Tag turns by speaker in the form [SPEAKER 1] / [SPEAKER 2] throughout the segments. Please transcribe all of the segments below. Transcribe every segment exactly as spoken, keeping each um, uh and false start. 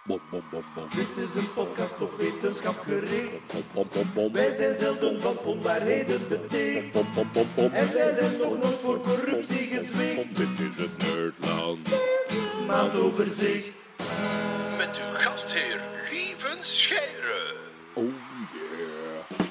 [SPEAKER 1] Bom, bom, bom, bom.
[SPEAKER 2] Dit is een podcast op wetenschap gericht. Bom, bom, bom. Wij zijn zelden van onwaarheden beticht. Bom, bom, bom, bom. En wij zijn nog nooit voor corruptie gezwicht.
[SPEAKER 1] Dit is het Nerdland.
[SPEAKER 2] Maandoverzicht.
[SPEAKER 3] Met uw gastheer Lieven Scheire.
[SPEAKER 1] Oh yeah.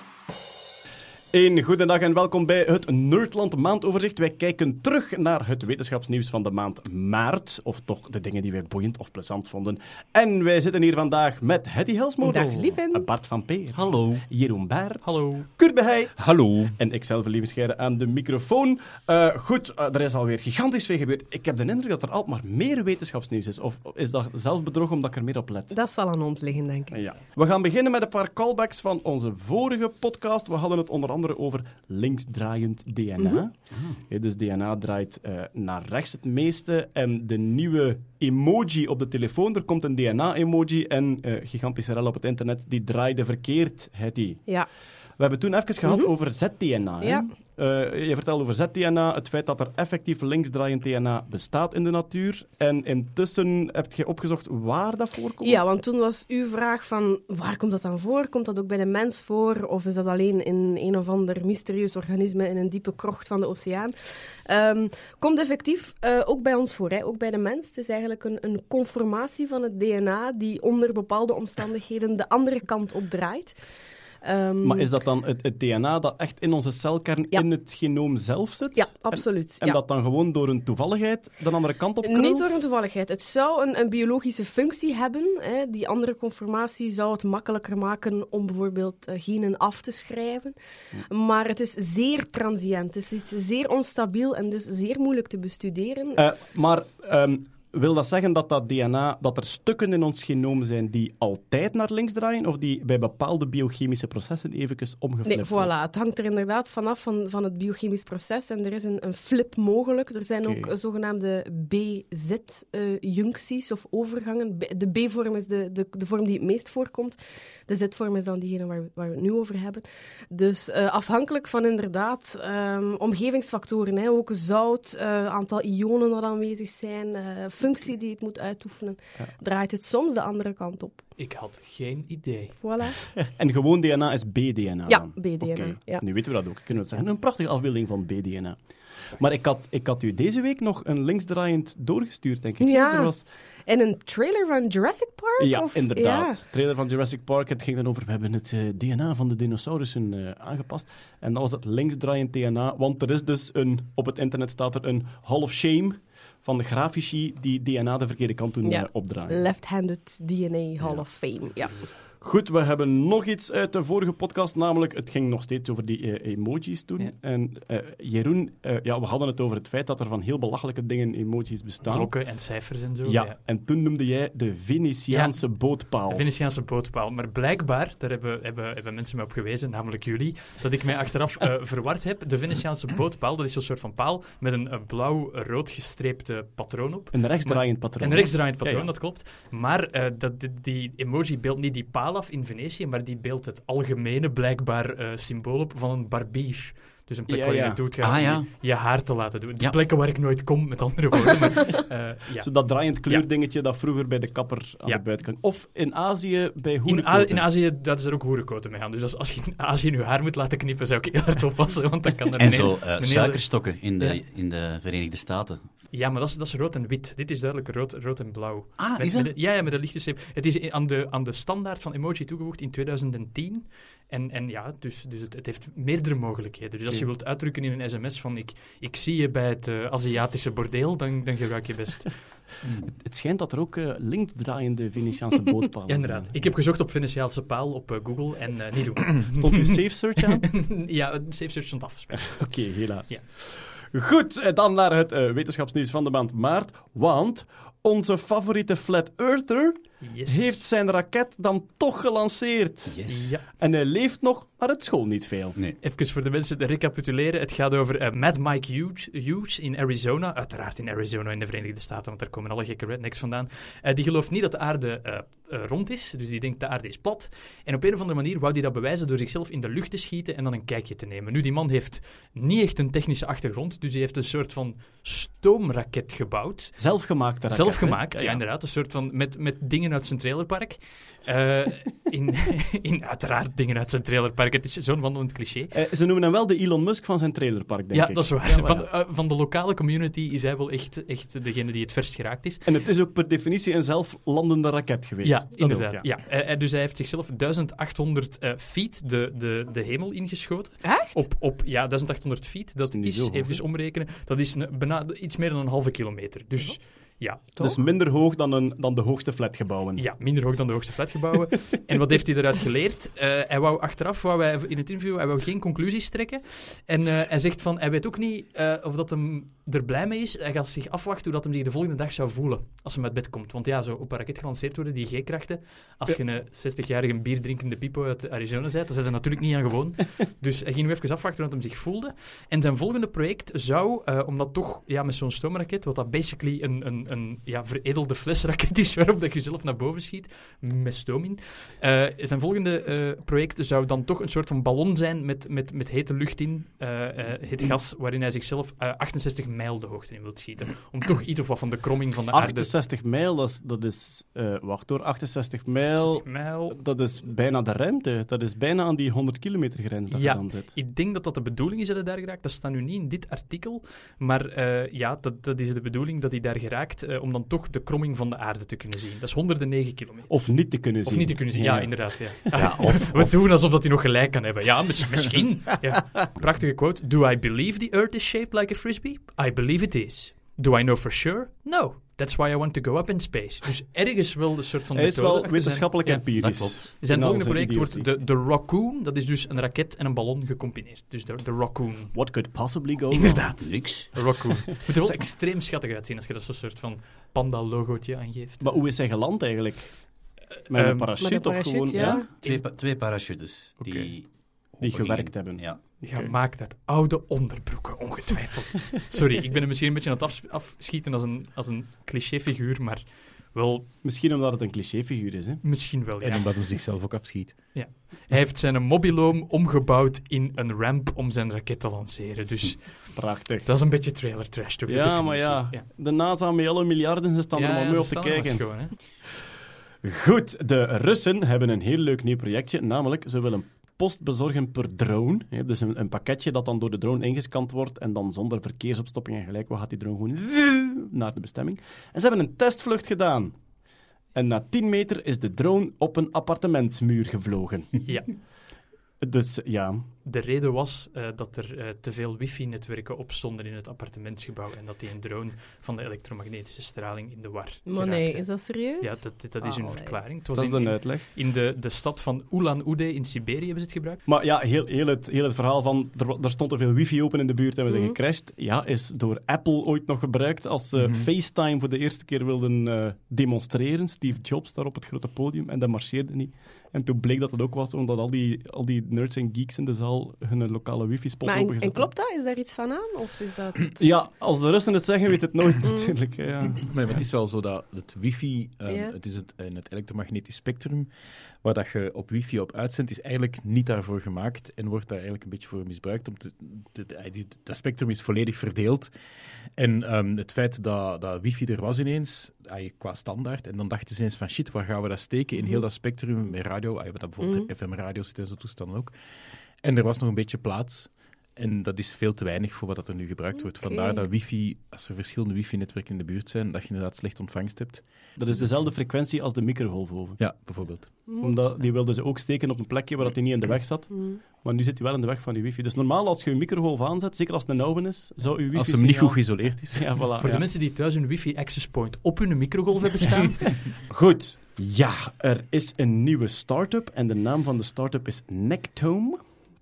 [SPEAKER 4] Een goedendag en welkom bij het Nerdland maandoverzicht. Wij kijken terug naar het wetenschapsnieuws van de maand maart. Of toch de dingen die wij boeiend of plezant vonden. En wij zitten hier vandaag met Hetty Helsmodel.
[SPEAKER 5] Dag, lieven.
[SPEAKER 4] Bart van Peer.
[SPEAKER 6] Hallo.
[SPEAKER 4] Jeroen Baert.
[SPEAKER 6] Hallo.
[SPEAKER 4] Kurt Beheid.
[SPEAKER 6] Hallo.
[SPEAKER 4] En ikzelf, Lieven Scheire, aan de microfoon. Uh, goed, uh, er is alweer gigantisch veel gebeurd. Ik heb de indruk dat er altijd maar meer wetenschapsnieuws is. Of is dat zelfbedrog omdat ik er meer op let?
[SPEAKER 5] Dat zal aan ons liggen, denk ik.
[SPEAKER 4] Ja. We gaan beginnen met een paar callbacks van onze vorige podcast. We hadden het onder andere over linksdraaiend D N A. Mm-hmm. Ja, dus D N A draait uh, naar rechts het meeste. En de nieuwe emoji op de telefoon, er komt een D N A-emoji en uh, gigantische rel op het internet, die draaide verkeerd, Hetty.
[SPEAKER 5] Ja.
[SPEAKER 4] We hebben toen even gehad
[SPEAKER 5] Mm-hmm.
[SPEAKER 4] over Z D N A.
[SPEAKER 5] Ja.
[SPEAKER 4] Uh, je vertelde over Z D N A, het feit dat er effectief linksdraaiend D N A bestaat in de natuur. En intussen heb je opgezocht waar dat voorkomt?
[SPEAKER 5] Ja, want toen was uw vraag van waar komt dat dan voor? Komt dat ook bij de mens voor? Of is dat alleen in een of ander mysterieus organisme in een diepe krocht van de oceaan? Um, komt effectief uh, ook bij ons voor, hè? Ook bij de mens. Het is eigenlijk een, een conformatie van het D N A die onder bepaalde omstandigheden de andere kant op draait. Um,
[SPEAKER 4] Maar is dat dan het, het D N A dat echt in onze celkern
[SPEAKER 5] ja.
[SPEAKER 4] in het genoom zelf zit?
[SPEAKER 5] Ja, absoluut.
[SPEAKER 4] En, en
[SPEAKER 5] ja.
[SPEAKER 4] dat dan gewoon door een toevalligheid de andere kant op krult?
[SPEAKER 5] Niet door een toevalligheid. Het zou een, een biologische functie hebben. Hè. Die andere conformatie zou het makkelijker maken om bijvoorbeeld uh, genen af te schrijven. Ja. Maar het is zeer transiënt. Het is iets zeer onstabiel en dus zeer moeilijk te bestuderen.
[SPEAKER 4] Uh, maar... Um, Wil dat zeggen dat dat D N A, dat er stukken in ons genoom zijn die altijd naar links draaien, of die bij bepaalde biochemische processen eventjes omgeflipt
[SPEAKER 5] Nee,
[SPEAKER 4] worden?
[SPEAKER 5] voilà. Het hangt er inderdaad vanaf van, van het biochemisch proces en er is een, een flip mogelijk. Er zijn
[SPEAKER 4] okay.
[SPEAKER 5] ook uh, zogenaamde B Z-juncties uh, of overgangen. B- de B-vorm is de, de, de vorm die het meest voorkomt. De Z-vorm is dan diegene waar, waar we het nu over hebben. Dus uh, afhankelijk van inderdaad um, omgevingsfactoren, hè, ook zout, uh, aantal ionen dat aanwezig zijn, uh, functie die het moet uitoefenen, ja. draait het soms de andere kant op.
[SPEAKER 6] Ik had geen idee.
[SPEAKER 5] Voilà.
[SPEAKER 4] En gewoon D N A is B D N A
[SPEAKER 5] Ja,
[SPEAKER 4] dan?
[SPEAKER 5] B D N A.
[SPEAKER 4] Okay.
[SPEAKER 5] Ja.
[SPEAKER 4] Nu weten we dat ook. Kunnen we het zeggen. Een prachtige afbeelding van B D N A. Maar ik had, ik had u deze week nog een linksdraaiend doorgestuurd, denk ik.
[SPEAKER 5] Ja,
[SPEAKER 4] er was...
[SPEAKER 5] en een trailer van Jurassic Park?
[SPEAKER 4] Ja,
[SPEAKER 5] of?
[SPEAKER 4] inderdaad.
[SPEAKER 5] Ja.
[SPEAKER 4] Trailer van Jurassic Park. Het ging dan over, we hebben het uh, D N A van de dinosaurussen uh, aangepast. En dat was het linksdraaiend D N A. Want er is dus een, op het internet staat er een Hall of Shame van de grafici die D N A de verkeerde kant doen
[SPEAKER 5] ja.
[SPEAKER 4] uh, opdraaien.
[SPEAKER 5] Left-handed D N A Hall
[SPEAKER 4] ja.
[SPEAKER 5] of Fame, ja.
[SPEAKER 4] Goed, we hebben nog iets uit de vorige podcast, namelijk het ging nog steeds over die uh, emojis toen. Ja. En uh, Jeroen, uh, ja, we hadden het over het feit dat er van heel belachelijke dingen emojis bestaan.
[SPEAKER 6] Klokken en cijfers en zo.
[SPEAKER 4] Ja,
[SPEAKER 6] ja.
[SPEAKER 4] En toen noemde jij de Venetiaanse ja, bootpaal.
[SPEAKER 6] De Venetiaanse bootpaal. Maar blijkbaar, daar hebben, hebben, hebben mensen mij op gewezen, namelijk jullie, dat ik mij achteraf uh, verward heb. De Venetiaanse bootpaal, dat is zo'n soort van paal met een, een blauw-rood gestreepte patroon op.
[SPEAKER 4] Een rechtsdraaiend patroon.
[SPEAKER 6] Een rechtsdraaiend patroon, ja, ja.
[SPEAKER 4] ja, ja.
[SPEAKER 6] dat klopt. Maar uh, dat, die, die emoji beeldt niet die paal af in Venetië, maar die beeldt het algemene, blijkbaar, uh, symbool op van een barbier. Dus een plek
[SPEAKER 4] ja,
[SPEAKER 6] waar je
[SPEAKER 4] ja.
[SPEAKER 6] naartoe gaat
[SPEAKER 7] ah,
[SPEAKER 6] om
[SPEAKER 7] ja.
[SPEAKER 6] je, je haar te laten doen. Die
[SPEAKER 7] ja.
[SPEAKER 6] plekken waar ik nooit kom, met andere woorden. Maar, uh, ja.
[SPEAKER 4] Zo dat draaiend kleurdingetje ja. dat vroeger bij de kapper aan
[SPEAKER 6] ja.
[SPEAKER 4] de buitenkant. Of in Azië bij
[SPEAKER 6] In,
[SPEAKER 4] hoerenkoten.
[SPEAKER 6] A- in Azië, dat is er ook hoerenkoten mee aan. Dus als, als je in Azië je haar moet laten knippen, zou ik heel hard oppassen, want dan kan er
[SPEAKER 7] En
[SPEAKER 6] een
[SPEAKER 7] zo
[SPEAKER 6] hele,
[SPEAKER 7] uh,
[SPEAKER 6] een
[SPEAKER 7] suikerstokken in de,
[SPEAKER 6] ja.
[SPEAKER 7] in de Verenigde Staten.
[SPEAKER 6] Ja, maar dat is, dat is rood en wit. Dit is duidelijk rood, rood en blauw.
[SPEAKER 7] Ah,
[SPEAKER 6] met,
[SPEAKER 7] is dat?
[SPEAKER 6] Met de, ja, ja, met een lichte streep. Het is aan de, aan de standaard van emoji toegevoegd in twintig tien. En, en ja, dus, dus het, het heeft meerdere mogelijkheden. Dus als je wilt uitdrukken in een sms van ik, ik zie je bij het uh, Aziatische bordeel, dan, dan gebruik je best.
[SPEAKER 4] Mm. Het schijnt dat er ook uh, linksdraaiende Venetiaanse bootpalen
[SPEAKER 6] Ja, inderdaad.
[SPEAKER 4] zijn.
[SPEAKER 6] Ik heb gezocht op Venetiaanse paal op uh, Google en uh, niet doen.
[SPEAKER 4] Stond uw safe search aan?
[SPEAKER 6] Ja, safe search stond af.
[SPEAKER 4] Oké, okay, helaas.
[SPEAKER 6] Ja.
[SPEAKER 4] Goed, dan naar het uh, wetenschapsnieuws van de maand maart. Want onze favoriete Flat Earther
[SPEAKER 6] yes.
[SPEAKER 4] heeft zijn raket dan toch gelanceerd.
[SPEAKER 7] Yes.
[SPEAKER 6] Ja.
[SPEAKER 4] En hij leeft nog, maar het school niet veel.
[SPEAKER 7] Nee.
[SPEAKER 6] Even voor de mensen te recapituleren. Het gaat over uh, Mad Mike Hughes, Hughes in Arizona. Uiteraard in Arizona in de Verenigde Staten, want daar komen alle gekke rednecks vandaan. Uh, die gelooft niet dat de aarde uh, uh, rond is. Dus die denkt, de aarde is plat. En op een of andere manier wou hij dat bewijzen door zichzelf in de lucht te schieten en dan een kijkje te nemen. Nu, die man heeft niet echt een technische achtergrond, dus hij heeft een soort van stoomraket gebouwd.
[SPEAKER 4] Zelfgemaakte raket.
[SPEAKER 6] Zelfgemaakt,
[SPEAKER 4] hè?
[SPEAKER 6] ja, ja, inderdaad. Een soort van met, met dingen uit zijn trailerpark. Uh, in, in uiteraard dingen uit zijn trailerpark. Het is zo'n wandelend cliché.
[SPEAKER 4] Uh, ze noemen hem wel de Elon Musk van zijn trailerpark, denk
[SPEAKER 6] ja,
[SPEAKER 4] ik.
[SPEAKER 6] Dat is waar.
[SPEAKER 4] Ja,
[SPEAKER 6] van,
[SPEAKER 4] ja.
[SPEAKER 6] uh, van de lokale community is hij wel echt, echt degene die het verst geraakt is.
[SPEAKER 4] En het is ook per definitie een zelflandende raket geweest.
[SPEAKER 6] Ja,
[SPEAKER 4] Dat
[SPEAKER 6] inderdaad.
[SPEAKER 4] ook, ja.
[SPEAKER 6] ja. Uh, dus hij heeft zichzelf duizend achthonderd uh, feet de, de, de hemel ingeschoten.
[SPEAKER 5] Echt?
[SPEAKER 6] Op, op ja, duizend achthonderd feet. Dat
[SPEAKER 4] is
[SPEAKER 6] is,
[SPEAKER 4] niet zo
[SPEAKER 6] even
[SPEAKER 4] hoog,
[SPEAKER 6] dus omrekenen, dat is een, bijna iets meer dan een halve kilometer. Dus... Ja,
[SPEAKER 4] dus minder hoog dan, een, dan de hoogste flatgebouwen.
[SPEAKER 6] Ja, minder hoog dan de hoogste flatgebouwen. En wat heeft hij eruit geleerd? Uh, hij wou achteraf, wou hij in het interview, hij wou geen conclusies trekken. En uh, hij zegt van, hij weet ook niet uh, of dat hem er blij mee is. Hij gaat zich afwachten hoe dat hem zich de volgende dag zou voelen als hij uit bed komt. Want ja, zo op een raket gelanceerd worden, die G-krachten. Als je een zestigjarige bierdrinkende pipo uit Arizona bent, dan zijn ze natuurlijk niet aan gewoon. Dus hij ging nu even afwachten hoe hij zich voelde. En zijn volgende project zou, uh, omdat toch ja, met zo'n stoomraket, wat dat basically een, een, een ja, veredelde flesraket is waarop dat je zelf naar boven schiet, met stoom in. Uh, zijn volgende uh, project zou dan toch een soort van ballon zijn met, met, met hete lucht in, uh, uh, heet gas, waarin hij zichzelf uh, achtenzestig mijl de hoogte in wilt schieten. Om toch iets of wat van de kromming van de aarde...
[SPEAKER 4] achtenzestig mijl, dat is... Dat is uh, wacht hoor, achtenzestig mijl,
[SPEAKER 6] zestig mijl...
[SPEAKER 4] Dat is bijna de ruimte. Dat is bijna aan die honderd kilometer grens dat
[SPEAKER 6] ja,
[SPEAKER 4] je dan zit.
[SPEAKER 6] Ik denk dat dat de bedoeling is dat hij daar geraakt. Dat staat nu niet in dit artikel. Maar uh, ja, dat, dat is de bedoeling dat hij daar geraakt uh, om dan toch de kromming van de aarde te kunnen zien. Dat is honderden kilometer.
[SPEAKER 4] Of niet te kunnen zien.
[SPEAKER 6] Of niet te kunnen zien, ja, ja inderdaad. Ja.
[SPEAKER 4] Ja, of,
[SPEAKER 6] We doen alsof dat hij nog gelijk kan hebben. Ja, mis, misschien. Ja. Prachtige quote. Do I believe the earth is shaped like a frisbee? I believe it is. Do I know for sure? No. That's why I want to go up in space. Dus ergens wel een soort van...
[SPEAKER 4] Hij is wel wetenschappelijk
[SPEAKER 6] zijn...
[SPEAKER 4] empirisch.
[SPEAKER 6] Ja, dat klopt. Zijn
[SPEAKER 4] nou,
[SPEAKER 6] volgende project
[SPEAKER 4] idiotie.
[SPEAKER 6] wordt de, de Raccoon. Dat is dus een raket en een ballon gecombineerd. Dus de, de Raccoon.
[SPEAKER 4] What could possibly go wrong?
[SPEAKER 6] Inderdaad.
[SPEAKER 7] Niks.
[SPEAKER 6] Raccoon. Moet er wel extreem schattig uitzien als je dat zo'n soort van panda-logootje aangeeft.
[SPEAKER 4] Maar hoe is hij geland eigenlijk? Met
[SPEAKER 6] Um,
[SPEAKER 4] een parachute,
[SPEAKER 5] met een
[SPEAKER 4] of
[SPEAKER 5] parachute,
[SPEAKER 4] gewoon...
[SPEAKER 5] ja.
[SPEAKER 4] Ja?
[SPEAKER 7] Twee, pa- twee parachutes die,
[SPEAKER 4] Die
[SPEAKER 7] opengingen.
[SPEAKER 4] gewerkt hebben.
[SPEAKER 7] Ja.
[SPEAKER 6] Gemaakt uit oude onderbroeken, ongetwijfeld. Sorry, ik ben er misschien een beetje aan het afs- afschieten als een, als een clichéfiguur, maar wel...
[SPEAKER 4] Misschien omdat het een clichéfiguur is, hè?
[SPEAKER 6] Misschien wel, ja.
[SPEAKER 8] En omdat hij zichzelf ook afschiet.
[SPEAKER 6] Hij heeft zijn mobiloom omgebouwd in een ramp om zijn raket te lanceren. Dus
[SPEAKER 4] Prachtig.
[SPEAKER 6] dat is een beetje trailer trash, toch? de
[SPEAKER 4] Ja,
[SPEAKER 6] definitie.
[SPEAKER 4] maar ja.
[SPEAKER 6] ja.
[SPEAKER 4] De NASA met alle miljarden, ze staan er maar
[SPEAKER 6] ja,
[SPEAKER 4] mee
[SPEAKER 6] ze
[SPEAKER 4] op te
[SPEAKER 6] staan er maar
[SPEAKER 4] kijken.
[SPEAKER 6] schoon, hè.
[SPEAKER 4] Goed, de Russen hebben een heel leuk nieuw projectje, namelijk ze willen post bezorgen per drone. Hè, dus een, een pakketje dat dan door de drone ingescand wordt en dan zonder verkeersopstopping en gelijk wat gaat die drone gewoon naar de bestemming. En ze hebben een testvlucht gedaan. En na tien meter is de drone op een appartementsmuur gevlogen.
[SPEAKER 6] Ja.
[SPEAKER 4] Dus ja,
[SPEAKER 6] De reden was uh, dat er uh, te veel wifi-netwerken opstonden in het appartementsgebouw en dat die een drone van de elektromagnetische straling in de war
[SPEAKER 5] Maar nee,
[SPEAKER 6] geraakte.
[SPEAKER 5] is dat serieus?
[SPEAKER 6] Ja, dat, dat is hun
[SPEAKER 5] Allee.
[SPEAKER 6] verklaring. Het was
[SPEAKER 4] dat is
[SPEAKER 6] in,
[SPEAKER 4] de uitleg.
[SPEAKER 6] in de, de stad van Ulan-Ude in Siberië hebben ze het gebruikt.
[SPEAKER 4] Maar ja, heel, heel, het, heel het verhaal van er, er stond er veel wifi open in de buurt en we zijn
[SPEAKER 5] Mhm.
[SPEAKER 4] gecrashed, ja, is door Apple ooit nog gebruikt als ze
[SPEAKER 6] Mhm.
[SPEAKER 4] FaceTime voor de eerste keer wilden uh, demonstreren. Steve Jobs daar op het grote podium en dat marcheerde niet. En toen bleek dat het ook was omdat al die, al die nerds en geeks in de zaal hun lokale wifi-spot
[SPEAKER 5] Maar en,
[SPEAKER 4] opengezet
[SPEAKER 5] en klopt dat? Is daar iets van aan? Of is dat...
[SPEAKER 4] Ja, als de Russen het zeggen, weet het nooit natuurlijk. hè, Ja.
[SPEAKER 8] Maar het is wel zo dat het wifi, um,
[SPEAKER 5] Ja.
[SPEAKER 8] het is het, in het elektromagnetisch spectrum, waar dat je op wifi op uitzendt, is eigenlijk niet daarvoor gemaakt en wordt daar eigenlijk een beetje voor misbruikt. Om te, te, te- dat spectrum is volledig verdeeld. En um, het feit dat, dat wifi er was ineens, ay, qua standaard, en dan dachten ze eens van shit, waar gaan we dat steken in heel dat spectrum met radio, ay, dat bijvoorbeeld
[SPEAKER 5] Mhm.
[SPEAKER 8] F M-radio zit en zo'n toestanden ook. En er was nog een beetje plaats. En dat is veel te weinig voor wat dat er nu gebruikt wordt.
[SPEAKER 5] Oké.
[SPEAKER 8] Vandaar dat wifi, als er verschillende wifi-netwerken in de buurt zijn, dat je inderdaad slecht ontvangst hebt.
[SPEAKER 4] Dat is dezelfde frequentie als de microgolfoven.
[SPEAKER 8] Ja, bijvoorbeeld.
[SPEAKER 4] Omdat die wilden ze ook steken op een plekje waar dat die niet in de weg zat.
[SPEAKER 5] Mm.
[SPEAKER 4] Maar nu zit hij wel in de weg van je wifi. Dus normaal, als je een microgolf aanzet, zeker als het een oude is, zou je wifi...
[SPEAKER 8] Als hem niet goed geïsoleerd is.
[SPEAKER 4] Ja, voilà.
[SPEAKER 6] Voor
[SPEAKER 4] ja.
[SPEAKER 6] de mensen die thuis een wifi-access point op hun microgolf hebben staan,
[SPEAKER 4] Goed. Ja, er is een nieuwe start-up en de naam van de start-up is Nectome.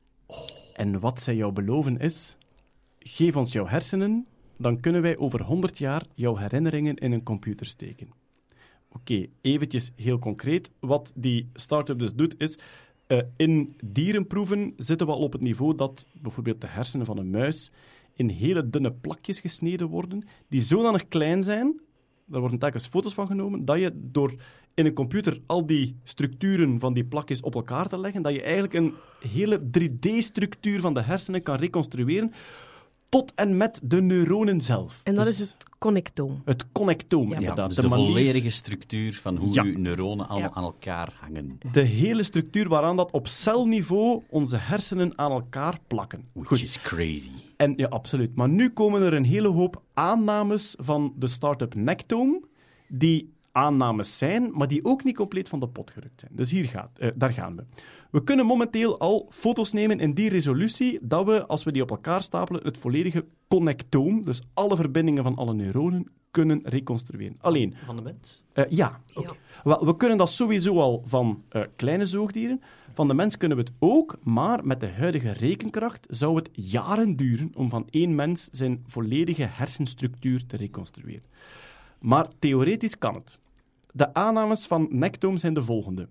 [SPEAKER 4] En wat zij jou beloven is, geef ons jouw hersenen, dan kunnen wij over honderd jaar jouw herinneringen in een computer steken. Oké, eventjes heel concreet. Wat die start-up dus doet is, uh, in dierenproeven zitten we al op het niveau dat bijvoorbeeld de hersenen van een muis in hele dunne plakjes gesneden worden, die zodanig klein zijn daar worden telkens foto's van genomen, dat je door in een computer al die structuren van die plakjes op elkaar te leggen, dat je eigenlijk een hele drie D-structuur van de hersenen kan reconstrueren, tot en met de neuronen zelf.
[SPEAKER 5] En dat
[SPEAKER 4] Dus
[SPEAKER 5] is het connectoom.
[SPEAKER 4] het connectoom,
[SPEAKER 5] Ja.
[SPEAKER 4] inderdaad.
[SPEAKER 7] Dus
[SPEAKER 4] de
[SPEAKER 7] de,
[SPEAKER 4] manier-
[SPEAKER 7] volledige structuur van hoe
[SPEAKER 4] Ja.
[SPEAKER 7] uw neuronen allemaal
[SPEAKER 5] Ja.
[SPEAKER 7] aan elkaar hangen.
[SPEAKER 4] De hele structuur waaraan dat op celniveau onze hersenen aan elkaar plakken.
[SPEAKER 7] Which is crazy.
[SPEAKER 4] En, ja, absoluut. Maar nu komen er een hele hoop aannames van de start-up Nectome, die aannames zijn, maar die ook niet compleet van de pot gerukt zijn. Dus hier gaat, eh, daar gaan we. We kunnen momenteel al foto's nemen in die resolutie, dat we, als we die op elkaar stapelen, het volledige connectoom, dus alle verbindingen van alle neuronen, kunnen reconstrueren. Alleen,
[SPEAKER 6] Van de mens?
[SPEAKER 4] eh, ja.
[SPEAKER 5] Ja.
[SPEAKER 4] Wel, we kunnen dat sowieso al van eh, kleine zoogdieren. Van de mens kunnen we het ook, maar met de huidige rekenkracht zou het jaren duren om van één mens zijn volledige hersenstructuur te reconstrueren. Maar theoretisch kan het. De aannames van Nectome zijn de volgende.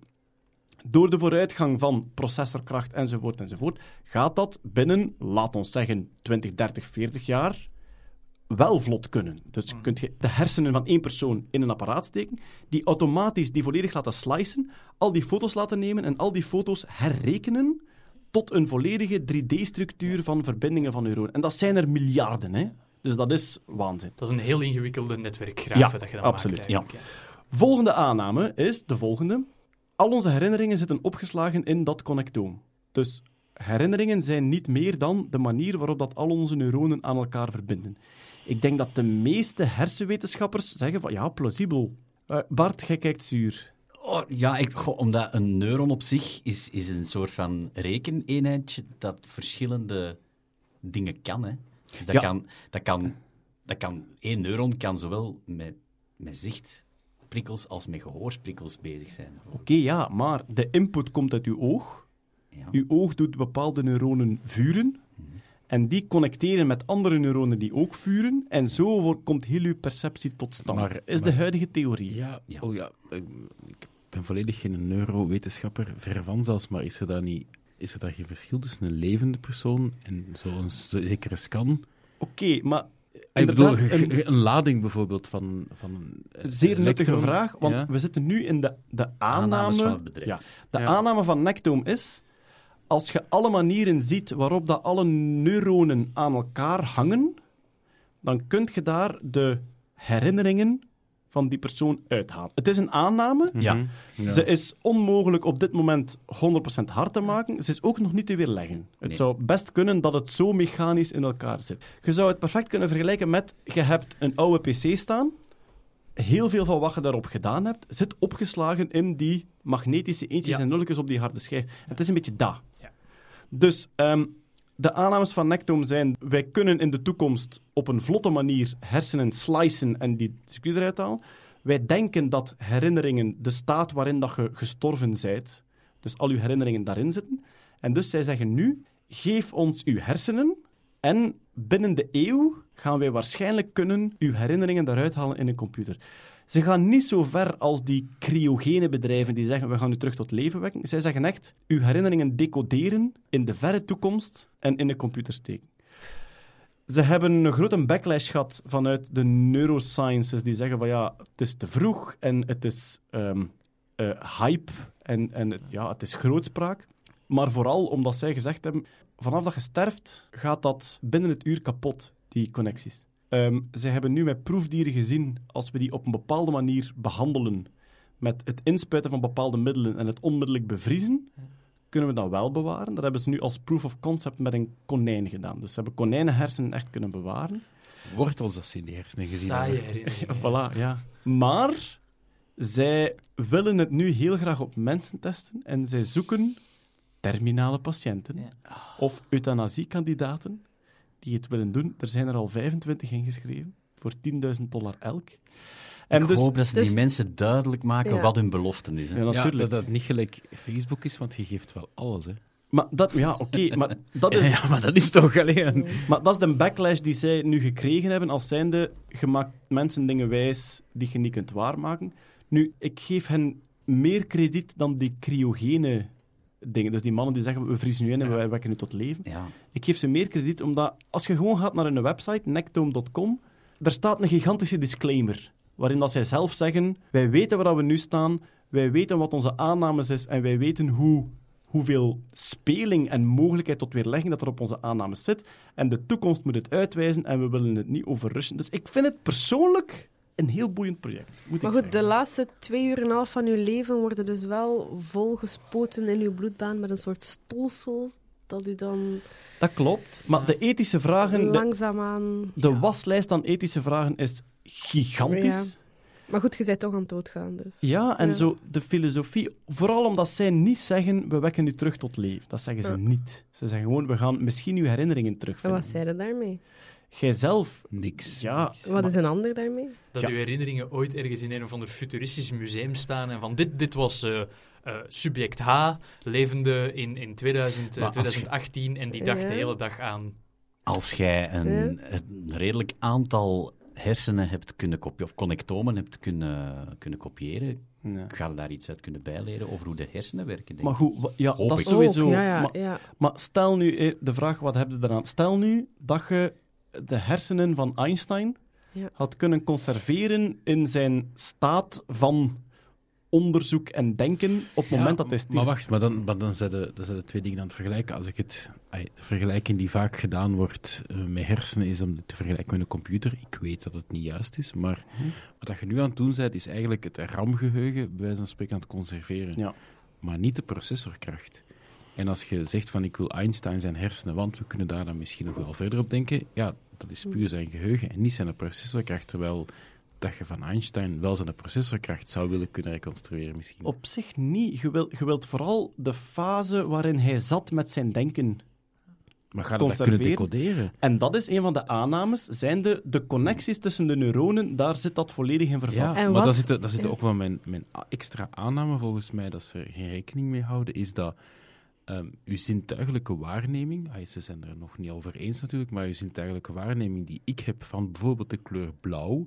[SPEAKER 4] Door de vooruitgang van processorkracht enzovoort enzovoort, gaat dat binnen, laat ons zeggen, twintig, dertig, veertig jaar wel vlot kunnen. Dus kun je de hersenen van één persoon in een apparaat steken, die automatisch die volledig laten slicen, al die foto's laten nemen en al die foto's herrekenen tot een volledige drie D-structuur van verbindingen van neuronen. En dat zijn er miljarden, hè. Dus dat is waanzin.
[SPEAKER 6] Dat is een heel ingewikkelde netwerkgraaf
[SPEAKER 4] Ja,
[SPEAKER 6] dat je dan
[SPEAKER 4] absoluut,
[SPEAKER 6] maakt. eigenlijk,
[SPEAKER 4] Volgende aanname is de volgende. Al onze herinneringen zitten opgeslagen in dat connectoom. Dus herinneringen zijn niet meer dan de manier waarop dat al onze neuronen aan elkaar verbinden. Ik denk dat de meeste hersenwetenschappers zeggen van ja, plausibel. Uh, Bart, jij kijkt zuur.
[SPEAKER 7] Oh, ja, ik, goh, omdat een neuron op zich is, is een soort van rekeneenheidje dat verschillende dingen kan. Hè. Dus dat,
[SPEAKER 4] Ja.
[SPEAKER 7] kan, dat, kan, dat kan... één neuron kan zowel met, met zichtprikkels als met gehoorsprikkels bezig zijn.
[SPEAKER 4] Oké, ja, maar de input komt uit uw oog.
[SPEAKER 7] Ja.
[SPEAKER 4] Uw oog doet bepaalde neuronen vuren. En die connecteren met andere neuronen die ook vuren. En zo wordt, komt heel uw perceptie tot stand.
[SPEAKER 8] Maar-
[SPEAKER 4] is de
[SPEAKER 8] maar-
[SPEAKER 4] huidige theorie.
[SPEAKER 8] Ja,
[SPEAKER 7] Ja.
[SPEAKER 8] oh ja. Ik ik ben volledig geen neurowetenschapper, ver van zelfs, maar is er daar niet... Is er daar geen verschil tussen een levende persoon en zo'n zekere scan?
[SPEAKER 4] Oké, maar
[SPEAKER 8] Ik bedoel,
[SPEAKER 4] inderdaad, een,
[SPEAKER 8] een, een lading bijvoorbeeld van... van een
[SPEAKER 4] Een zeer nuttige
[SPEAKER 8] elektron.
[SPEAKER 4] vraag, want
[SPEAKER 8] Ja.
[SPEAKER 4] we zitten nu in de, de
[SPEAKER 7] Aannames van
[SPEAKER 4] aanname...
[SPEAKER 7] het bedrijf.
[SPEAKER 4] Ja, de
[SPEAKER 8] Ja.
[SPEAKER 4] aanname van Nectome is, als je alle manieren ziet waarop dat alle neuronen aan elkaar hangen, dan kun je daar de herinneringen van die persoon uithalen. Het is een aanname.
[SPEAKER 7] Ja.
[SPEAKER 8] Mhm. Ja.
[SPEAKER 4] Ze is onmogelijk op dit moment honderd procent hard te maken. Ze is ook nog niet te weerleggen. Het
[SPEAKER 7] Nee.
[SPEAKER 4] zou best kunnen dat het zo mechanisch in elkaar zit. Je zou het perfect kunnen vergelijken met, je hebt een oude pc staan, heel veel van wat je daarop gedaan hebt, zit opgeslagen in die magnetische eentjes
[SPEAKER 6] Ja.
[SPEAKER 4] en nulletjes op die harde schijf. Het is een beetje dat.
[SPEAKER 6] Ja.
[SPEAKER 4] Dus ehm, de aannames van Nectome zijn, wij kunnen in de toekomst op een vlotte manier hersenen slicen en die circuit eruit halen. Wij denken dat herinneringen, de staat waarin dat je gestorven bent, dus al uw herinneringen daarin zitten. En dus zij zeggen nu, geef ons uw hersenen en binnen de eeuw gaan wij waarschijnlijk kunnen uw herinneringen daaruit halen in een computer. Ze gaan niet zo ver als die cryogene bedrijven die zeggen, we gaan u terug tot leven wekken. Zij zeggen echt, uw herinneringen decoderen in de verre toekomst en in een computer steken. Ze hebben een grote backlash gehad vanuit de neurosciences die zeggen van ja, het is te vroeg en het is ehm, eh, hype en, en het- ja, het is grootspraak. Maar vooral omdat zij gezegd hebben, vanaf dat je sterft, gaat dat binnen het uur kapot, die connecties. Ehm zij hebben nu met proefdieren gezien, als we die op een bepaalde manier behandelen, met het inspuiten van bepaalde middelen en het onmiddellijk bevriezen, kunnen we dat wel bewaren. Dat hebben ze nu als proof of concept met een konijn gedaan. Dus ze hebben konijnenhersenen echt kunnen bewaren.
[SPEAKER 8] Wortels als ze in die hersenen gezien
[SPEAKER 6] Saaie
[SPEAKER 8] hebben.
[SPEAKER 6] herinneringen.
[SPEAKER 4] Voilà, ja. Maar zij willen het nu heel graag op mensen testen en zij zoeken terminale patiënten
[SPEAKER 6] Ja.
[SPEAKER 4] of euthanasiekandidaten die het willen doen. Er zijn er al vijfentwintig ingeschreven voor tienduizend dollar elk. En
[SPEAKER 7] Ik
[SPEAKER 4] dus,
[SPEAKER 7] hoop dat ze
[SPEAKER 5] dus-
[SPEAKER 7] die mensen duidelijk maken
[SPEAKER 5] Ja.
[SPEAKER 7] wat hun belofte is. Hè.
[SPEAKER 4] ja,
[SPEAKER 8] Ja,
[SPEAKER 4] natuurlijk.
[SPEAKER 8] dat dat niet gelijk Facebook is, want je geeft wel alles, hè.
[SPEAKER 4] Maar dat, ja, oké, maar dat
[SPEAKER 8] Ja,
[SPEAKER 4] is...
[SPEAKER 8] ja, maar dat is toch alleen...
[SPEAKER 4] Maar dat is de backlash die zij nu gekregen hebben als zijnde, je maakt mensen dingen wijs die je niet kunt waarmaken. Nu, ik geef hen meer krediet dan die cryogene dingen. Dus die mannen die zeggen, we vriezen nu in en we wekken nu tot leven.
[SPEAKER 7] Ja.
[SPEAKER 4] Ik geef ze meer krediet, omdat als je gewoon gaat naar een website, nectome punt com, daar staat een gigantische disclaimer. waarin dat zij zelf zeggen, wij weten waar we nu staan, wij weten wat onze aannames is en wij weten hoe, hoeveel speling en mogelijkheid tot weerlegging dat er op onze aannames zit. En de toekomst moet het uitwijzen en we willen het niet overrushen. Dus ik vind het persoonlijk een heel boeiend project, moet
[SPEAKER 5] Maar
[SPEAKER 4] ik
[SPEAKER 5] goed,
[SPEAKER 4] zeggen.
[SPEAKER 5] de laatste twee uur en een half van uw leven worden dus wel volgespoten in uw bloedbaan met een soort stolsel dat u dan
[SPEAKER 4] Dat klopt, maar de ethische vragen, de,
[SPEAKER 5] langzaamaan...
[SPEAKER 4] de waslijst aan ethische vragen is gigantisch.
[SPEAKER 5] Maar goed, je bent toch aan het doodgaan, dus.
[SPEAKER 4] Ja, en
[SPEAKER 5] Ja.
[SPEAKER 4] zo de filosofie, vooral omdat zij niet zeggen, we wekken u terug tot leven. Dat zeggen ze
[SPEAKER 5] Ja.
[SPEAKER 4] niet. Ze zeggen gewoon, we gaan misschien uw herinneringen
[SPEAKER 5] En
[SPEAKER 4] terugvinden.
[SPEAKER 5] wat zei je daarmee?
[SPEAKER 4] Jijzelf,
[SPEAKER 8] Niks.
[SPEAKER 4] ja,
[SPEAKER 5] Wat is een ander daarmee?
[SPEAKER 6] Dat
[SPEAKER 4] Ja.
[SPEAKER 6] uw herinneringen ooit ergens in een of ander futuristisch museum staan en van dit, dit was eh, eh, subject H, levende in, in tweeduizend, eh,
[SPEAKER 7] Maar als je-
[SPEAKER 6] twintig achttien en die dacht
[SPEAKER 5] Ja.
[SPEAKER 6] de hele dag aan...
[SPEAKER 7] Als jij een, een redelijk aantal hersenen hebt kunnen kopiëren, of connectomen hebt kunnen, kunnen kopiëren,
[SPEAKER 4] ja.
[SPEAKER 7] ga je daar iets uit kunnen bijleren over hoe de hersenen werken, denk
[SPEAKER 4] Maar
[SPEAKER 7] ik.
[SPEAKER 4] goed, wa- ja,
[SPEAKER 7] Hoop
[SPEAKER 4] dat is
[SPEAKER 7] ik.
[SPEAKER 4] sowieso...
[SPEAKER 5] Ook, ja, ja,
[SPEAKER 4] Maar,
[SPEAKER 5] ja.
[SPEAKER 4] maar stel nu, eh, de vraag, wat heb je eraan? Stel nu dat je de hersenen van Einstein
[SPEAKER 5] Ja.
[SPEAKER 4] had kunnen conserveren in zijn staat van onderzoek en denken op het moment dat hij stierf.
[SPEAKER 8] Maar wacht, maar dan, maar dan, zijn de, dan zijn de twee dingen aan het vergelijken. Als ik het... ai, de vergelijking die vaak gedaan wordt uh, met hersenen is om het te vergelijken met een computer. Ik weet dat het niet juist is, maar wat dat je nu aan het doen bent, is eigenlijk het RAM-geheugen bij wijze van spreken aan het conserveren.
[SPEAKER 4] Ja.
[SPEAKER 8] Maar niet de processorkracht. En als je zegt van ik wil Einstein zijn hersenen, want we kunnen daar dan misschien nog wel verder op denken, ja, dat is puur zijn geheugen en niet zijn processorkracht, terwijl dat je van Einstein wel zijn processorkracht zou willen kunnen reconstrueren misschien.
[SPEAKER 4] Op zich niet. Je, wil, je wilt vooral de fase waarin hij zat met zijn denken.
[SPEAKER 8] Maar ga je dat kunnen
[SPEAKER 4] conserveren.
[SPEAKER 8] decoderen?
[SPEAKER 4] En dat is een van de aannames, zijn de, de connecties tussen de neuronen, daar zit dat volledig in vervat.
[SPEAKER 8] Ja,
[SPEAKER 5] En
[SPEAKER 8] maar
[SPEAKER 5] wat-
[SPEAKER 8] daar zit, daar zit
[SPEAKER 5] ja.
[SPEAKER 8] ook wel mijn, mijn extra aanname volgens mij, dat ze er geen rekening mee houden, is dat um, uw zintuigelijke waarneming, ah, ze zijn er nog niet over eens natuurlijk, maar uw zintuigelijke waarneming die ik heb van bijvoorbeeld de kleur blauw,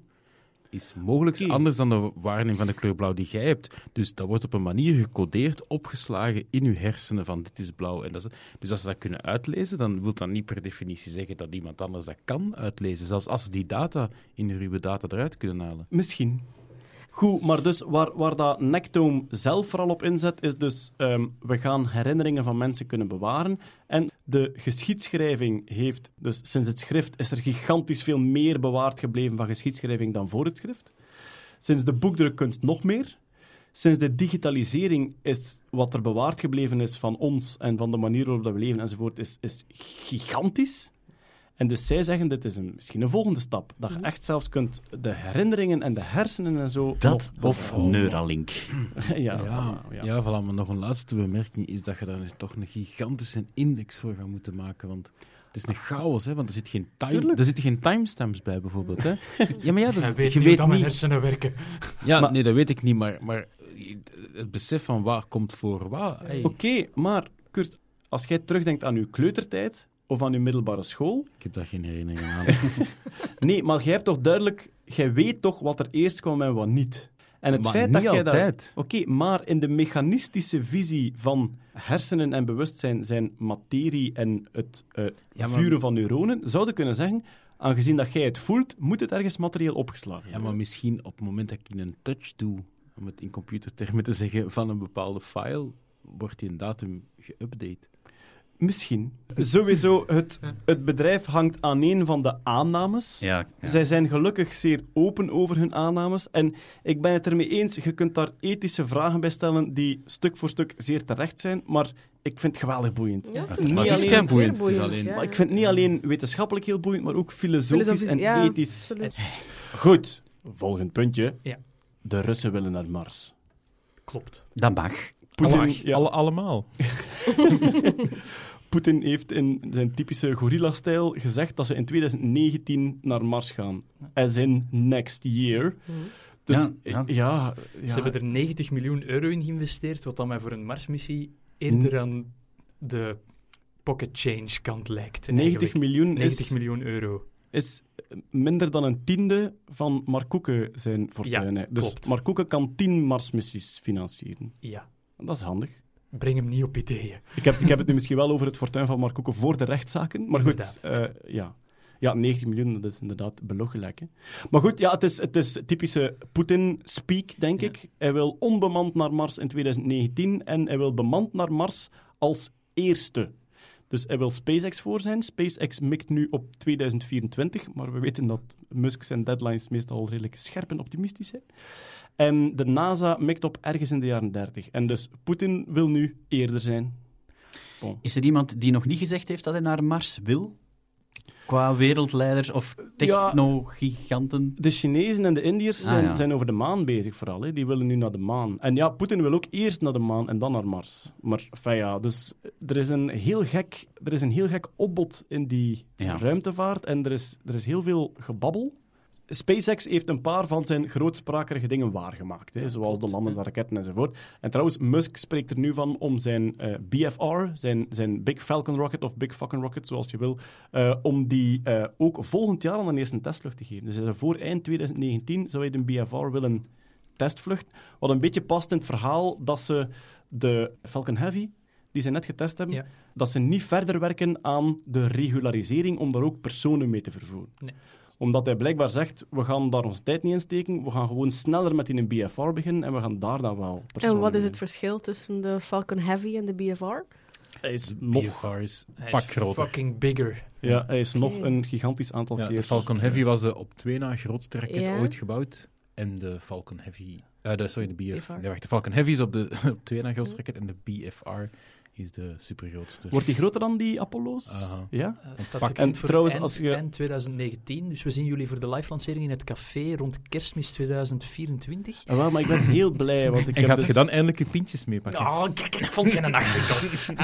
[SPEAKER 8] is mogelijk
[SPEAKER 4] Oké.
[SPEAKER 8] anders dan de waarneming van de kleur blauw die jij hebt. Dus dat wordt op een manier gecodeerd, opgeslagen in uw hersenen van dit is blauw. En dat is, dus als ze dat kunnen uitlezen, dan wil dat niet per definitie zeggen dat iemand anders dat kan uitlezen. Zelfs als ze die data in de ruwe data eruit kunnen halen.
[SPEAKER 4] Misschien. Goed, maar dus waar, waar dat Nectome zelf vooral op inzet, is dus ehm, we gaan herinneringen van mensen kunnen bewaren. En de geschiedschrijving heeft, dus sinds het schrift is er gigantisch veel meer bewaard gebleven van geschiedschrijving dan voor het schrift. Sinds de boekdrukkunst nog meer. Sinds de digitalisering is wat er bewaard gebleven is van ons en van de manier waarop dat we leven enzovoort, is, is gigantisch. En dus zij zeggen, dit is een, misschien een volgende stap. Dat je echt zelfs kunt de herinneringen en de hersenen en zo...
[SPEAKER 7] Dat
[SPEAKER 4] nog-
[SPEAKER 7] of Neuralink.
[SPEAKER 4] ja,
[SPEAKER 8] Ja,
[SPEAKER 4] voilà,
[SPEAKER 8] ja.
[SPEAKER 4] ja.
[SPEAKER 8] voilà, maar nog een laatste bemerking is dat je daar dus toch een gigantische index voor gaat moeten maken, want het is een chaos, hè, want er, zit geen time,
[SPEAKER 4] Tuurlijk.
[SPEAKER 8] er zitten geen timestamps bij, bijvoorbeeld. Hè. Ja, maar ja, dat,
[SPEAKER 6] Hij weet
[SPEAKER 8] je
[SPEAKER 6] niet hoe
[SPEAKER 8] weet
[SPEAKER 6] dat mijn
[SPEAKER 8] niet...
[SPEAKER 6] hersenen werken.
[SPEAKER 8] Ja,
[SPEAKER 4] Maar-
[SPEAKER 8] nee, dat weet ik niet, maar, maar het besef van waar komt voor waar... Hey,
[SPEAKER 4] Oké, maar Kurt, als jij terugdenkt aan uw kleutertijd of aan uw middelbare school...
[SPEAKER 8] Ik heb daar geen herinnering aan.
[SPEAKER 4] Nee, maar jij hebt toch duidelijk... Jij weet toch wat er eerst kwam en wat niet. En het
[SPEAKER 8] Maar
[SPEAKER 4] feit
[SPEAKER 8] niet
[SPEAKER 4] dat jij dat...
[SPEAKER 8] altijd.
[SPEAKER 4] Oké, maar in de mechanistische visie van hersenen en bewustzijn zijn materie en het eh,
[SPEAKER 8] Ja, maar-
[SPEAKER 4] vuren van neuronen, zouden kunnen zeggen, aangezien dat jij het voelt, moet het ergens materieel opgeslagen
[SPEAKER 8] Ja,
[SPEAKER 4] zijn.
[SPEAKER 8] maar misschien op het moment dat ik een touch doe, om het in computertermen te zeggen, van een bepaalde file, wordt die datum geüpdate.
[SPEAKER 4] Misschien. Sowieso, het, het bedrijf hangt aan een van de aannames.
[SPEAKER 7] Ja, ja.
[SPEAKER 4] Zij zijn gelukkig zeer open over hun aannames. En ik ben het ermee eens, je kunt daar ethische vragen bij stellen die stuk voor stuk zeer terecht zijn, maar ik vind het geweldig boeiend.
[SPEAKER 5] Ja,
[SPEAKER 8] het
[SPEAKER 5] het
[SPEAKER 8] is
[SPEAKER 4] niet
[SPEAKER 8] kei
[SPEAKER 4] alleen,
[SPEAKER 8] boeiend,
[SPEAKER 5] zeer
[SPEAKER 8] het is alleen-
[SPEAKER 5] ja.
[SPEAKER 4] maar ik vind het niet alleen wetenschappelijk heel boeiend, maar ook filosofisch,
[SPEAKER 5] Filosofisch,
[SPEAKER 4] en
[SPEAKER 5] ja,
[SPEAKER 4] ethisch.
[SPEAKER 5] absoluut.
[SPEAKER 4] Goed, volgend puntje.
[SPEAKER 6] Ja.
[SPEAKER 4] De Russen willen naar Mars.
[SPEAKER 6] Klopt.
[SPEAKER 7] Dat mag.
[SPEAKER 4] Poetin,
[SPEAKER 8] Alle-
[SPEAKER 4] ja,
[SPEAKER 8] alle- allemaal.
[SPEAKER 4] Poetin heeft in zijn typische gorilla-stijl gezegd dat ze in twintig negentien naar Mars gaan. As in next year. Dus
[SPEAKER 7] Ja,
[SPEAKER 4] ja,
[SPEAKER 7] ja.
[SPEAKER 4] ja, ja,
[SPEAKER 6] Ze hebben er negentig miljoen euro in geïnvesteerd, wat dan mij voor een Marsmissie eerder aan de pocket change kant lijkt.
[SPEAKER 4] negentig
[SPEAKER 6] eigenlijk.
[SPEAKER 4] miljoen
[SPEAKER 6] negentig
[SPEAKER 4] is,
[SPEAKER 6] miljoen euro.
[SPEAKER 4] is minder dan een tiende van Mark Koeken zijn fortuin.
[SPEAKER 6] Ja,
[SPEAKER 4] hè. Dus
[SPEAKER 6] klopt.
[SPEAKER 4] Mark Koeken kan tien Marsmissies financieren.
[SPEAKER 6] Ja,
[SPEAKER 4] Dat is handig.
[SPEAKER 6] breng hem niet op ideeën.
[SPEAKER 4] Ik heb, ik heb het nu misschien wel over het fortuin van Mark Koeken voor de rechtszaken, maar goed,
[SPEAKER 6] Inderdaad.
[SPEAKER 4] eh, ja. Ja, negentig miljoen, dat is inderdaad belachelijk. Hè. Maar goed, ja, het is, het is typische Poetin-speak, denk
[SPEAKER 6] Ja.
[SPEAKER 4] ik. Hij wil onbemand naar Mars in twintig negentien en hij wil bemand naar Mars als eerste. Dus hij wil SpaceX voor zijn. SpaceX mikt nu op twintig vierentwintig, maar we weten dat Musk zijn deadlines meestal redelijk scherp en optimistisch zijn. En de NASA mikt op ergens in de jaren dertig. En dus Poetin wil nu eerder zijn. Bon.
[SPEAKER 7] Is er iemand die nog niet gezegd heeft dat hij naar Mars wil? Qua wereldleiders of technogiganten?
[SPEAKER 4] De Chinezen en de Indiërs
[SPEAKER 7] Ah,
[SPEAKER 4] zijn,
[SPEAKER 7] ja.
[SPEAKER 4] zijn over de maan bezig vooral. Hè. Die willen nu naar de maan. En ja, Poetin wil ook eerst naar de maan en dan naar Mars. Maar enfin, ja, dus er is een heel gek, er is een heel gek opbod in die
[SPEAKER 7] Ja.
[SPEAKER 4] ruimtevaart. En er is, er is heel veel gebabbel. SpaceX heeft een paar van zijn grootsprakerige dingen waargemaakt, hè, zoals de landende raketten enzovoort. En trouwens, Musk spreekt er nu van om zijn eh, B F R, zijn, zijn Big Falcon Rocket of Big Fucking Rocket, zoals je wil, eh, om die eh, ook volgend jaar aan een eerste testvlucht te geven. Dus hij zei, voor eind twintig negentien zou hij de B F R willen testvlucht, wat een beetje past in het verhaal dat ze de Falcon Heavy, die ze net getest hebben,
[SPEAKER 6] Ja.
[SPEAKER 4] dat ze niet verder werken aan de regularisering om daar ook personen mee te vervoeren.
[SPEAKER 6] Nee.
[SPEAKER 4] Omdat hij blijkbaar zegt, we gaan daar onze tijd niet in steken, we gaan gewoon sneller met die B F R beginnen en we gaan daar dan wel personen
[SPEAKER 5] En wat is
[SPEAKER 4] mee.
[SPEAKER 5] het verschil tussen de Falcon Heavy en de B F R?
[SPEAKER 4] Hij is
[SPEAKER 8] De
[SPEAKER 4] nog,
[SPEAKER 8] B F R is
[SPEAKER 6] Hij
[SPEAKER 8] pak
[SPEAKER 6] is
[SPEAKER 8] groter.
[SPEAKER 6] fucking bigger.
[SPEAKER 4] ja, hij is
[SPEAKER 5] Oké.
[SPEAKER 4] nog een gigantisch aantal
[SPEAKER 8] Ja,
[SPEAKER 4] keer.
[SPEAKER 8] de Falcon Heavy was de op twee na grootste raket
[SPEAKER 5] Ja.
[SPEAKER 8] ooit gebouwd. En de Falcon Heavy... eh, de, sorry, de B F R.
[SPEAKER 5] B F R.
[SPEAKER 8] Nee, wacht, de Falcon Heavy is op de op twee na grootste raket en de B F R is de supergrootste.
[SPEAKER 4] Wordt die groter dan die Apollo's?
[SPEAKER 8] Aha.
[SPEAKER 4] Ja?
[SPEAKER 6] Uh, het staat
[SPEAKER 8] pak-
[SPEAKER 6] gepland
[SPEAKER 4] En
[SPEAKER 6] voor
[SPEAKER 4] trouwens,
[SPEAKER 6] eind,
[SPEAKER 4] als je-
[SPEAKER 6] eind twintig negentien. Dus we zien jullie voor de live-lancering in het café rond kerstmis twintig vierentwintig.
[SPEAKER 4] Ah, wel, maar ik ben heel blij, want ik
[SPEAKER 8] En
[SPEAKER 4] heb
[SPEAKER 8] gaat
[SPEAKER 4] dus...
[SPEAKER 8] je dan eindelijk je pintjes meepakken?
[SPEAKER 6] Oh, kijk, ik vond geen nachtwinkel.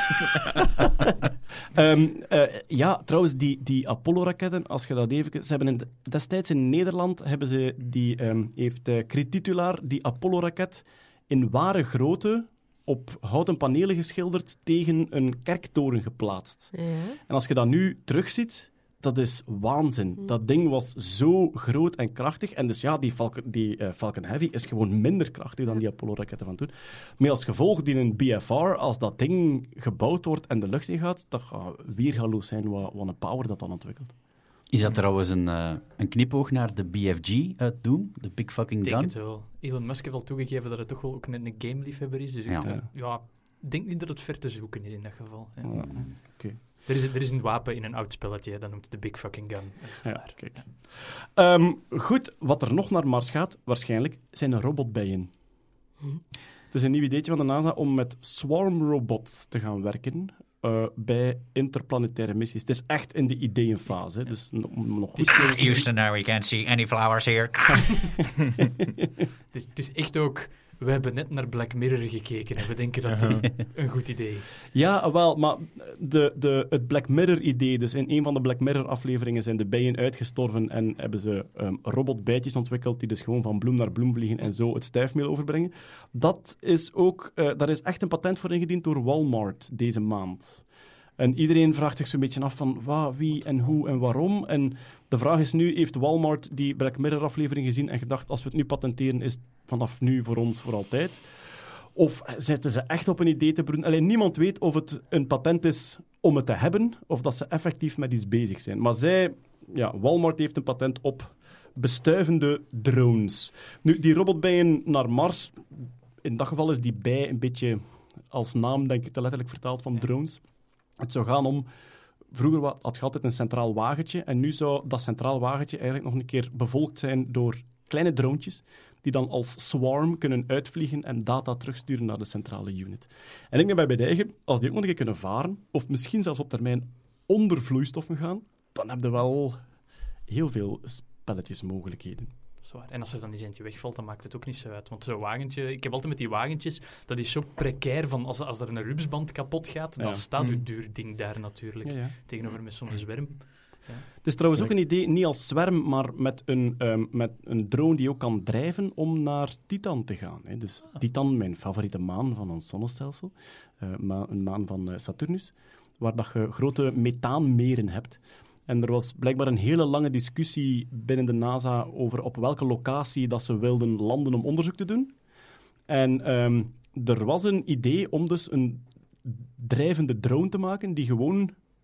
[SPEAKER 4] Ehm, eh, ja, trouwens, die, die Apollo-raketten, als je dat even... Ze hebben in, destijds in Nederland hebben ze die, ehm, heeft uh, Cretitulaar die Apollo-raket in ware grootte op houten panelen geschilderd tegen een kerktoren geplaatst.
[SPEAKER 5] Ja.
[SPEAKER 4] En als je dat nu terugziet, dat is waanzin. Dat ding was zo groot en krachtig. En dus ja, die Falcon, die, uh, Falcon Heavy is gewoon minder krachtig dan die Apollo-raketten van toen. Maar als gevolg die een B F R, als dat ding gebouwd wordt en de lucht in gaat, dat gaat weergaloos zijn wat, wat een power dat dan ontwikkelt.
[SPEAKER 7] Is dat trouwens een, uh, een knipoog naar de B F G uit Doom? De Big Fucking
[SPEAKER 6] Ik denk
[SPEAKER 7] Gun?
[SPEAKER 6] het wel. Elon Musk heeft al toegegeven dat het toch wel ook net een game-liefhebber is. Dus
[SPEAKER 7] Ja.
[SPEAKER 6] ik uh, ja, denk niet dat het ver te zoeken is in dat geval. Ja.
[SPEAKER 4] Ja, oké.
[SPEAKER 6] Er, is, er is een wapen in een oud spelletje, dat noemt de Big Fucking Gun.
[SPEAKER 4] Ja,
[SPEAKER 6] Vandaar.
[SPEAKER 4] kijk. Ehm, goed, wat er nog naar Mars gaat, waarschijnlijk, zijn er robotbijen. Het is een nieuw ideetje van de NASA om met swarm robots te gaan werken uh, bij interplanetaire missies. Het is echt in de ideeënfase, hè, dus n- om nog goed te
[SPEAKER 9] Houston, now we can't see any flowers here.
[SPEAKER 6] Het is, het is echt ook... We hebben net naar Black Mirror gekeken en we denken dat dit een goed idee is.
[SPEAKER 4] Ja, wel, maar de, de, het Black Mirror-idee, dus in een van de Black Mirror-afleveringen zijn de bijen uitgestorven en hebben ze um, robotbijtjes ontwikkeld die dus gewoon van bloem naar bloem vliegen en zo het stuifmeel overbrengen. Dat is ook, uh, daar is echt een patent voor ingediend door Walmart deze maand. En iedereen vraagt zich zo'n beetje af van wat, wie en hoe en waarom. En de vraag is nu, heeft Walmart die Black Mirror-aflevering gezien en gedacht, als we het nu patenteren, is het vanaf nu voor ons voor altijd? Of zitten ze echt op een idee te broeden? Alleen niemand weet of het een patent is om het te hebben, of dat ze effectief met iets bezig zijn. Maar zij, ja, Walmart heeft een patent op bestuivende drones. Nu, die robotbijen naar Mars, in dat geval is die bij een beetje als naam, denk ik, te letterlijk vertaald van drones. Het zou gaan om... Vroeger had je altijd een centraal wagentje en nu zou dat centraal wagentje eigenlijk nog een keer bevolkt zijn door kleine droontjes die dan als swarm kunnen uitvliegen en data terugsturen naar de centrale unit. En ik denk bij mijn eigen, als die ook nog een keer kunnen varen, of misschien zelfs op termijn onder vloeistoffen gaan, dan heb je wel heel veel spelletjesmogelijkheden.
[SPEAKER 6] Zwaar. En als er dan eens eentje wegvalt, dan maakt het ook niet zo uit. Want zo'n wagentje... Ik heb altijd met die wagentjes, dat is zo precair van... Als, als er een rupsband kapot gaat, dan
[SPEAKER 4] Ja.
[SPEAKER 6] staat uw
[SPEAKER 8] Mm.
[SPEAKER 6] duur ding daar natuurlijk.
[SPEAKER 4] Ja, ja.
[SPEAKER 6] Tegenover met zo'n zwerm.
[SPEAKER 4] Het is trouwens ook een idee, niet als zwerm, maar met een, um, met een drone die ook kan drijven om naar Titan te gaan. Hè. Dus Titan, mijn favoriete maan van ons zonnestelsel, uh, ma- een maan van uh, Saturnus, waar dat je grote methaanmeren hebt. En er was blijkbaar een hele lange discussie binnen de NASA over op welke locatie dat ze wilden landen om onderzoek te doen. En um, er was een idee om dus een drijvende drone te maken die gewoon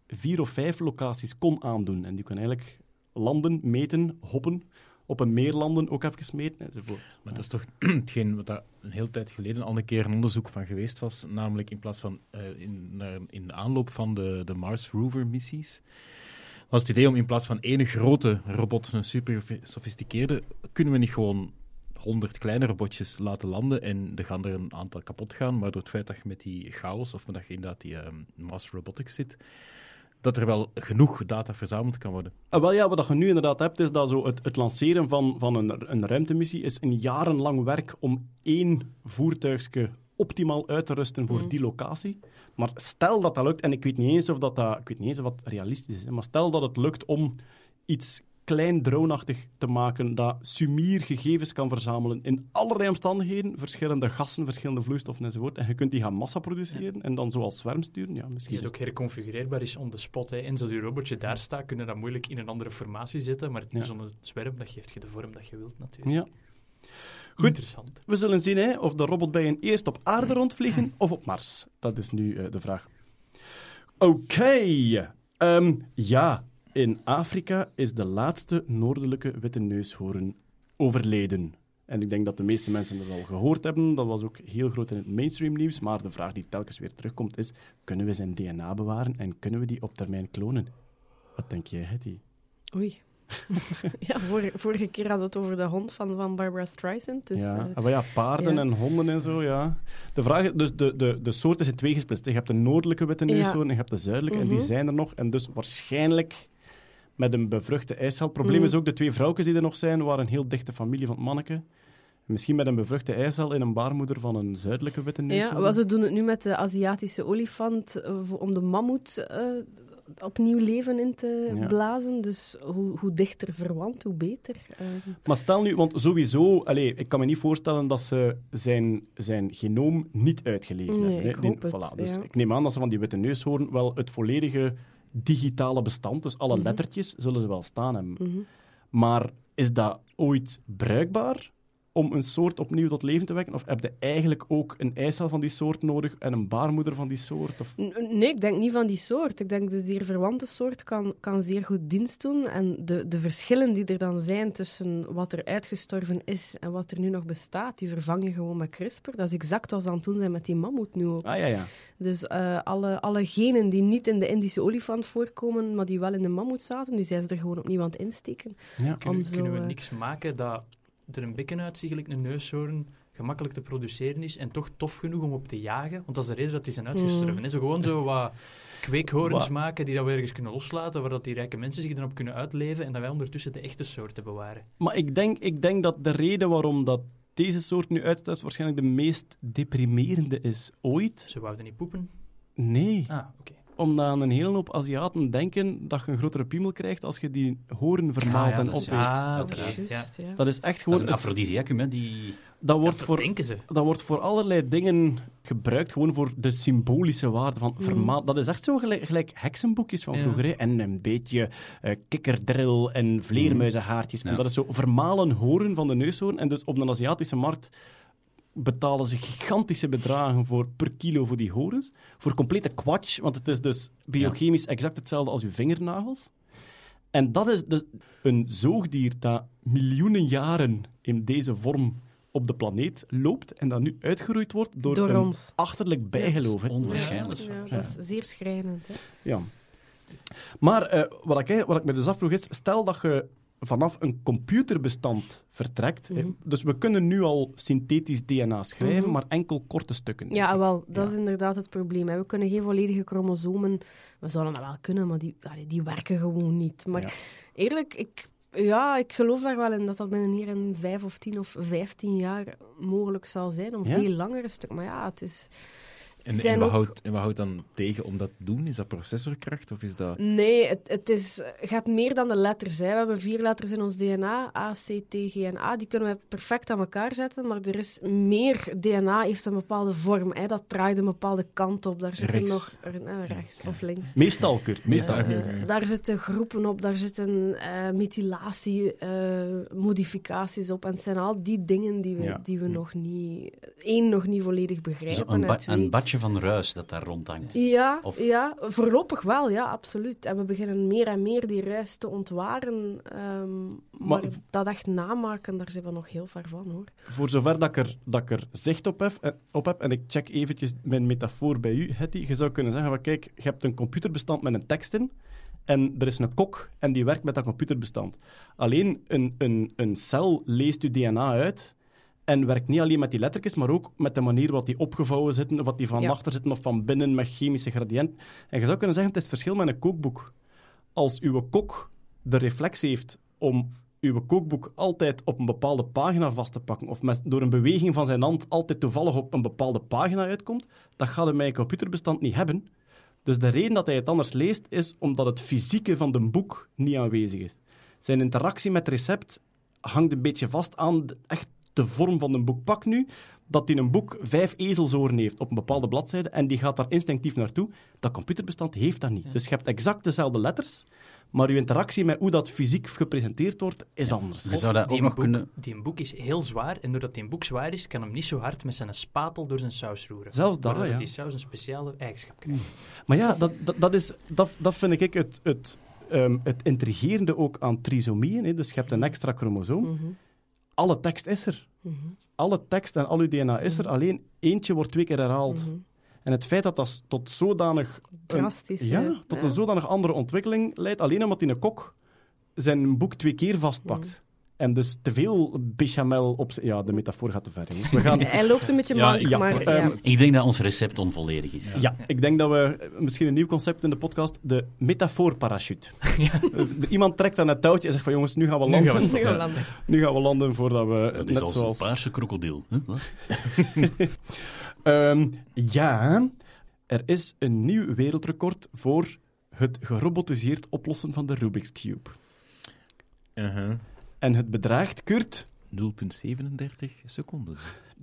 [SPEAKER 4] vier of vijf locaties kon aandoen. En die kon eigenlijk landen, meten, hoppen, op een meer landen ook even meten, enzovoort.
[SPEAKER 8] Maar dat is toch hetgeen wat daar een hele tijd geleden al een keer een onderzoek van geweest was, namelijk in plaats van uh, in, naar, in de aanloop van de, de Mars Rover-missies, was het idee om in plaats van één grote robot, een super sofisticeerde, kunnen we niet gewoon honderd kleine robotjes laten landen en er gaan er een aantal kapot gaan, maar door het feit dat je met die chaos, of dat je inderdaad die um, Mars Robotics zit, dat er wel genoeg data verzameld kan worden.
[SPEAKER 4] Uh, wel ja, wat je nu inderdaad hebt, is dat zo het, het lanceren van, van een, een ruimtemissie is een jarenlang werk om één voertuigje optimaal uit te rusten voor mm. die locatie. Maar stel dat dat lukt, en ik weet niet eens of dat, dat, ik weet niet eens of dat realistisch is, hè, maar stel dat het lukt om iets klein droneachtig te maken dat sumier gegevens kan verzamelen in allerlei omstandigheden, verschillende gassen, verschillende vloeistoffen enzovoort, en je kunt die gaan massa produceren ja. en dan zoals zwerm sturen. Ja, misschien
[SPEAKER 6] is het ook herconfigureerbaar is on the spot. Hè. En zoals je robotje daar staat, kun je dat moeilijk in een andere formatie zetten, maar ja. zo'n zwerm, dat geeft je de vorm dat je wilt natuurlijk.
[SPEAKER 4] Ja. Goed,
[SPEAKER 6] interessant.
[SPEAKER 4] We zullen zien hè, of de robotbijen eerst op aarde rondvliegen of op Mars. Dat is nu uh, de vraag. Oké. Okay. Um, ja, in Afrika is de laatste noordelijke witte neushoorn overleden. En ik denk dat de meeste mensen dat al gehoord hebben. Dat was ook heel groot in het mainstream nieuws. Maar de vraag die telkens weer terugkomt is, kunnen we zijn D N A bewaren en kunnen we die op termijn klonen? Wat denk jij, Hetty?
[SPEAKER 5] Oei. ja, vorige, vorige keer hadden we het over de hond van, van Barbara Streisand. Dus,
[SPEAKER 4] ja,
[SPEAKER 5] uh,
[SPEAKER 4] maar ja, paarden
[SPEAKER 5] ja.
[SPEAKER 4] en honden en zo, ja. De vraag is, dus de, de, de soort is in twee gesplitst. Je hebt de noordelijke witte neushoorn ja. en je hebt de zuidelijke. Mm-hmm. En die zijn er nog. En dus waarschijnlijk met een bevruchte eicel. Het probleem mm. is ook, de twee vrouwtjes die er nog zijn, waren een heel dichte familie van het manneke. Misschien met een bevruchte eicel in een baarmoeder van een zuidelijke witte neushoorn.
[SPEAKER 5] Ja, ze doen het nu met de Aziatische olifant uh, om de mammoet uh, opnieuw leven in te ja. blazen. Dus hoe, hoe dichter verwant, hoe beter. Uh.
[SPEAKER 4] Maar stel nu, want sowieso, allez, ik kan me niet voorstellen dat ze zijn, zijn genoom niet uitgelezen
[SPEAKER 5] nee,
[SPEAKER 4] hebben.
[SPEAKER 5] Ik
[SPEAKER 4] Nee,
[SPEAKER 5] hoop
[SPEAKER 4] nee,
[SPEAKER 5] het,
[SPEAKER 4] voilà. Dus
[SPEAKER 5] ja.
[SPEAKER 4] ik neem aan dat ze van die witte neushoorn wel het volledige digitale bestand, dus alle mm-hmm. lettertjes, zullen ze wel staan hebben.
[SPEAKER 5] Mm-hmm.
[SPEAKER 4] Maar is dat ooit bruikbaar om een soort opnieuw tot leven te wekken? Of heb je eigenlijk ook een eicel van die soort nodig en een baarmoeder van die soort? Of...
[SPEAKER 5] Nee, ik denk niet van die soort. Ik denk dat de zeer verwante soort kan, kan zeer goed dienst doen. En de, de verschillen die er dan zijn tussen wat er uitgestorven is en wat er nu nog bestaat, die vervang je gewoon met CRISPR. Dat is exact wat ze aan het doen zijn met die mammoet nu ook.
[SPEAKER 4] Ah, ja, ja.
[SPEAKER 5] Dus uh, alle, alle genen die niet in de Indische olifant voorkomen, maar die wel in de mammoet zaten, die zijn ze er gewoon opnieuw aan het insteken.
[SPEAKER 4] Ja.
[SPEAKER 6] Kunnen,
[SPEAKER 5] zo,
[SPEAKER 6] kunnen we
[SPEAKER 5] uh...
[SPEAKER 6] niks maken dat er een bekken uitziet, gelijk een neushoorn, gemakkelijk te produceren is en toch tof genoeg om op te jagen? Want dat is de reden dat die zijn uitgestorven. Mm. Zo gewoon zo wat kweekhoorns
[SPEAKER 4] Wat?
[SPEAKER 6] maken die dat we ergens kunnen loslaten, waar dat die rijke mensen zich dan op kunnen uitleven en dat wij ondertussen de echte soorten bewaren.
[SPEAKER 4] Maar ik denk, ik denk dat de reden waarom dat deze soort nu uitsterft waarschijnlijk de meest deprimerende is ooit.
[SPEAKER 6] Ze wouden niet poepen?
[SPEAKER 4] Nee.
[SPEAKER 6] Ah, oké. Okay.
[SPEAKER 4] Omdat aan een hele hoop Aziaten denken dat je een grotere piemel krijgt als je die hoorn vermaalt
[SPEAKER 7] Ah, ja,
[SPEAKER 4] en
[SPEAKER 7] dat is
[SPEAKER 4] opeet.
[SPEAKER 6] Ah,
[SPEAKER 7] Dat is
[SPEAKER 6] uiteraard,
[SPEAKER 5] Juist,
[SPEAKER 6] ja.
[SPEAKER 5] ja.
[SPEAKER 4] Dat is echt
[SPEAKER 7] Dat
[SPEAKER 4] gewoon...
[SPEAKER 7] is een afrodisiacum, hè, die...
[SPEAKER 4] Dat wordt,
[SPEAKER 6] Ja,
[SPEAKER 4] voor,
[SPEAKER 6] denken ze.
[SPEAKER 4] dat wordt voor allerlei dingen gebruikt, gewoon voor de symbolische waarde van vermaal. Dat is echt zo gelijk, gelijk heksenboekjes van
[SPEAKER 6] Ja.
[SPEAKER 4] vroeger. Hè? En een beetje uh, kikkerdrill en vleermuizenhaartjes.
[SPEAKER 7] Ja.
[SPEAKER 4] En dat is zo vermalen horen van de neushoorn. En dus op de Aziatische markt betalen ze gigantische bedragen voor, per kilo voor die horens. Voor complete kwatsch, want het is dus biochemisch exact hetzelfde als je vingernagels. En dat is dus een zoogdier dat miljoenen jaren in deze vorm op de planeet loopt en dat nu uitgeroeid wordt door,
[SPEAKER 5] Door
[SPEAKER 4] een
[SPEAKER 5] ons.
[SPEAKER 4] achterlijk bijgeloof. hè.
[SPEAKER 7] Onwaarschijnlijk.
[SPEAKER 5] Ja, ja, dat is zeer schrijnend. Hè.
[SPEAKER 4] Ja. Maar uh, wat, ik, wat ik me dus afvroeg is, stel dat je vanaf een computerbestand vertrekt.
[SPEAKER 5] Mm-hmm.
[SPEAKER 4] hè, dus we kunnen nu al synthetisch D N A schrijven,
[SPEAKER 5] Mm-hmm.
[SPEAKER 4] maar enkel korte stukken. denk
[SPEAKER 5] Ja,
[SPEAKER 4] ik.
[SPEAKER 5] wel, dat
[SPEAKER 4] Ja.
[SPEAKER 5] is inderdaad het probleem. Hè. We kunnen geen volledige chromosomen... We zouden dat wel kunnen, maar die, allee, die werken gewoon niet. Maar
[SPEAKER 4] Ja.
[SPEAKER 5] eerlijk, ik, ja, ik geloof daar wel in dat dat binnen hier in vijf of tien of vijftien jaar mogelijk zal zijn. Om
[SPEAKER 4] Ja?
[SPEAKER 5] veel langere stuk. Maar ja, het is...
[SPEAKER 8] En,
[SPEAKER 5] zijn
[SPEAKER 8] en, wat
[SPEAKER 5] ook-
[SPEAKER 8] houdt, en wat houdt dan tegen om dat te doen? Is dat processorkracht of is dat...
[SPEAKER 5] Nee, het, het, is, je hebt meer dan de letters. Hè. We hebben vier letters in ons D N A, A, C, T, G en A. Die kunnen we perfect aan elkaar zetten, maar er is meer. D N A heeft een bepaalde vorm. Hè. Dat draait een bepaalde kant op. Daar zitten
[SPEAKER 8] Rechts.
[SPEAKER 5] nog... eh, rechts of links.
[SPEAKER 4] Meestal, Kurt. Meestal.
[SPEAKER 8] Ja.
[SPEAKER 5] Eh, daar zitten groepen op, daar zitten uh, methylatie, uh, modificaties op. En het zijn al die dingen die we,
[SPEAKER 4] Ja.
[SPEAKER 5] die we nog niet... één, nog niet volledig
[SPEAKER 7] Zo
[SPEAKER 5] begrijpen.
[SPEAKER 7] een,
[SPEAKER 5] en
[SPEAKER 7] ba-
[SPEAKER 5] twee,
[SPEAKER 7] een badje beetje van ruis dat daar rondhangt.
[SPEAKER 5] Ja,
[SPEAKER 7] Of-
[SPEAKER 5] ja, voorlopig wel, ja, absoluut. En we beginnen meer en meer die ruis te ontwaren. ehm, maar
[SPEAKER 4] Maar-
[SPEAKER 5] dat echt namaken, daar zijn we nog heel ver van, hoor.
[SPEAKER 4] Voor zover dat ik er, dat ik er zicht op heb, eh, op heb, en ik check eventjes mijn metafoor bij u, Hetty, je zou kunnen zeggen, van, kijk, je hebt een computerbestand met een tekst in, en er is een kok en die werkt met dat computerbestand. Alleen een, een, een cel leest uw D N A uit en werkt niet alleen met die lettertjes, maar ook met de manier waarop die opgevouwen zitten, of wat die van
[SPEAKER 5] Ja.
[SPEAKER 4] achter zitten, of van binnen met chemische gradiënten. En je zou kunnen zeggen, het is het verschil met een kookboek. Als uw kok de reflex heeft om uw kookboek altijd op een bepaalde pagina vast te pakken, of met, door een beweging van zijn hand altijd toevallig op een bepaalde pagina uitkomt, dat gaat hij met een computerbestand niet hebben. Dus de reden dat hij het anders leest, is omdat het fysieke van de boek niet aanwezig is. Zijn interactie met het recept hangt een beetje vast aan de, echt de vorm van een boek. Pak nu dat in een boek vijf ezelsoren heeft op een bepaalde bladzijde en die gaat daar instinctief naartoe. Dat computerbestand heeft dat niet. Dus je hebt exact dezelfde letters, maar je interactie met hoe dat fysiek gepresenteerd wordt, is anders.
[SPEAKER 7] Je zou dat
[SPEAKER 6] Die
[SPEAKER 7] ook nog
[SPEAKER 6] boek,
[SPEAKER 7] kunnen...
[SPEAKER 6] die boek is heel zwaar en doordat die boek zwaar is, kan hem niet zo hard met zijn spatel door zijn saus roeren.
[SPEAKER 4] Zelfs dat,
[SPEAKER 6] Waardoor
[SPEAKER 4] ja.
[SPEAKER 6] die saus een speciale eigenschap krijgt.
[SPEAKER 4] Maar ja, dat, dat, dat, is, dat, dat vind ik het, het, um, het intrigerende ook aan trisomieën. Hè. Dus je hebt een extra chromosoom.
[SPEAKER 5] Mhm,
[SPEAKER 4] Alle tekst is er.
[SPEAKER 5] mhm,
[SPEAKER 4] Alle tekst en al uw D N A is er. Alleen eentje wordt twee keer herhaald.
[SPEAKER 5] mhm.
[SPEAKER 4] En het feit dat dat tot zodanig... een-
[SPEAKER 5] Drastisch,
[SPEAKER 4] ja,
[SPEAKER 5] hè?
[SPEAKER 4] tot
[SPEAKER 5] Ja.
[SPEAKER 4] een zodanig andere ontwikkeling leidt, alleen omdat hij een kok zijn boek twee keer vastpakt.
[SPEAKER 5] Mhm.
[SPEAKER 4] En dus te veel bechamel op... z- Ja, de metafoor gaat te ver. jongens. We gaan...
[SPEAKER 5] Hij loopt een beetje
[SPEAKER 8] Ja,
[SPEAKER 5] mank,
[SPEAKER 4] ja,
[SPEAKER 5] maar...
[SPEAKER 4] ehm,
[SPEAKER 5] ja.
[SPEAKER 7] Ik denk dat ons recept onvolledig is.
[SPEAKER 4] Ja, ik denk dat we eh, misschien een nieuw concept in de podcast, de metafoorparachute.
[SPEAKER 6] Ja.
[SPEAKER 4] Eh, Iemand trekt aan het touwtje en zegt van jongens, nu gaan we
[SPEAKER 6] Nu
[SPEAKER 4] landen.
[SPEAKER 6] gaan we
[SPEAKER 5] Nu gaan we landen.
[SPEAKER 4] Nu gaan we landen voordat we,
[SPEAKER 7] Dat is
[SPEAKER 4] net
[SPEAKER 7] als
[SPEAKER 4] zoals...
[SPEAKER 7] een paarse krokodil. Huh? Wat?
[SPEAKER 4] Ehm, ja, er is een nieuw wereldrecord voor het gerobotiseerd oplossen van de Rubik's Cube.
[SPEAKER 8] Uh-huh.
[SPEAKER 4] En het bedraagt, Kurt...
[SPEAKER 8] nul komma zevenendertig seconden.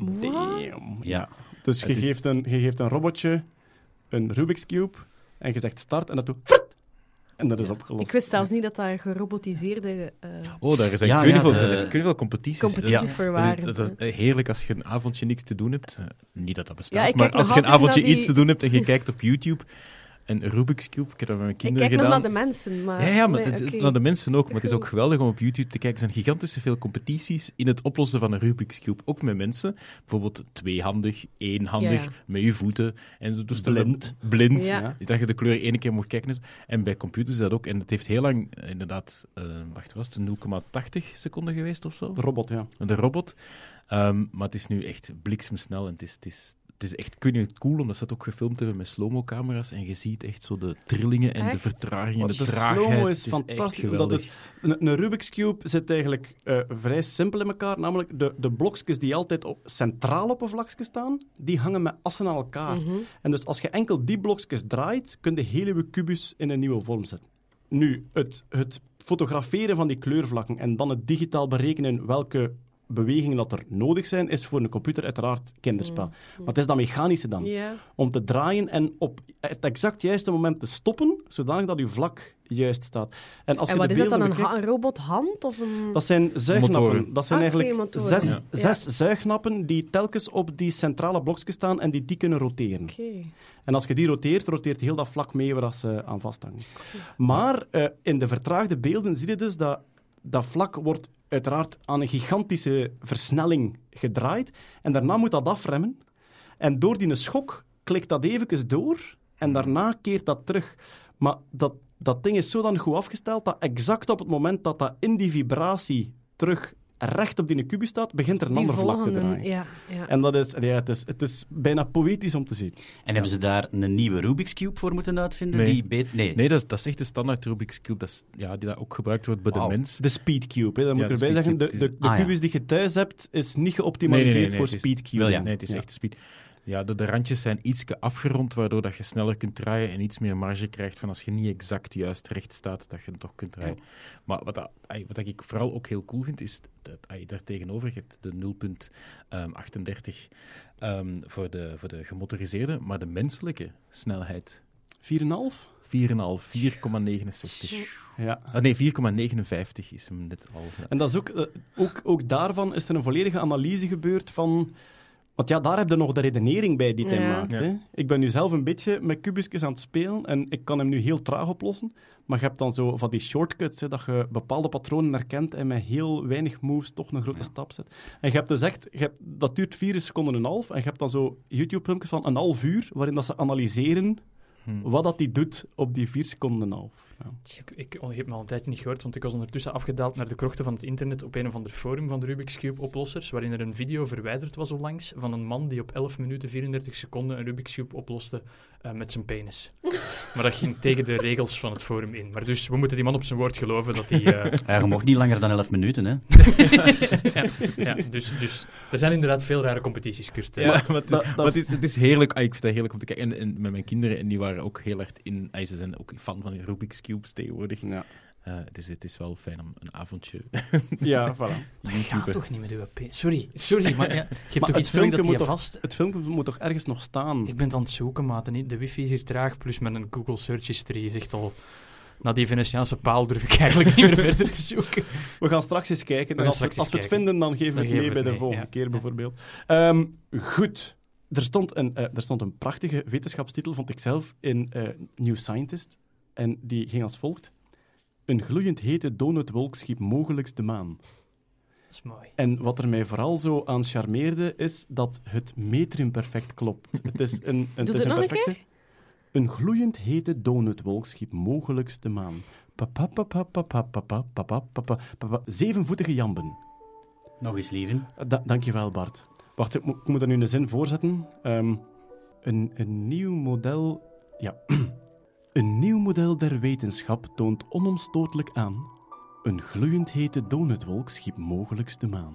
[SPEAKER 4] Damn.
[SPEAKER 7] Ja.
[SPEAKER 4] Dus je,
[SPEAKER 8] Het is-
[SPEAKER 4] geeft een, je geeft een robotje een Rubik's Cube en je zegt start en dat doet... frut, en dat is opgelost.
[SPEAKER 5] Ik wist zelfs niet dat dat gerobotiseerde uh,
[SPEAKER 8] Oh, daar zijn
[SPEAKER 7] Ja,
[SPEAKER 8] ik weet
[SPEAKER 7] ja,
[SPEAKER 8] niet veel,
[SPEAKER 7] de-
[SPEAKER 8] ik weet niet veel competities.
[SPEAKER 5] competities
[SPEAKER 7] Ja.
[SPEAKER 5] voor
[SPEAKER 8] Dat
[SPEAKER 5] waren.
[SPEAKER 8] is, dat is heerlijk als je een avondje niks te doen hebt. Eh, Niet dat dat bestaat,
[SPEAKER 5] Ja, ik
[SPEAKER 8] maar
[SPEAKER 5] kijk
[SPEAKER 8] als
[SPEAKER 5] nog
[SPEAKER 8] je een
[SPEAKER 5] altijd
[SPEAKER 8] avondje
[SPEAKER 5] naar die-
[SPEAKER 8] iets te doen hebt en je kijkt op YouTube een Rubik's Cube, ik heb dat met mijn
[SPEAKER 5] Ik
[SPEAKER 8] kinderen
[SPEAKER 5] kijk nog
[SPEAKER 8] gedaan.
[SPEAKER 5] naar de mensen, maar...
[SPEAKER 8] Ja, ja, maar
[SPEAKER 5] nee,
[SPEAKER 8] het-
[SPEAKER 5] oké.
[SPEAKER 8] naar de mensen ook. Maar het is ook
[SPEAKER 5] Goed.
[SPEAKER 8] geweldig om op YouTube te kijken. Er zijn gigantische veel competities in het oplossen van een Rubik's Cube. Ook met mensen. Bijvoorbeeld tweehandig, éénhandig,
[SPEAKER 5] Ja.
[SPEAKER 8] met je voeten. En zo. Dus dat-
[SPEAKER 4] Blind.
[SPEAKER 8] Blind.
[SPEAKER 5] Ja.
[SPEAKER 8] Dat je de kleur één keer moet kijken. en zo. En bij computers is dat ook. En het heeft heel lang, eh, inderdaad, eh, wacht, was het nul komma tachtig seconden geweest of zo?
[SPEAKER 4] De robot, ja.
[SPEAKER 8] De robot. Ehm, maar het is nu echt bliksemsnel. En het is, het is, het is echt, ik weet niet, cool, omdat ze het ook gefilmd hebben met slow-mo-camera's. En je ziet echt zo de trillingen en de
[SPEAKER 5] Echt?
[SPEAKER 8] vertragingen,
[SPEAKER 4] Oh,
[SPEAKER 8] de
[SPEAKER 4] de
[SPEAKER 8] traagheid.
[SPEAKER 4] slow-mo is
[SPEAKER 8] Het echt
[SPEAKER 4] fantastisch. Omdat
[SPEAKER 8] geweldig.
[SPEAKER 4] dus, een, een Rubik's Cube zit eigenlijk eh, vrij simpel in elkaar. Namelijk, de, de blokjes die altijd op, centraal op een vlakje staan, die hangen met assen aan elkaar.
[SPEAKER 5] Mhm.
[SPEAKER 4] En dus als je enkel die blokjes draait, kun je de hele kubus in een nieuwe vorm zetten. Nu, het, het fotograferen van die kleurvlakken en dan het digitaal berekenen welke bewegingen dat er nodig zijn, is voor een computer uiteraard kinderspel. Maar het is dat mechanische dan.
[SPEAKER 5] Ja.
[SPEAKER 4] Om te draaien en op het exact juiste moment te stoppen, zodanig dat uw vlak juist staat. En, als
[SPEAKER 5] En
[SPEAKER 4] je
[SPEAKER 5] wat
[SPEAKER 4] de
[SPEAKER 5] is dat dan,
[SPEAKER 4] beelden
[SPEAKER 5] een, ha-
[SPEAKER 4] bekijkt,
[SPEAKER 5] een robothand of een...
[SPEAKER 4] dat zijn zuignappen.
[SPEAKER 8] Motoren.
[SPEAKER 4] Dat zijn
[SPEAKER 5] Ah, oké,
[SPEAKER 4] eigenlijk
[SPEAKER 5] motoren.
[SPEAKER 4] zes,
[SPEAKER 5] Ja.
[SPEAKER 4] zes zuignappen die telkens op die centrale blokjes staan en die die kunnen roteren.
[SPEAKER 5] Oké.
[SPEAKER 4] En als je die roteert, roteert heel dat vlak mee waar dat ze aan vasthangen. Maar eh, in de vertraagde beelden zie je dus dat dat vlak wordt uiteraard aan een gigantische versnelling gedraaid. En daarna moet dat afremmen. En door die schok klikt dat eventjes door. En daarna keert dat terug. Maar dat, dat ding is zodanig goed afgesteld dat exact op het moment dat dat in die vibratie terug recht op die kubus staat, begint er een
[SPEAKER 5] Die
[SPEAKER 4] ander vlak te
[SPEAKER 5] volgende,
[SPEAKER 4] draaien.
[SPEAKER 5] ja, ja.
[SPEAKER 4] En dat is, ja, het, is, het is bijna poëtisch om te zien.
[SPEAKER 7] En hebben ze daar een nieuwe Rubik's Cube voor moeten uitvinden?
[SPEAKER 8] Nee.
[SPEAKER 7] Die beet... nee.
[SPEAKER 8] Nee, dat is, dat is echt de standaard Rubik's Cube. Dat is, ja, die dat ook gebruikt wordt bij
[SPEAKER 7] Wauw.
[SPEAKER 8] de mens.
[SPEAKER 4] De Speed Cube, hè. Dat moet
[SPEAKER 8] Ja,
[SPEAKER 4] ik
[SPEAKER 8] de
[SPEAKER 4] erbij
[SPEAKER 8] Speed
[SPEAKER 4] zeggen. De,
[SPEAKER 8] Cube,
[SPEAKER 4] de,
[SPEAKER 8] het
[SPEAKER 4] de
[SPEAKER 7] is- Ah, ja.
[SPEAKER 4] kubus die je thuis hebt, is niet geoptimaliseerd
[SPEAKER 8] Nee, nee, nee, nee,
[SPEAKER 4] voor
[SPEAKER 8] het is-
[SPEAKER 4] Speed Cube.
[SPEAKER 7] wel, ja.
[SPEAKER 8] Nee, het is
[SPEAKER 4] Ja.
[SPEAKER 8] echt speed. Ja, de, de randjes zijn iets afgerond, waardoor dat je sneller kunt draaien en iets meer marge krijgt van als je niet exact juist recht staat, dat je het toch kunt draaien. Maar wat, dat, ai, wat ik vooral ook heel cool vind, is dat ai, daar tegenover je hebt de nul komma achtendertig um, voor, de, voor de gemotoriseerde, maar de menselijke snelheid
[SPEAKER 4] vier komma vijf?
[SPEAKER 8] vier komma vijf, vier komma negenenzestig.
[SPEAKER 4] Ja.
[SPEAKER 8] Ah, nee, vier komma negenenvijftig is hem net al. Ja.
[SPEAKER 4] En dat is ook, eh, ook, ook daarvan is er een volledige analyse gebeurd van Want ja, daar heb je nog de redenering bij die hij
[SPEAKER 5] Ja.
[SPEAKER 4] maakt.
[SPEAKER 8] Ja.
[SPEAKER 4] Hè. Ik ben nu zelf een beetje met kubusjes aan het spelen en ik kan hem nu heel traag oplossen. Maar je hebt dan zo van die shortcuts, hè, dat je bepaalde patronen herkent en met heel weinig moves toch een grote
[SPEAKER 7] Ja.
[SPEAKER 4] stap zet. En je hebt dus echt, je hebt, dat duurt vier seconden en een half. En je hebt dan zo YouTube-filmpjes van een half uur, waarin dat ze analyseren
[SPEAKER 8] Hmm.
[SPEAKER 4] wat dat die doet op die vier seconden en een half. Ja.
[SPEAKER 6] Ik, ik, ik heb me al een tijdje niet gehoord, want ik was ondertussen afgedaald naar de krochten van het internet op een of ander forum van de Rubik's Cube-oplossers, waarin er een video verwijderd was onlangs van een man die op elf minuten vierendertig seconden een Rubik's Cube oploste uh, met zijn penis. Maar dat ging tegen de regels van het forum in. Maar dus, we moeten die man op zijn woord geloven dat hij... Uh...
[SPEAKER 7] Ja, je mocht niet langer dan elf minuten, hè.
[SPEAKER 6] ja, ja, dus, dus er zijn inderdaad veel rare competities, Kurt.
[SPEAKER 8] Ja, maar het,
[SPEAKER 4] dat-
[SPEAKER 8] maar
[SPEAKER 4] dat-
[SPEAKER 8] het, is, het is heerlijk. Ah, ik vind het heerlijk om te kijken. En, en met mijn kinderen, en die waren ook heel erg in... Ah, ze zijn ook fan van die Rubik's Cubes tegenwoordig.
[SPEAKER 4] Ja,
[SPEAKER 8] Uh, dus het is wel fijn om een avondje
[SPEAKER 4] ja voilà.
[SPEAKER 6] Ja,
[SPEAKER 8] YouTuber.
[SPEAKER 6] toch niet met uw penis. Sorry, sorry, maar ja, je hebt
[SPEAKER 4] Maar
[SPEAKER 6] toch
[SPEAKER 4] het
[SPEAKER 6] iets nodig
[SPEAKER 4] filmpje
[SPEAKER 6] dat
[SPEAKER 4] moet
[SPEAKER 6] je
[SPEAKER 4] toch-
[SPEAKER 6] vast...
[SPEAKER 4] Het filmpje moet toch ergens nog staan?
[SPEAKER 6] Ik ben het aan het zoeken, maat. en niet- De wifi is hier traag, plus met een Google Search History is echt al... Na die Venetiaanse paal durf ik eigenlijk niet meer verder te zoeken.
[SPEAKER 4] We gaan straks eens kijken.
[SPEAKER 6] We
[SPEAKER 4] En
[SPEAKER 6] gaan
[SPEAKER 4] als we,
[SPEAKER 6] straks
[SPEAKER 4] als we het
[SPEAKER 6] eens kijken.
[SPEAKER 4] vinden, dan geven we
[SPEAKER 6] Dan
[SPEAKER 4] het mee
[SPEAKER 6] geven
[SPEAKER 4] bij
[SPEAKER 6] we
[SPEAKER 4] de
[SPEAKER 6] het mee,
[SPEAKER 4] volgende
[SPEAKER 6] ja.
[SPEAKER 4] keer,
[SPEAKER 6] Ja.
[SPEAKER 4] bijvoorbeeld. Ehm, goed. Er stond, een, eh, er stond een prachtige wetenschapstitel, vond ik zelf, in eh, New Scientist. En die ging als volgt. Een gloeiend hete donutwolk schiep mogelijks de maan.
[SPEAKER 6] Dat is mooi.
[SPEAKER 4] En wat er mij vooral zo aan charmeerde, is dat het metrum perfect klopt. Het is een, een, het
[SPEAKER 5] Doe
[SPEAKER 4] is
[SPEAKER 5] het
[SPEAKER 4] een
[SPEAKER 5] nog een
[SPEAKER 4] perfecte... Een gloeiend hete donutwolk schiep mogelijks de maan. Papa, papa, papa, papa, papa, papa, papa. Zevenvoetige jamben.
[SPEAKER 7] Nog eens, lieven.
[SPEAKER 4] Da dankjewel, Bart. Wacht, ik moet, ik moet er nu een zin voorzetten. Ehm, een, een nieuw model... Ja. Een nieuw model der wetenschap toont onomstotelijk aan. Een gloeiend hete donutwolk schiep mogelijks de maan.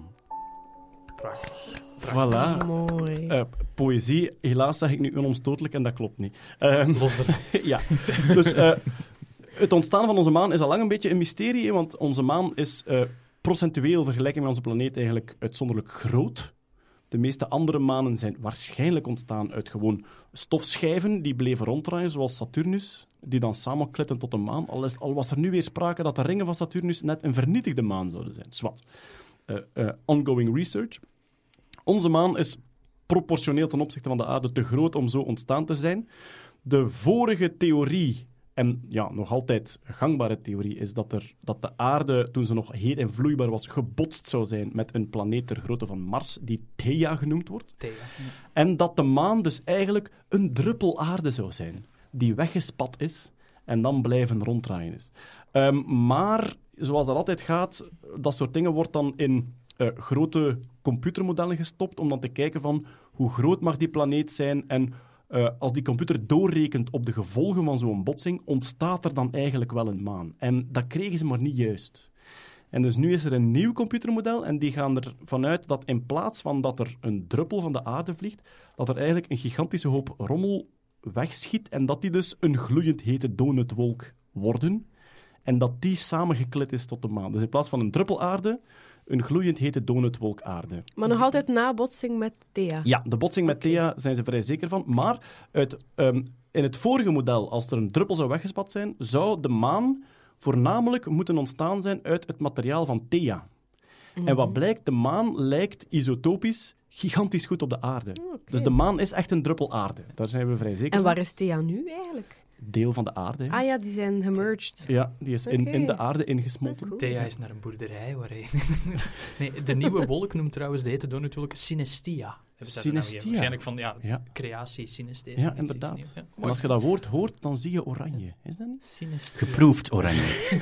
[SPEAKER 6] Prachtig.
[SPEAKER 4] Voilà.
[SPEAKER 5] Mooi.
[SPEAKER 4] Eh, poëzie, helaas zeg ik nu onomstotelijk en dat klopt niet. Ehm,
[SPEAKER 6] Los er.
[SPEAKER 4] ja, dus eh, het ontstaan van onze maan is al lang een beetje een mysterie, hè, want onze maan is uh, procentueel vergelijking met onze planeet eigenlijk uitzonderlijk groot. De meeste andere manen zijn waarschijnlijk ontstaan uit gewoon stofschijven die bleven ronddraaien, zoals Saturnus, die dan samenklitten tot een maan. Al, is, al was er nu weer sprake dat de ringen van Saturnus net een vernietigde maan zouden zijn. Zwat. Uh, uh, ongoing research. Onze maan is proportioneel ten opzichte van de aarde te groot om zo ontstaan te zijn. De vorige theorie, en ja, nog altijd gangbare theorie, is dat, er, dat de aarde, toen ze nog heet en vloeibaar was, gebotst zou zijn met een planeet ter grootte van Mars, die Theia genoemd wordt.
[SPEAKER 6] Thea.
[SPEAKER 4] En dat de maan dus eigenlijk een druppel aarde zou zijn, die weggespat is en dan blijven ronddraaien is. Um, maar, zoals dat altijd gaat, dat soort dingen wordt dan in uh, grote computermodellen gestopt, om dan te kijken van hoe groot mag die planeet zijn en uh, als die computer doorrekent op de gevolgen van zo'n botsing, ontstaat er dan eigenlijk wel een maan. En dat kregen ze maar niet juist. En dus nu is er een nieuw computermodel en die gaan ervan uit dat in plaats van dat er een druppel van de aarde vliegt, dat er eigenlijk een gigantische hoop rommel wegschiet en dat die dus een gloeiend hete donutwolk worden en dat die samengeklit is tot de maan. Dus in plaats van een druppel aarde, een gloeiend hete donutwolk aarde.
[SPEAKER 5] Maar nog altijd na botsing met Thea.
[SPEAKER 4] Ja, de botsing met
[SPEAKER 5] Oké.
[SPEAKER 4] Thea zijn ze vrij zeker van. Maar uit, um, in het vorige model, als er een druppel zou weggespat zijn, zou de maan voornamelijk moeten ontstaan zijn uit het materiaal van Thea.
[SPEAKER 5] Mhm.
[SPEAKER 4] En wat blijkt, de maan lijkt isotopisch gigantisch goed op de aarde.
[SPEAKER 5] Oké.
[SPEAKER 4] Dus de maan is echt een druppel aarde. Daar zijn we vrij zeker
[SPEAKER 5] En
[SPEAKER 4] van.
[SPEAKER 5] waar is Thea nu eigenlijk?
[SPEAKER 4] Deel van de aarde. hè.
[SPEAKER 5] Ah ja, die zijn gemerged.
[SPEAKER 4] Ja, die is in,
[SPEAKER 5] Oké.
[SPEAKER 4] in de aarde ingesmolten.
[SPEAKER 5] Cool.
[SPEAKER 6] Thea is naar een boerderij waarheen... nee, de nieuwe wolk noemt trouwens de hete donutwolk synestia. Hebben ze daar nou
[SPEAKER 4] Synestia.
[SPEAKER 6] weer- Waarschijnlijk van, ja,
[SPEAKER 4] Ja.
[SPEAKER 6] creatie, synesthesia.
[SPEAKER 4] Ja,
[SPEAKER 6] iets- iets
[SPEAKER 4] inderdaad.
[SPEAKER 6] nieuws, ja.
[SPEAKER 4] En als je dat woord hoort, dan zie je oranje. Is dat niet?
[SPEAKER 6] Synestia.
[SPEAKER 7] Geproefd oranje.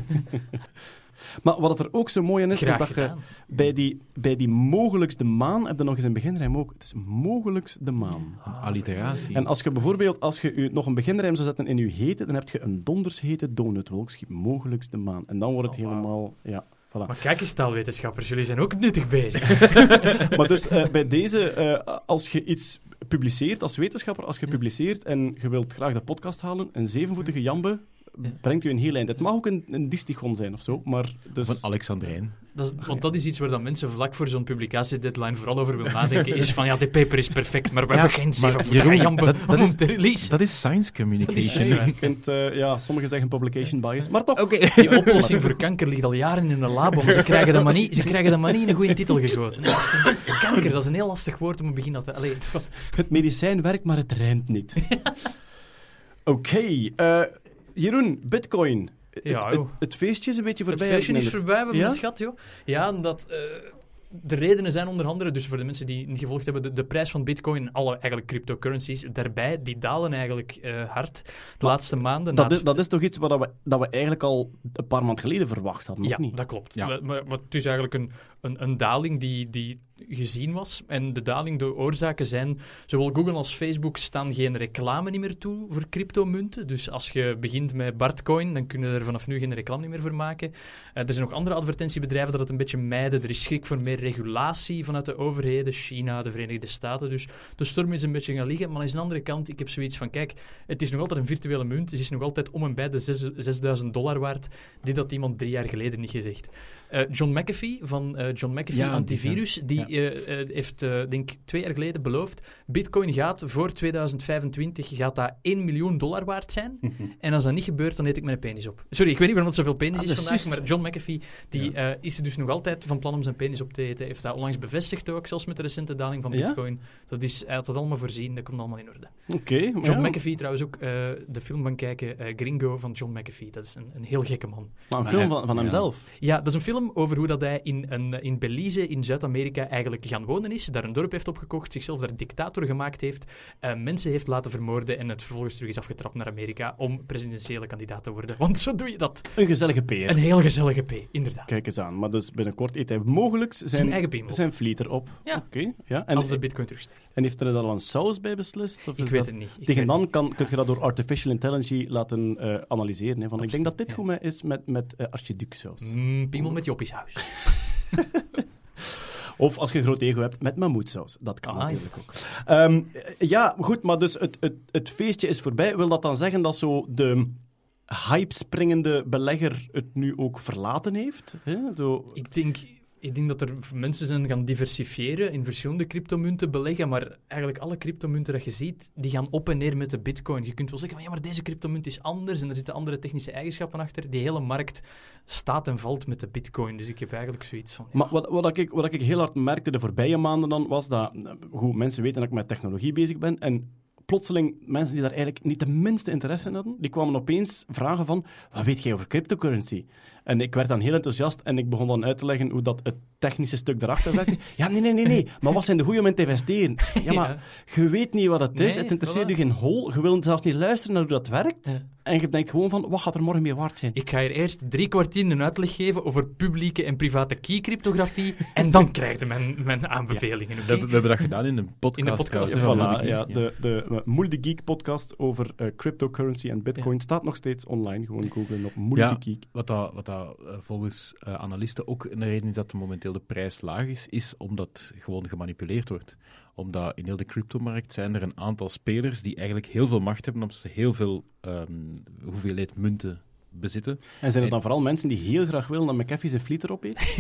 [SPEAKER 4] Maar wat er ook zo mooi in is,
[SPEAKER 6] Graag
[SPEAKER 4] is dat je
[SPEAKER 6] gedaan.
[SPEAKER 4] bij die, bij die mogelijks de maan, heb je nog eens een beginrijm ook. Het is mogelijks de maan.
[SPEAKER 8] Een alliteratie.
[SPEAKER 4] En als je bijvoorbeeld, als je u nog een beginrijm zou zetten in je hete, dan heb je een donders hete donutwolk, schiep mogelijks de maan. En dan wordt het
[SPEAKER 6] Oh, wauw.
[SPEAKER 4] helemaal... Ja, voilà.
[SPEAKER 6] Maar kijk eens, taalwetenschappers, jullie zijn ook nuttig bezig.
[SPEAKER 4] Maar dus eh, bij deze, eh, als je iets publiceert als wetenschapper, als je publiceert en je wilt graag de podcast halen, een zevenvoetige jambe brengt u een heel eind. Het mag ook een, een distichon zijn of zo, maar... Dus...
[SPEAKER 8] Van Alexandrijn.
[SPEAKER 6] Dat is, want dat is iets waar dan mensen vlak voor zo'n publicatiedeadline vooral over willen nadenken, is van, ja, die paper is perfect, maar we
[SPEAKER 8] Ja,
[SPEAKER 6] hebben geen zin
[SPEAKER 8] maar
[SPEAKER 6] om
[SPEAKER 8] Jeroen,
[SPEAKER 6] te jampen
[SPEAKER 8] dat- dat
[SPEAKER 6] om
[SPEAKER 8] is-
[SPEAKER 6] te release.
[SPEAKER 8] Dat is science communication.
[SPEAKER 6] waar.
[SPEAKER 4] Je kunt, eh, ja, sommigen zeggen publication bias, maar toch.
[SPEAKER 8] Oké.
[SPEAKER 6] Die oplossing voor kanker ligt al jaren in een labo, maar ze krijgen dat maar niet, ze krijgen dat maar niet in een goede titel gegoten. Dat is- kanker, dat is een heel lastig woord om te beginnen te... Allee, het is wat-
[SPEAKER 4] Het medicijn werkt, maar het rijmt niet. Oké, eh, Jeroen, bitcoin.
[SPEAKER 6] Ja,
[SPEAKER 4] het, het,
[SPEAKER 6] joh.
[SPEAKER 4] het feestje is een beetje
[SPEAKER 6] Het
[SPEAKER 4] voorbij.
[SPEAKER 6] feestje is voorbij, we hebben
[SPEAKER 4] Ja?
[SPEAKER 6] het gehad, joh. Ja, en dat... eh, de redenen zijn onder andere, dus voor de mensen die niet gevolgd hebben, de, de prijs van bitcoin en alle eigenlijk cryptocurrencies daarbij, die dalen eigenlijk eh, hard de laatste maanden. na
[SPEAKER 4] Dat
[SPEAKER 6] het-
[SPEAKER 4] is, dat is toch iets wat we, dat we eigenlijk al een paar maanden geleden verwacht hadden, of
[SPEAKER 6] Ja,
[SPEAKER 4] niet?
[SPEAKER 6] dat klopt.
[SPEAKER 8] Ja.
[SPEAKER 6] Maar, maar, maar het is eigenlijk een, een, een daling die, die gezien was. En de daling, de oorzaken zijn... Zowel Google als Facebook staan geen reclame niet meer toe voor cryptomunten. Dus als je begint met Bartcoin, dan kunnen er vanaf nu geen reclame niet meer voor maken. Uh, er zijn nog andere advertentiebedrijven dat het een beetje mijden. Er is schrik voor meer regulatie vanuit de overheden. China, de Verenigde Staten. Dus de storm is een beetje gaan liggen. Maar aan de andere kant, ik heb zoiets van... Kijk, het is nog altijd een virtuele munt. Het is nog altijd om en bij de zesduizend dollar waard. Dit had iemand drie jaar geleden niet gezegd. Uh, John McAfee van uh, John McAfee
[SPEAKER 8] Ja,
[SPEAKER 6] Antivirus, die,
[SPEAKER 8] die
[SPEAKER 6] uh, uh, heeft, uh, denk ik, twee jaar geleden beloofd, Bitcoin gaat voor tweeduizend vijfentwintig gaat dat één miljoen dollar waard zijn. En als dat niet gebeurt, dan eet ik mijn penis op. Sorry, ik weet niet waarom het zoveel penis
[SPEAKER 4] Ah,
[SPEAKER 6] is
[SPEAKER 4] dat is
[SPEAKER 6] vandaag,
[SPEAKER 4] juist.
[SPEAKER 6] maar John McAfee die, uh, is dus nog altijd van plan om zijn penis op te eten. Heeft dat onlangs bevestigd ook, zelfs met de recente daling van
[SPEAKER 4] Ja?
[SPEAKER 6] Bitcoin. Dat is, hij had dat allemaal voorzien, dat komt allemaal in orde.
[SPEAKER 4] Oké, maar
[SPEAKER 6] John
[SPEAKER 4] ja,
[SPEAKER 6] McAfee trouwens ook, uh, de film van kijken, uh, Gringo van John McAfee. Dat is een, een heel gekke man.
[SPEAKER 4] maar een
[SPEAKER 8] Maar
[SPEAKER 4] film
[SPEAKER 8] hij-
[SPEAKER 4] van, van
[SPEAKER 8] ja.
[SPEAKER 4] hemzelf.
[SPEAKER 6] Ja, dat is een film over hoe dat hij in, een, in Belize, in Zuid-Amerika, eigenlijk gaan wonen is. Daar een dorp heeft opgekocht, zichzelf daar dictator gemaakt heeft, uh, mensen heeft laten vermoorden en het vervolgens terug is afgetrapt naar Amerika om presidentiële kandidaat te worden. Want zo doe je dat.
[SPEAKER 4] Een gezellige peer.
[SPEAKER 6] Een heel gezellige P, inderdaad.
[SPEAKER 4] Kijk eens aan. Maar dus binnenkort eet hij mogelijk zijn,
[SPEAKER 6] Zijn eigen piemel.
[SPEAKER 4] zijn fleet op.
[SPEAKER 6] Ja.
[SPEAKER 4] Oké, ja. En,
[SPEAKER 6] Als de bitcoin terugstijgt.
[SPEAKER 4] en heeft er dan een saus bij beslist? Of
[SPEAKER 6] Ik
[SPEAKER 4] is
[SPEAKER 6] weet
[SPEAKER 4] dat-
[SPEAKER 6] het niet. Ik
[SPEAKER 4] Tegen
[SPEAKER 6] weet
[SPEAKER 4] dan
[SPEAKER 6] het
[SPEAKER 4] kan, kun je dat door artificial intelligence laten eh, analyseren. Hè, van, ik denk dat dit
[SPEAKER 6] ja.
[SPEAKER 4] goed mee is met, met uh, archiduc-saus.
[SPEAKER 6] niet. Mm, piemel met Joppieshuis.
[SPEAKER 4] Of als je een groot ego hebt, met mammoetsaus. Dat kan
[SPEAKER 6] Ah,
[SPEAKER 4] natuurlijk ook. Ehm, ja, goed, maar dus het, het, het feestje is voorbij. Wil dat dan zeggen dat zo de hype-springende belegger het nu ook verlaten heeft? Hè? Zo...
[SPEAKER 6] Ik denk, ik denk dat er mensen zijn gaan diversifiëren, in verschillende cryptomunten beleggen, maar eigenlijk alle cryptomunten dat je ziet, die gaan op en neer met de bitcoin. Je kunt wel zeggen van ja, maar deze cryptomunt is anders en er zitten andere technische eigenschappen achter. Die hele markt staat en valt met de bitcoin. Dus ik heb eigenlijk zoiets van... Ja.
[SPEAKER 4] Maar wat, wat, ik, wat ik heel hard merkte de voorbije maanden dan, was dat... Goed, mensen weten dat ik met technologie bezig ben en... Plotseling, mensen die daar eigenlijk niet de minste interesse in hadden, die kwamen opeens vragen van, wat weet jij over cryptocurrency? En ik werd dan heel enthousiast en ik begon dan uit te leggen hoe dat het technische stuk daarachter werkte. Ja, nee, nee, nee, nee. Maar wat zijn de goede momenten te investeren? Ja, maar
[SPEAKER 6] Ja.
[SPEAKER 4] je weet niet wat het is.
[SPEAKER 6] Nee,
[SPEAKER 4] Het interesseert
[SPEAKER 6] voilà.
[SPEAKER 4] je geen hol. Je wilt zelfs niet luisteren naar hoe dat werkt.
[SPEAKER 6] Ja.
[SPEAKER 4] En je denkt gewoon van, wat gaat er morgen mee waard zijn?
[SPEAKER 6] Ik ga hier eerst drie kwartier een uitleg geven over publieke en private key-cryptografie en dan krijg je mijn, mijn aanbevelingen,
[SPEAKER 8] We,
[SPEAKER 6] oké?
[SPEAKER 8] hebben- we hebben dat gedaan in een podcast.
[SPEAKER 6] In een podcast,
[SPEAKER 8] trouwens,
[SPEAKER 6] ja,
[SPEAKER 8] hè, van
[SPEAKER 4] Voilà,
[SPEAKER 8] Moody
[SPEAKER 4] ja,
[SPEAKER 8] Geek,
[SPEAKER 4] de, de uh, Moody Geek podcast over uh, cryptocurrency en bitcoin staat nog steeds online. Gewoon googlen op Moody
[SPEAKER 8] Ja.
[SPEAKER 4] Geek.
[SPEAKER 8] Wat, dat, wat dat, uh, volgens uh, analisten ook een reden is dat momenteel de prijs laag is, is omdat gewoon gemanipuleerd wordt. Omdat in heel de cryptomarkt zijn er een aantal spelers die eigenlijk heel veel macht hebben omdat ze heel veel um, hoeveelheid munten bezitten.
[SPEAKER 4] En zijn het dan vooral mensen die heel graag willen dat McAfee zijn fleet erop eet?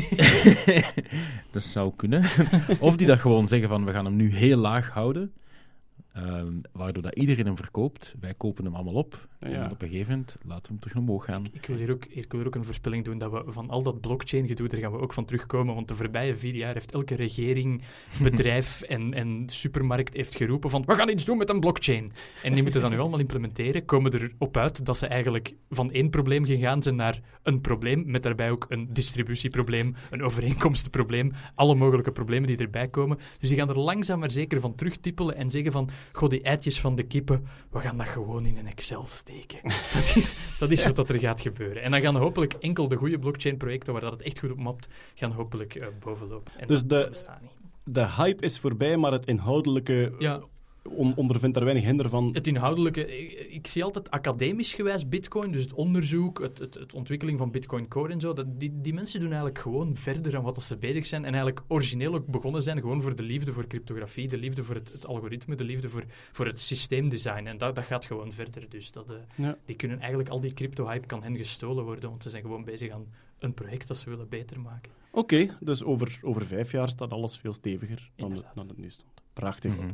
[SPEAKER 8] Dat zou kunnen. Of die dat gewoon zeggen van, we gaan hem nu heel laag houden. Um, waardoor dat iedereen hem verkoopt. Wij kopen hem allemaal op.
[SPEAKER 4] Ja.
[SPEAKER 8] En dan op een gegeven moment laten we hem terug omhoog gaan.
[SPEAKER 6] Ik wil hier ook, ik wil hier ook een voorspelling doen dat we van al dat blockchain-gedoe, daar gaan we ook van terugkomen, want de voorbije vier jaar heeft elke regering, bedrijf en, en supermarkt heeft geroepen van we gaan iets doen met een blockchain. En die moeten dat nu allemaal implementeren, komen erop uit dat ze eigenlijk van één probleem gegaan zijn naar een probleem, met daarbij ook een distributieprobleem, een overeenkomstenprobleem, alle mogelijke problemen die erbij komen. Dus die gaan er langzaam maar zeker van terugtippelen en zeggen van, goh, die eitjes van de kippen, we gaan dat gewoon in een Excel steken. Dat is, dat is wat dat er gaat gebeuren. En dan gaan hopelijk enkel de goede blockchain-projecten, waar dat het echt goed op mapt, gaan hopelijk uh, bovenlopen. En
[SPEAKER 4] Dus
[SPEAKER 6] dat
[SPEAKER 4] de-
[SPEAKER 6] bestaat niet.
[SPEAKER 4] De hype is voorbij, maar het inhoudelijke
[SPEAKER 6] Ja.
[SPEAKER 4] on- ondervindt er weinig hinder van.
[SPEAKER 6] Het inhoudelijke, ik, ik zie altijd academisch gewijs bitcoin, dus het onderzoek, het, het, het ontwikkeling van bitcoin core en zo, dat, die, die mensen doen eigenlijk gewoon verder aan wat ze bezig zijn en eigenlijk origineel ook begonnen zijn, gewoon voor de liefde voor cryptografie, de liefde voor het, het algoritme, de liefde voor, voor het systeemdesign. En dat, dat gaat gewoon verder. Dus dat, uh,
[SPEAKER 4] Ja.
[SPEAKER 6] die kunnen eigenlijk, al die crypto-hype kan hen gestolen worden, want ze zijn gewoon bezig aan een project dat ze willen beter maken.
[SPEAKER 4] Oké, okay, dus over, over vijf jaar staat alles veel steviger dan, het,
[SPEAKER 6] Inderdaad.
[SPEAKER 4] dan het nu stond. Prachtig.
[SPEAKER 8] Mhm.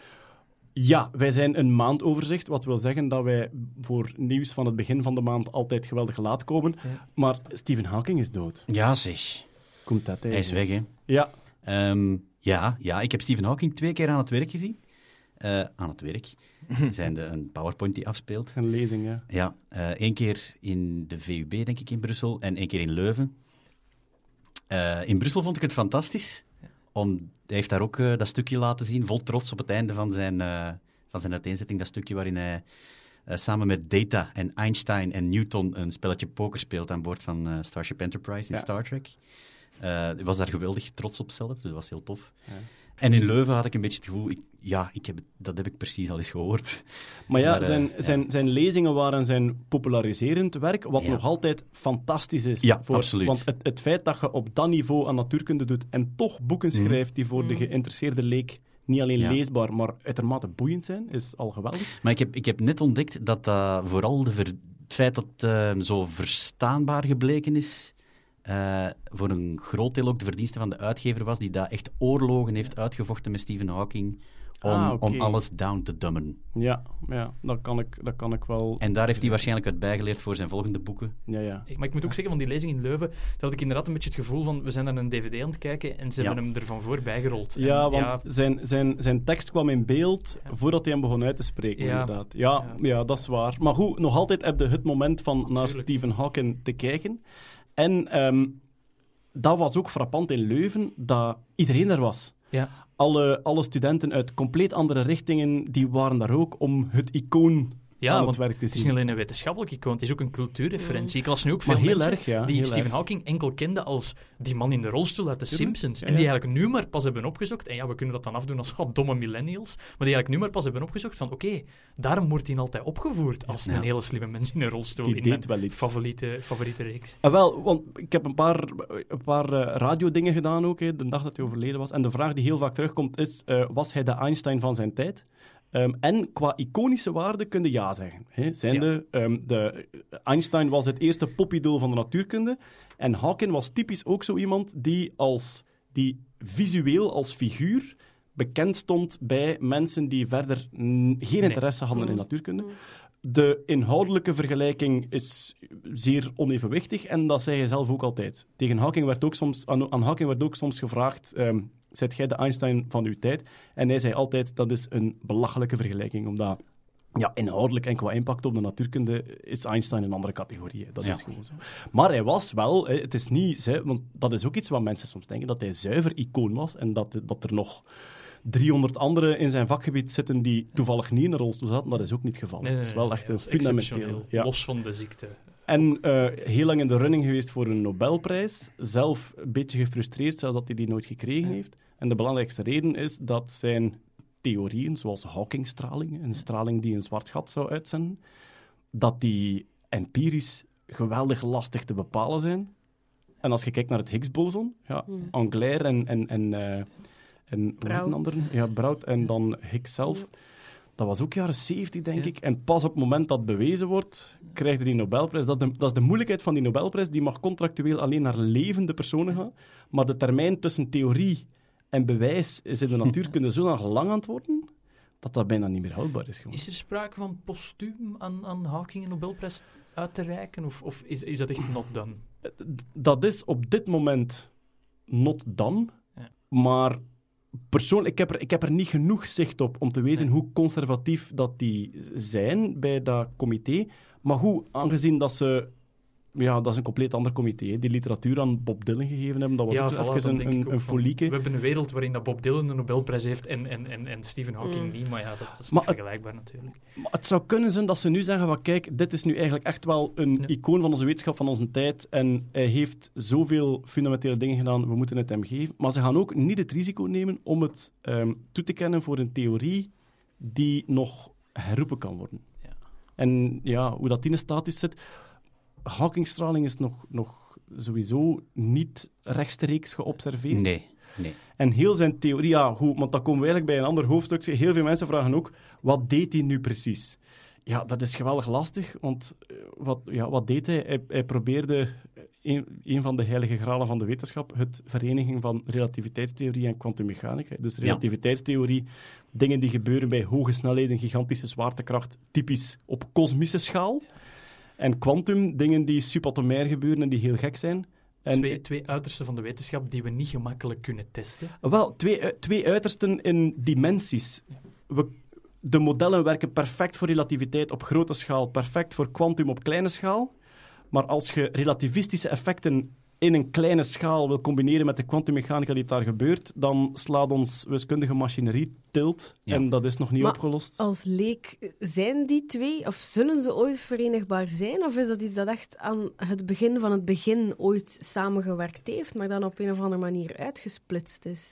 [SPEAKER 4] Ja, wij zijn een maandoverzicht, wat wil zeggen dat wij voor nieuws van het begin van de maand altijd geweldig laat komen.
[SPEAKER 6] Ja.
[SPEAKER 4] Maar Stephen Hawking is dood.
[SPEAKER 7] Ja, zeg.
[SPEAKER 4] Komt dat
[SPEAKER 7] Hij is weg, hè.
[SPEAKER 4] Ja.
[SPEAKER 7] Ehm, ja, ja, ik heb Stephen Hawking twee keer aan het werk gezien. Uh, aan het werk. Zijnde een PowerPoint die afspeelt.
[SPEAKER 4] Een lezing, ja.
[SPEAKER 7] Ja, uh, één keer in de V U B, denk ik, in Brussel. En één keer in Leuven. Uh, in Brussel vond ik het fantastisch. Om, hij heeft daar ook uh, dat stukje laten zien, vol trots op het einde van zijn, uh, van zijn uiteenzetting. Dat stukje waarin hij uh, samen met Data en Einstein en Newton een spelletje poker speelt aan boord van uh, Starship Enterprise in
[SPEAKER 4] Ja.
[SPEAKER 7] Star Trek. Uh, ik was daar geweldig trots op zelf, dus dat was heel tof.
[SPEAKER 4] Ja.
[SPEAKER 7] En in Leuven had ik een beetje het gevoel, ik, ja, ik heb, dat heb ik precies al eens gehoord.
[SPEAKER 4] Maar ja,
[SPEAKER 7] Maar, uh,
[SPEAKER 4] zijn,
[SPEAKER 7] ja.
[SPEAKER 4] zijn, zijn lezingen waren zijn populariserend werk, wat
[SPEAKER 7] Ja.
[SPEAKER 4] nog altijd fantastisch is.
[SPEAKER 7] Ja,
[SPEAKER 4] voor,
[SPEAKER 7] absoluut.
[SPEAKER 4] Want het, het feit dat je op dat niveau aan natuurkunde doet en toch boeken
[SPEAKER 7] Mhm.
[SPEAKER 4] schrijft die voor de geïnteresseerde leek niet alleen
[SPEAKER 7] Ja.
[SPEAKER 4] leesbaar, maar uitermate boeiend zijn, is al geweldig.
[SPEAKER 7] Maar ik heb, ik heb net ontdekt dat dat vooral de ver- het feit dat het uh, zo verstaanbaar gebleken is, uh, voor een groot deel ook de verdienste van de uitgever was, die daar echt oorlogen heeft uitgevochten met Stephen Hawking om,
[SPEAKER 4] Ah, oké.
[SPEAKER 7] om alles down te dummen.
[SPEAKER 4] Ja, ja dat, kan ik, dat kan ik wel...
[SPEAKER 7] En daar heeft hij waarschijnlijk uit bijgeleerd voor zijn volgende boeken.
[SPEAKER 4] Ja, ja.
[SPEAKER 6] Ik- Maar ik moet ook zeggen, van die lezing in Leuven, dat had ik inderdaad een beetje het gevoel van, we zijn naar een dvd aan het kijken en ze
[SPEAKER 7] Ja.
[SPEAKER 6] hebben hem ervan voorbij gerold.
[SPEAKER 4] Ja,
[SPEAKER 6] En,
[SPEAKER 4] want Zijn, zijn, zijn tekst kwam in beeld
[SPEAKER 6] Ja.
[SPEAKER 4] voordat hij hem begon uit te spreken,
[SPEAKER 6] Ja.
[SPEAKER 4] inderdaad. Ja, ja.
[SPEAKER 6] Ja.
[SPEAKER 4] dat is waar. Maar goed, nog altijd heb je het moment van naar
[SPEAKER 6] Tuurlijk.
[SPEAKER 4] Stephen Hawking te kijken. En ehm, dat was ook frappant in Leuven, dat iedereen er was.
[SPEAKER 6] Ja.
[SPEAKER 4] Alle, alle studenten uit compleet andere richtingen, die waren daar ook om het icoon
[SPEAKER 6] Ja,
[SPEAKER 4] aan het
[SPEAKER 6] want
[SPEAKER 4] werk te
[SPEAKER 6] het is niet
[SPEAKER 4] zien.
[SPEAKER 6] alleen een wetenschappelijk icoon, het is ook een cultuurreferentie. Ik las nu ook
[SPEAKER 4] Maar
[SPEAKER 6] veel
[SPEAKER 4] heel
[SPEAKER 6] mensen
[SPEAKER 4] erg, ja.
[SPEAKER 6] die
[SPEAKER 4] heel
[SPEAKER 6] Stephen
[SPEAKER 4] erg.
[SPEAKER 6] Hawking enkel kenden als die man in de rolstoel uit de
[SPEAKER 4] Tuurlijk.
[SPEAKER 6] Simpsons.
[SPEAKER 4] Ja,
[SPEAKER 6] En die
[SPEAKER 4] ja.
[SPEAKER 6] eigenlijk nu maar pas hebben opgezocht, en ja, we kunnen dat dan afdoen als oh, domme millennials, maar die eigenlijk nu maar pas hebben opgezocht van oké, daarom wordt hij altijd opgevoerd als
[SPEAKER 7] Ja.
[SPEAKER 6] een hele slimme mens in een rolstoel
[SPEAKER 4] Die
[SPEAKER 6] in
[SPEAKER 4] deed
[SPEAKER 6] mijn
[SPEAKER 4] wel iets.
[SPEAKER 6] favoriete, favoriete reeks.
[SPEAKER 4] Ah, wel, want ik heb een paar, een paar uh, radiodingen gedaan ook, hè, de dag dat hij overleden was. En de vraag die heel vaak terugkomt is, uh, was hij de Einstein van zijn tijd? Um, en qua iconische waarde kun je ja zeggen. Hè. Zijnde, um, de, Einstein was het eerste popidool van de natuurkunde. En Hawking was typisch ook zo iemand die, als, die visueel als figuur bekend stond bij mensen die verder mm, geen interesse hadden in natuurkunde. De inhoudelijke vergelijking is zeer onevenwichtig en dat zei hij zelf ook altijd. Tegen Hawking werd ook soms, aan, aan Hawking werd ook soms gevraagd, um, zijt jij de Einstein van uw tijd? En hij zei altijd, dat is een belachelijke vergelijking, omdat ja, inhoudelijk en qua impact op de natuurkunde is Einstein een andere categorie. Hè. Dat
[SPEAKER 7] Ja.
[SPEAKER 4] is gewoon zo. Maar hij was wel, hè, het is niet, hè, want dat is ook iets wat mensen soms denken, dat hij zuiver icoon was en dat, dat er nog driehonderd anderen in zijn vakgebied zitten die toevallig niet in een rolstoel zaten. Dat is ook niet het geval.
[SPEAKER 6] Nee, nee,
[SPEAKER 4] Het is wel
[SPEAKER 6] nee,
[SPEAKER 4] echt
[SPEAKER 6] nee,
[SPEAKER 4] een
[SPEAKER 6] dat is
[SPEAKER 4] fundamenteel.
[SPEAKER 6] exceptioneel,
[SPEAKER 4] Ja.
[SPEAKER 6] los van de ziekte.
[SPEAKER 4] En uh, heel lang in de running geweest voor een Nobelprijs. Zelf een beetje gefrustreerd, zelfs dat hij die nooit gekregen
[SPEAKER 6] Ja.
[SPEAKER 4] heeft. En de belangrijkste reden is dat zijn theorieën, zoals Hawkingstraling, een straling die een zwart gat zou uitzenden, dat die empirisch geweldig lastig te bepalen zijn. En als je kijkt naar het Higgs-boson, ja,
[SPEAKER 5] Hmm.
[SPEAKER 4] Anglaire en, en, en, uh, en hoe heet
[SPEAKER 5] Brout.
[SPEAKER 4] een andere? Ja, Brout en dan Higgs zelf. Dat was ook jaren zeventig, denk
[SPEAKER 6] Ja.
[SPEAKER 4] ik. En pas op het moment dat bewezen wordt, krijg je die Nobelprijs. Dat, de, dat is de moeilijkheid van die Nobelprijs. Die mag contractueel alleen naar levende personen gaan. Maar de termijn tussen theorie en bewijs is in de natuurkunde zo lang aan het worden, dat dat bijna niet meer houdbaar is. Gewoon.
[SPEAKER 6] Is er sprake van postuum aan, aan Hawking een Nobelprijs uit te reiken? Of, of is, is dat echt not done?
[SPEAKER 4] Dat is op dit moment not done.
[SPEAKER 6] Ja.
[SPEAKER 4] Maar persoonlijk, ik heb, er, ik heb er niet genoeg zicht op om te weten
[SPEAKER 6] Nee.
[SPEAKER 4] hoe conservatief dat die zijn bij dat comité. Maar goed, aangezien dat ze... Ja, dat is een compleet ander comité. Hè. Die literatuur aan Bob Dylan gegeven hebben, dat was ook zo
[SPEAKER 6] voilà,
[SPEAKER 4] even
[SPEAKER 6] dan
[SPEAKER 4] een,
[SPEAKER 6] denk ik
[SPEAKER 4] een,
[SPEAKER 6] ook
[SPEAKER 4] een
[SPEAKER 6] van,
[SPEAKER 4] folieke.
[SPEAKER 6] we hebben een wereld waarin dat Bob Dylan een Nobelprijs heeft en, en, en, en Stephen Hawking
[SPEAKER 5] Mm.
[SPEAKER 6] niet. Maar ja, dat, dat is
[SPEAKER 4] Maar
[SPEAKER 6] niet
[SPEAKER 4] het-
[SPEAKER 6] vergelijkbaar natuurlijk.
[SPEAKER 4] Maar het zou kunnen zijn dat ze nu zeggen van kijk, dit is nu eigenlijk echt wel een
[SPEAKER 6] Ja.
[SPEAKER 4] icoon van onze wetenschap, van onze tijd. En hij heeft zoveel fundamentele dingen gedaan, we moeten het hem geven. Maar ze gaan ook niet het risico nemen om het ehm, toe te kennen voor een theorie die nog herroepen kan worden.
[SPEAKER 7] Ja.
[SPEAKER 4] En ja, hoe dat in de status zit... Hawkingstraling is nog, nog sowieso niet rechtstreeks geobserveerd.
[SPEAKER 7] Nee, nee.
[SPEAKER 4] En heel zijn theorie, ja, goed, want dan komen we eigenlijk bij een ander hoofdstuk. Heel veel mensen vragen ook, wat deed hij nu precies? Ja, dat is geweldig lastig, want uh, wat, ja, wat deed hij? Hij, hij probeerde een, een van de heilige gralen van de wetenschap, het vereniging van relativiteitstheorie en kwantummechanica. Dus relativiteitstheorie, dingen die gebeuren bij hoge snelheden, gigantische zwaartekracht, typisch op kosmische schaal. En kwantum, dingen die subatomair gebeuren en die heel gek zijn. En,
[SPEAKER 6] Twee, twee uitersten van de wetenschap die we niet gemakkelijk kunnen testen.
[SPEAKER 4] Wel, twee, uh, twee uitersten in dimensies. We, de modellen werken perfect voor relativiteit op grote schaal, perfect voor kwantum op kleine schaal. Maar als je relativistische effecten in een kleine schaal wil combineren met de kwantummechanica die daar gebeurt, dan slaat ons wiskundige machinerie tilt.
[SPEAKER 7] Ja.
[SPEAKER 4] En dat is nog niet
[SPEAKER 5] Maar
[SPEAKER 4] opgelost.
[SPEAKER 5] Als leek, zijn die twee, of zullen ze ooit verenigbaar zijn? Of is dat iets dat echt aan het begin van het begin ooit samengewerkt heeft, maar dan op een of andere manier uitgesplitst is?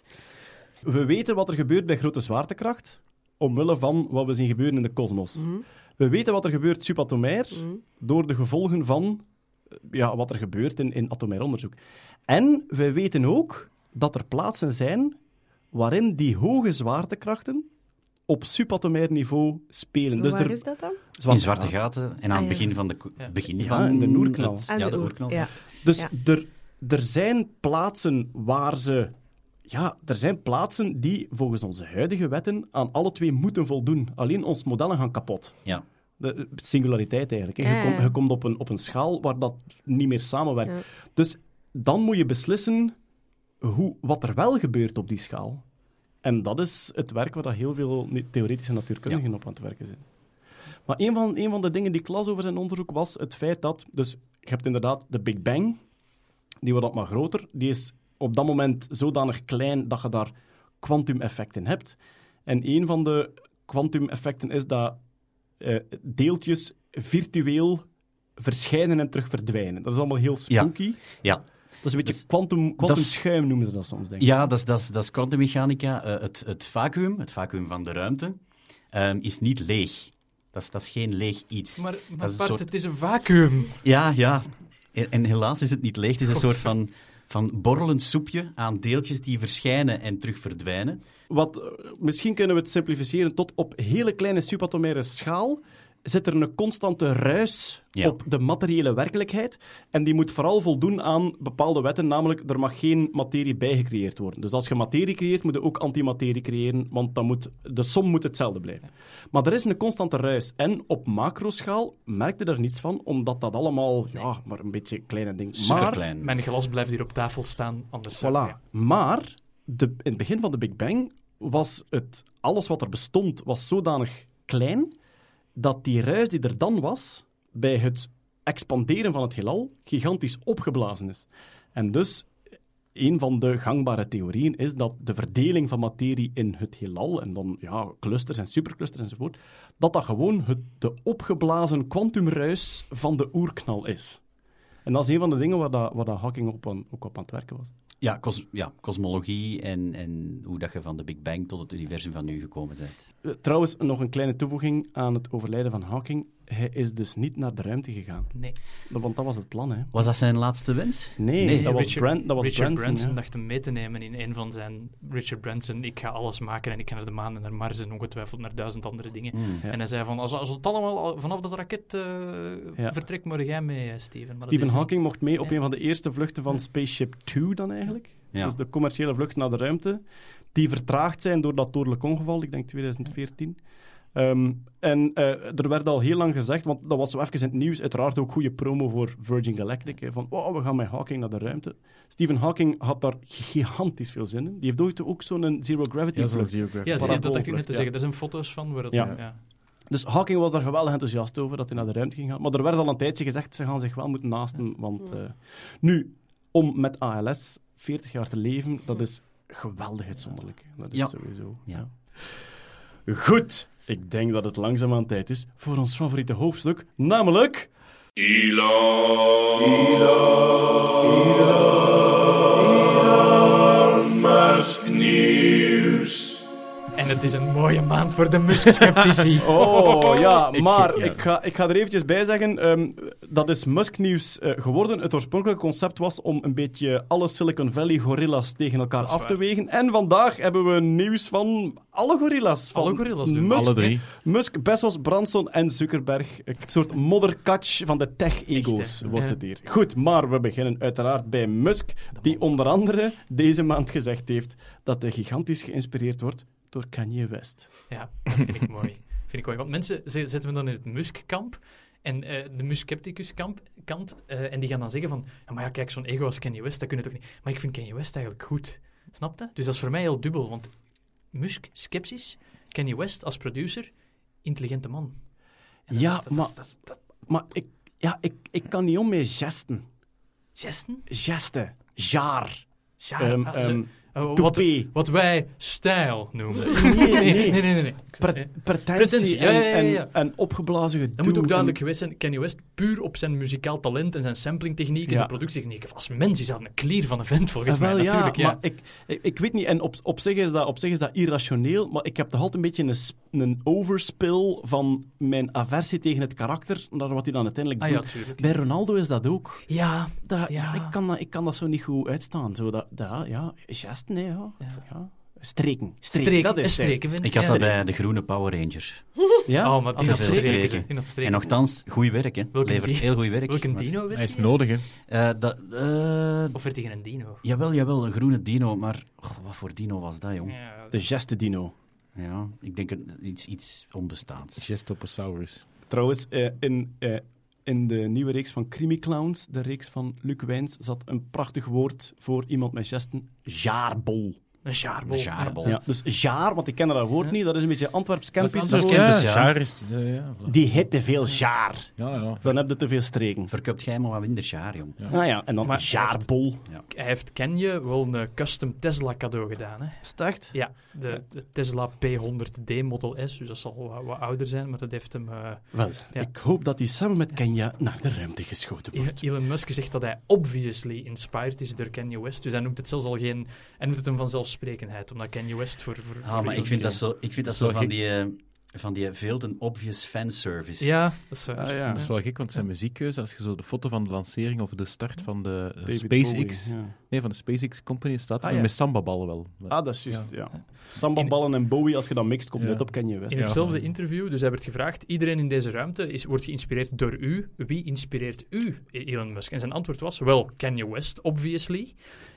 [SPEAKER 4] We weten wat er gebeurt bij grote zwaartekracht, omwille van wat we zien gebeuren in de kosmos.
[SPEAKER 5] Mm-hmm.
[SPEAKER 4] We weten wat er gebeurt subatomair,
[SPEAKER 5] Mm-hmm.
[SPEAKER 4] door de gevolgen van ja, wat er gebeurt in, in atomair onderzoek. En we weten ook dat er plaatsen zijn waarin die hoge zwaartekrachten op subatomair niveau spelen. Dus
[SPEAKER 5] Waar
[SPEAKER 4] er,
[SPEAKER 5] is dat dan?
[SPEAKER 7] In zwarte gaten en aan
[SPEAKER 5] Ah,
[SPEAKER 7] het
[SPEAKER 5] ja.
[SPEAKER 7] begin van de,
[SPEAKER 6] Ja.
[SPEAKER 7] begin
[SPEAKER 4] Ja,
[SPEAKER 7] van
[SPEAKER 4] in de oerknal.
[SPEAKER 7] het-
[SPEAKER 5] Aan
[SPEAKER 7] ja, de
[SPEAKER 5] oer-
[SPEAKER 7] oerknal.
[SPEAKER 5] Ja.
[SPEAKER 4] Dus
[SPEAKER 5] Ja.
[SPEAKER 4] er, er zijn plaatsen waar ze... Ja, er zijn plaatsen die volgens onze huidige wetten aan alle twee moeten voldoen. Alleen ons modellen gaan kapot.
[SPEAKER 7] Ja.
[SPEAKER 4] De singulariteit eigenlijk. hè.
[SPEAKER 5] Ja,
[SPEAKER 4] Je, komt,
[SPEAKER 5] ja.
[SPEAKER 4] je komt op een, op een schaal waar dat niet meer samenwerkt.
[SPEAKER 5] Ja.
[SPEAKER 4] Dus dan moet je beslissen hoe, wat er wel gebeurt op die schaal. En dat is het werk waar dat heel veel ne- theoretische natuurkundigen op aan het werken zijn. Maar een van, een van de dingen die ik las over zijn onderzoek was het feit dat... Dus je hebt inderdaad de Big Bang, die wordt wat maar groter. Die is op dat moment zodanig klein dat je daar kwantumeffecten hebt. En een van de kwantumeffecten is dat eh, deeltjes virtueel verschijnen en terug verdwijnen. Dat is allemaal heel spooky.
[SPEAKER 7] Ja.
[SPEAKER 4] Dat is een beetje
[SPEAKER 7] Dat is-
[SPEAKER 4] quantum,
[SPEAKER 7] dat
[SPEAKER 4] quantum
[SPEAKER 7] is-
[SPEAKER 4] schuim noemen ze dat soms, denk ik.
[SPEAKER 7] Ja, dat is, dat is, dat is kwantummechanica. Eh, het, het vacuüm, het vacuüm van de ruimte, ehm, is niet leeg. Dat is, dat is geen leeg iets.
[SPEAKER 6] Maar,
[SPEAKER 7] Dat
[SPEAKER 6] maar
[SPEAKER 7] is een
[SPEAKER 6] Bart,
[SPEAKER 7] soort-
[SPEAKER 6] het is een vacuüm.
[SPEAKER 7] Ja, ja. En, en helaas is het niet leeg. Het is een soort van, van borrelend soepje aan deeltjes die verschijnen en terug verdwijnen.
[SPEAKER 4] Wat, eh, misschien kunnen we het simplificeren tot op hele kleine subatomaire schaal zit er een constante ruis
[SPEAKER 7] Ja.
[SPEAKER 4] op de materiële werkelijkheid. En die moet vooral voldoen aan bepaalde wetten, namelijk er mag geen materie bijgecreëerd worden. Dus als je materie creëert, moet je ook antimaterie creëren, want dan moet, de som moet hetzelfde blijven. Maar er is een constante ruis. En op macroschaal merkte er niets van, omdat dat allemaal ja, maar een beetje kleine dingen... Maar,
[SPEAKER 7] Superklein.
[SPEAKER 6] Mijn glas blijft hier op tafel staan, anders...
[SPEAKER 4] Voilà.
[SPEAKER 6] Ja.
[SPEAKER 4] Maar de, in het begin van de Big Bang was het, alles wat er bestond, was zodanig klein dat die ruis die er dan was, bij het expanderen van het heelal, gigantisch opgeblazen is. En dus, een van de gangbare theorieën is dat de verdeling van materie in het heelal, en dan ja, clusters en superclusters enzovoort, dat dat gewoon het, de opgeblazen kwantumruis van de oerknal is. En dat is een van de dingen waar, dat, waar dat Hawking op aan, ook op aan het werken was.
[SPEAKER 7] Ja, kos, ja, kosmologie en, en hoe dat je van de Big Bang tot het universum van nu gekomen bent.
[SPEAKER 4] Uh, trouwens, nog een kleine toevoeging aan het overlijden van Hawking. Hij is dus niet naar de ruimte gegaan.
[SPEAKER 6] Nee.
[SPEAKER 4] Want dat was het plan, hè.
[SPEAKER 7] Was dat zijn laatste wens?
[SPEAKER 4] Nee,
[SPEAKER 7] Nee,
[SPEAKER 4] dat, was
[SPEAKER 6] Richard,
[SPEAKER 4] Brand, dat was
[SPEAKER 6] Richard
[SPEAKER 4] Branson.
[SPEAKER 6] Branson
[SPEAKER 4] ja.
[SPEAKER 6] dacht hem mee te nemen in een van zijn... Richard Branson, ik ga alles maken en ik ga naar de maan en naar Mars en ongetwijfeld naar duizend andere dingen.
[SPEAKER 7] Hmm.
[SPEAKER 4] Ja.
[SPEAKER 6] En hij zei van, als, als het allemaal al- vanaf dat raket eh,
[SPEAKER 4] Ja.
[SPEAKER 6] vertrekt, moet jij mee, eh, Steven. Maar dat
[SPEAKER 4] Stephen
[SPEAKER 6] is-
[SPEAKER 4] Hawking mocht mee op
[SPEAKER 6] Ja.
[SPEAKER 4] een van de eerste vluchten van Spaceship twee dan eigenlijk.
[SPEAKER 7] Ja.
[SPEAKER 4] Dus de commerciële vlucht naar de ruimte. Die vertraagd zijn door dat dodelijk ongeval, ik denk twintig veertien. Ehm, en eh, er werd al heel lang gezegd, want dat was zo even in het nieuws, uiteraard ook goede promo voor Virgin Galactic, hè, van oh, we gaan met Hawking naar de ruimte. Stephen Hawking had daar gigantisch veel zin in. Die heeft ooit ook zo'n zero gravity
[SPEAKER 8] Ja, zo'n
[SPEAKER 4] vlucht.
[SPEAKER 8] zero gravity.
[SPEAKER 6] Ja, zie- dat dacht ik net te
[SPEAKER 4] Paraboolvlucht,
[SPEAKER 6] zeggen. Er zijn foto's van waar het...
[SPEAKER 4] Ja.
[SPEAKER 6] dan- ja.
[SPEAKER 4] Dus Hawking was daar geweldig enthousiast over, dat hij naar de ruimte ging gaan. Maar er werd al een tijdje gezegd, ze gaan zich wel moeten naasten, want... eh, nu, om met A L S veertig jaar te leven, dat is geweldig uitzonderlijk. Dat is
[SPEAKER 7] Ja.
[SPEAKER 4] sowieso...
[SPEAKER 7] Ja.
[SPEAKER 4] Goed, ik denk dat het langzaamaan tijd is voor ons favoriete hoofdstuk, namelijk...
[SPEAKER 1] Elon. Elon. Elon Musk Nieuws.
[SPEAKER 6] En En het is een mooie maand voor de Musk-sceptici.
[SPEAKER 4] Oh, ja,
[SPEAKER 8] Ik-
[SPEAKER 4] maar
[SPEAKER 8] ja.
[SPEAKER 4] ik ga, ik ga er eventjes bij zeggen, um, dat is Musk-nieuws uh, geworden. Het oorspronkelijke concept was om een beetje alle Silicon Valley gorillas tegen elkaar
[SPEAKER 6] Dat is
[SPEAKER 4] af te
[SPEAKER 6] waar.
[SPEAKER 4] wegen. En vandaag hebben we nieuws van alle gorillas. Van
[SPEAKER 6] Alle gorillas doen
[SPEAKER 4] Musk,
[SPEAKER 8] Alle drie.
[SPEAKER 4] Musk, Bezos, Branson en Zuckerberg. Een soort modderkatch van de tech-ego's
[SPEAKER 6] Echt, hè?
[SPEAKER 4] wordt
[SPEAKER 6] Ja.
[SPEAKER 4] het hier. Goed, maar we beginnen uiteraard bij Musk, die onder andere deze maand gezegd heeft dat hij gigantisch geïnspireerd wordt door Kanye West.
[SPEAKER 6] Ja, dat vind ik mooi. Vind ik mooi. Want mensen z- zetten me dan in het Musk-kamp en eh, de Musk-scepticus-kamp kant, eh, en die gaan dan zeggen van, ja, maar ja, kijk, zo'n ego als Kanye West, dat kun je toch niet... Maar ik vind Kanye West eigenlijk goed. Snap je? Dus dat is voor mij heel dubbel, want Musk, sceptisch, Kanye West als producer, intelligente man. En
[SPEAKER 4] Ja,
[SPEAKER 6] dat- dat-
[SPEAKER 4] maar-
[SPEAKER 6] dat- dat- dat-
[SPEAKER 4] Maar ik, ja, ik, ik kan niet om met gesten.
[SPEAKER 6] Gesten?
[SPEAKER 4] Gesten. Jaar.
[SPEAKER 6] Ja,
[SPEAKER 4] Ehm,
[SPEAKER 6] ah, zo-
[SPEAKER 4] ehm,
[SPEAKER 6] oh, wat,
[SPEAKER 4] toupee.
[SPEAKER 6] wat wij stijl noemen.
[SPEAKER 4] Nee, nee.
[SPEAKER 6] nee, nee, nee. nee.
[SPEAKER 4] Pre-
[SPEAKER 6] Eh,
[SPEAKER 4] pretentie,
[SPEAKER 6] Pretentie, ja,
[SPEAKER 4] en,
[SPEAKER 6] ja, ja, ja.
[SPEAKER 4] En, en opgeblazen gedoe.
[SPEAKER 6] Dat moet ook duidelijk
[SPEAKER 4] en-
[SPEAKER 6] geweest zijn. Kanye West, puur op zijn muzikaal talent en zijn samplingtechnieken,
[SPEAKER 4] Ja.
[SPEAKER 6] de productietechnieken. Als mens is dat een klier van een vent, volgens
[SPEAKER 4] Ah,
[SPEAKER 6] mij.
[SPEAKER 4] wel, ja,
[SPEAKER 6] Natuurlijk, ja.
[SPEAKER 4] maar ik, ik, ik weet niet, en op, op, zich is dat, op zich is dat irrationeel, maar ik heb toch altijd een beetje een, sp- een overspill van mijn aversie tegen het karakter, naar wat hij dan uiteindelijk
[SPEAKER 6] Ah ja,
[SPEAKER 4] doet.
[SPEAKER 6] tuurlijk.
[SPEAKER 4] Bij Ronaldo is dat ook.
[SPEAKER 6] Ja,
[SPEAKER 4] Dat, ja.
[SPEAKER 6] Ja.
[SPEAKER 4] ik, kan dat, ik kan dat zo niet goed uitstaan. Zo dat, dat, ja, gesten, hè, ja.
[SPEAKER 6] Ja.
[SPEAKER 4] ja. Streken. Streken,
[SPEAKER 6] streken,
[SPEAKER 4] dat is
[SPEAKER 6] streken vind
[SPEAKER 7] Ik had
[SPEAKER 6] ja.
[SPEAKER 7] dat bij de groene Power Ranger.
[SPEAKER 4] Ja?
[SPEAKER 6] Oh, maar
[SPEAKER 4] Ah,
[SPEAKER 6] in
[SPEAKER 4] dat
[SPEAKER 6] dat
[SPEAKER 4] is-
[SPEAKER 7] streken.
[SPEAKER 6] streken. In dat streken.
[SPEAKER 7] En nogthans, goed werk, hè.
[SPEAKER 6] Welke
[SPEAKER 7] Levert
[SPEAKER 6] die-
[SPEAKER 7] heel goed werk.
[SPEAKER 6] Welke
[SPEAKER 7] maar-
[SPEAKER 6] dino werd
[SPEAKER 8] Hij is
[SPEAKER 6] hij?
[SPEAKER 8] nodig, hè.
[SPEAKER 7] Eh, dat, eh,
[SPEAKER 6] Of werd hij geen dino?
[SPEAKER 7] jawel, jawel, een groene dino, maar oh, wat voor dino was dat, jong?
[SPEAKER 6] Ja,
[SPEAKER 4] De gestendino.
[SPEAKER 7] Ja, ik denk een, iets, iets onbestaans.
[SPEAKER 8] Gestoposaurus.
[SPEAKER 4] Trouwens, eh, in, eh, in de nieuwe reeks van Creamy Clowns, de reeks van Luc Wijns, zat een prachtig woord voor iemand met gesten. Jaarbol.
[SPEAKER 6] een jaarbol.
[SPEAKER 7] Een jaarbol.
[SPEAKER 4] Ja, dus jaar, want ik ken dat woord
[SPEAKER 6] Ja.
[SPEAKER 4] niet, dat is een beetje Antwerps
[SPEAKER 8] Dat is
[SPEAKER 4] Kempisch.
[SPEAKER 7] dat is
[SPEAKER 8] ja,
[SPEAKER 7] Kempis, ja.
[SPEAKER 8] Jaar is... eh, ja, voilà.
[SPEAKER 4] Die heeft te veel jaar.
[SPEAKER 8] ja, ja.
[SPEAKER 4] Dan heb je te veel streken.
[SPEAKER 7] Verkoopt jij maar wat minder jaar, jong.
[SPEAKER 8] Ja.
[SPEAKER 4] Ah ja, en dan
[SPEAKER 6] Maar
[SPEAKER 4] jaarbol.
[SPEAKER 6] Hij heeft Kanye wel een custom Tesla cadeau gedaan. Hè?
[SPEAKER 4] Is het echt?
[SPEAKER 6] Ja, de, de Tesla P honderd D Model S, dus dat zal wat, wat ouder zijn, maar dat heeft hem... eh,
[SPEAKER 4] Wel,
[SPEAKER 6] Ja.
[SPEAKER 4] ik hoop dat hij samen met Kenya naar de ruimte geschoten wordt.
[SPEAKER 6] Elon Musk zegt dat hij obviously inspired is door Kanye West, dus hij noemt het zelfs al geen... Hij noemt het een vanzelfsprekendheid, omdat Kanye West voor... voor
[SPEAKER 7] Ah,
[SPEAKER 6] voor
[SPEAKER 7] maar
[SPEAKER 6] Elon
[SPEAKER 7] ik vind dat
[SPEAKER 6] Musk-
[SPEAKER 7] zo, ik vind dat
[SPEAKER 8] Dat
[SPEAKER 7] zo
[SPEAKER 8] is
[SPEAKER 7] van
[SPEAKER 8] wel
[SPEAKER 7] die, eh, van die veel te obvious fanservice.
[SPEAKER 6] Ja, dat is waar.
[SPEAKER 4] Ah, ja.
[SPEAKER 8] Dat is wel gek, want zijn muziekkeuze, als je zo de foto van de lancering of de start van de eh,
[SPEAKER 4] David
[SPEAKER 8] SpaceX...
[SPEAKER 4] Bowie, ja.
[SPEAKER 8] Nee, van de SpaceX Company staat er
[SPEAKER 4] Ah, ja.
[SPEAKER 8] met sambaballen wel.
[SPEAKER 4] Ah, dat is juist, ja. Sambaballen en Bowie, als je dat mixt, komt
[SPEAKER 8] Ja.
[SPEAKER 4] net op Kanye West.
[SPEAKER 6] In
[SPEAKER 8] Ja.
[SPEAKER 6] hetzelfde interview, dus hij werd gevraagd, iedereen in deze ruimte is, wordt geïnspireerd door u. Wie inspireert u, Elon Musk? En zijn antwoord was, wel, Kanye West, obviously.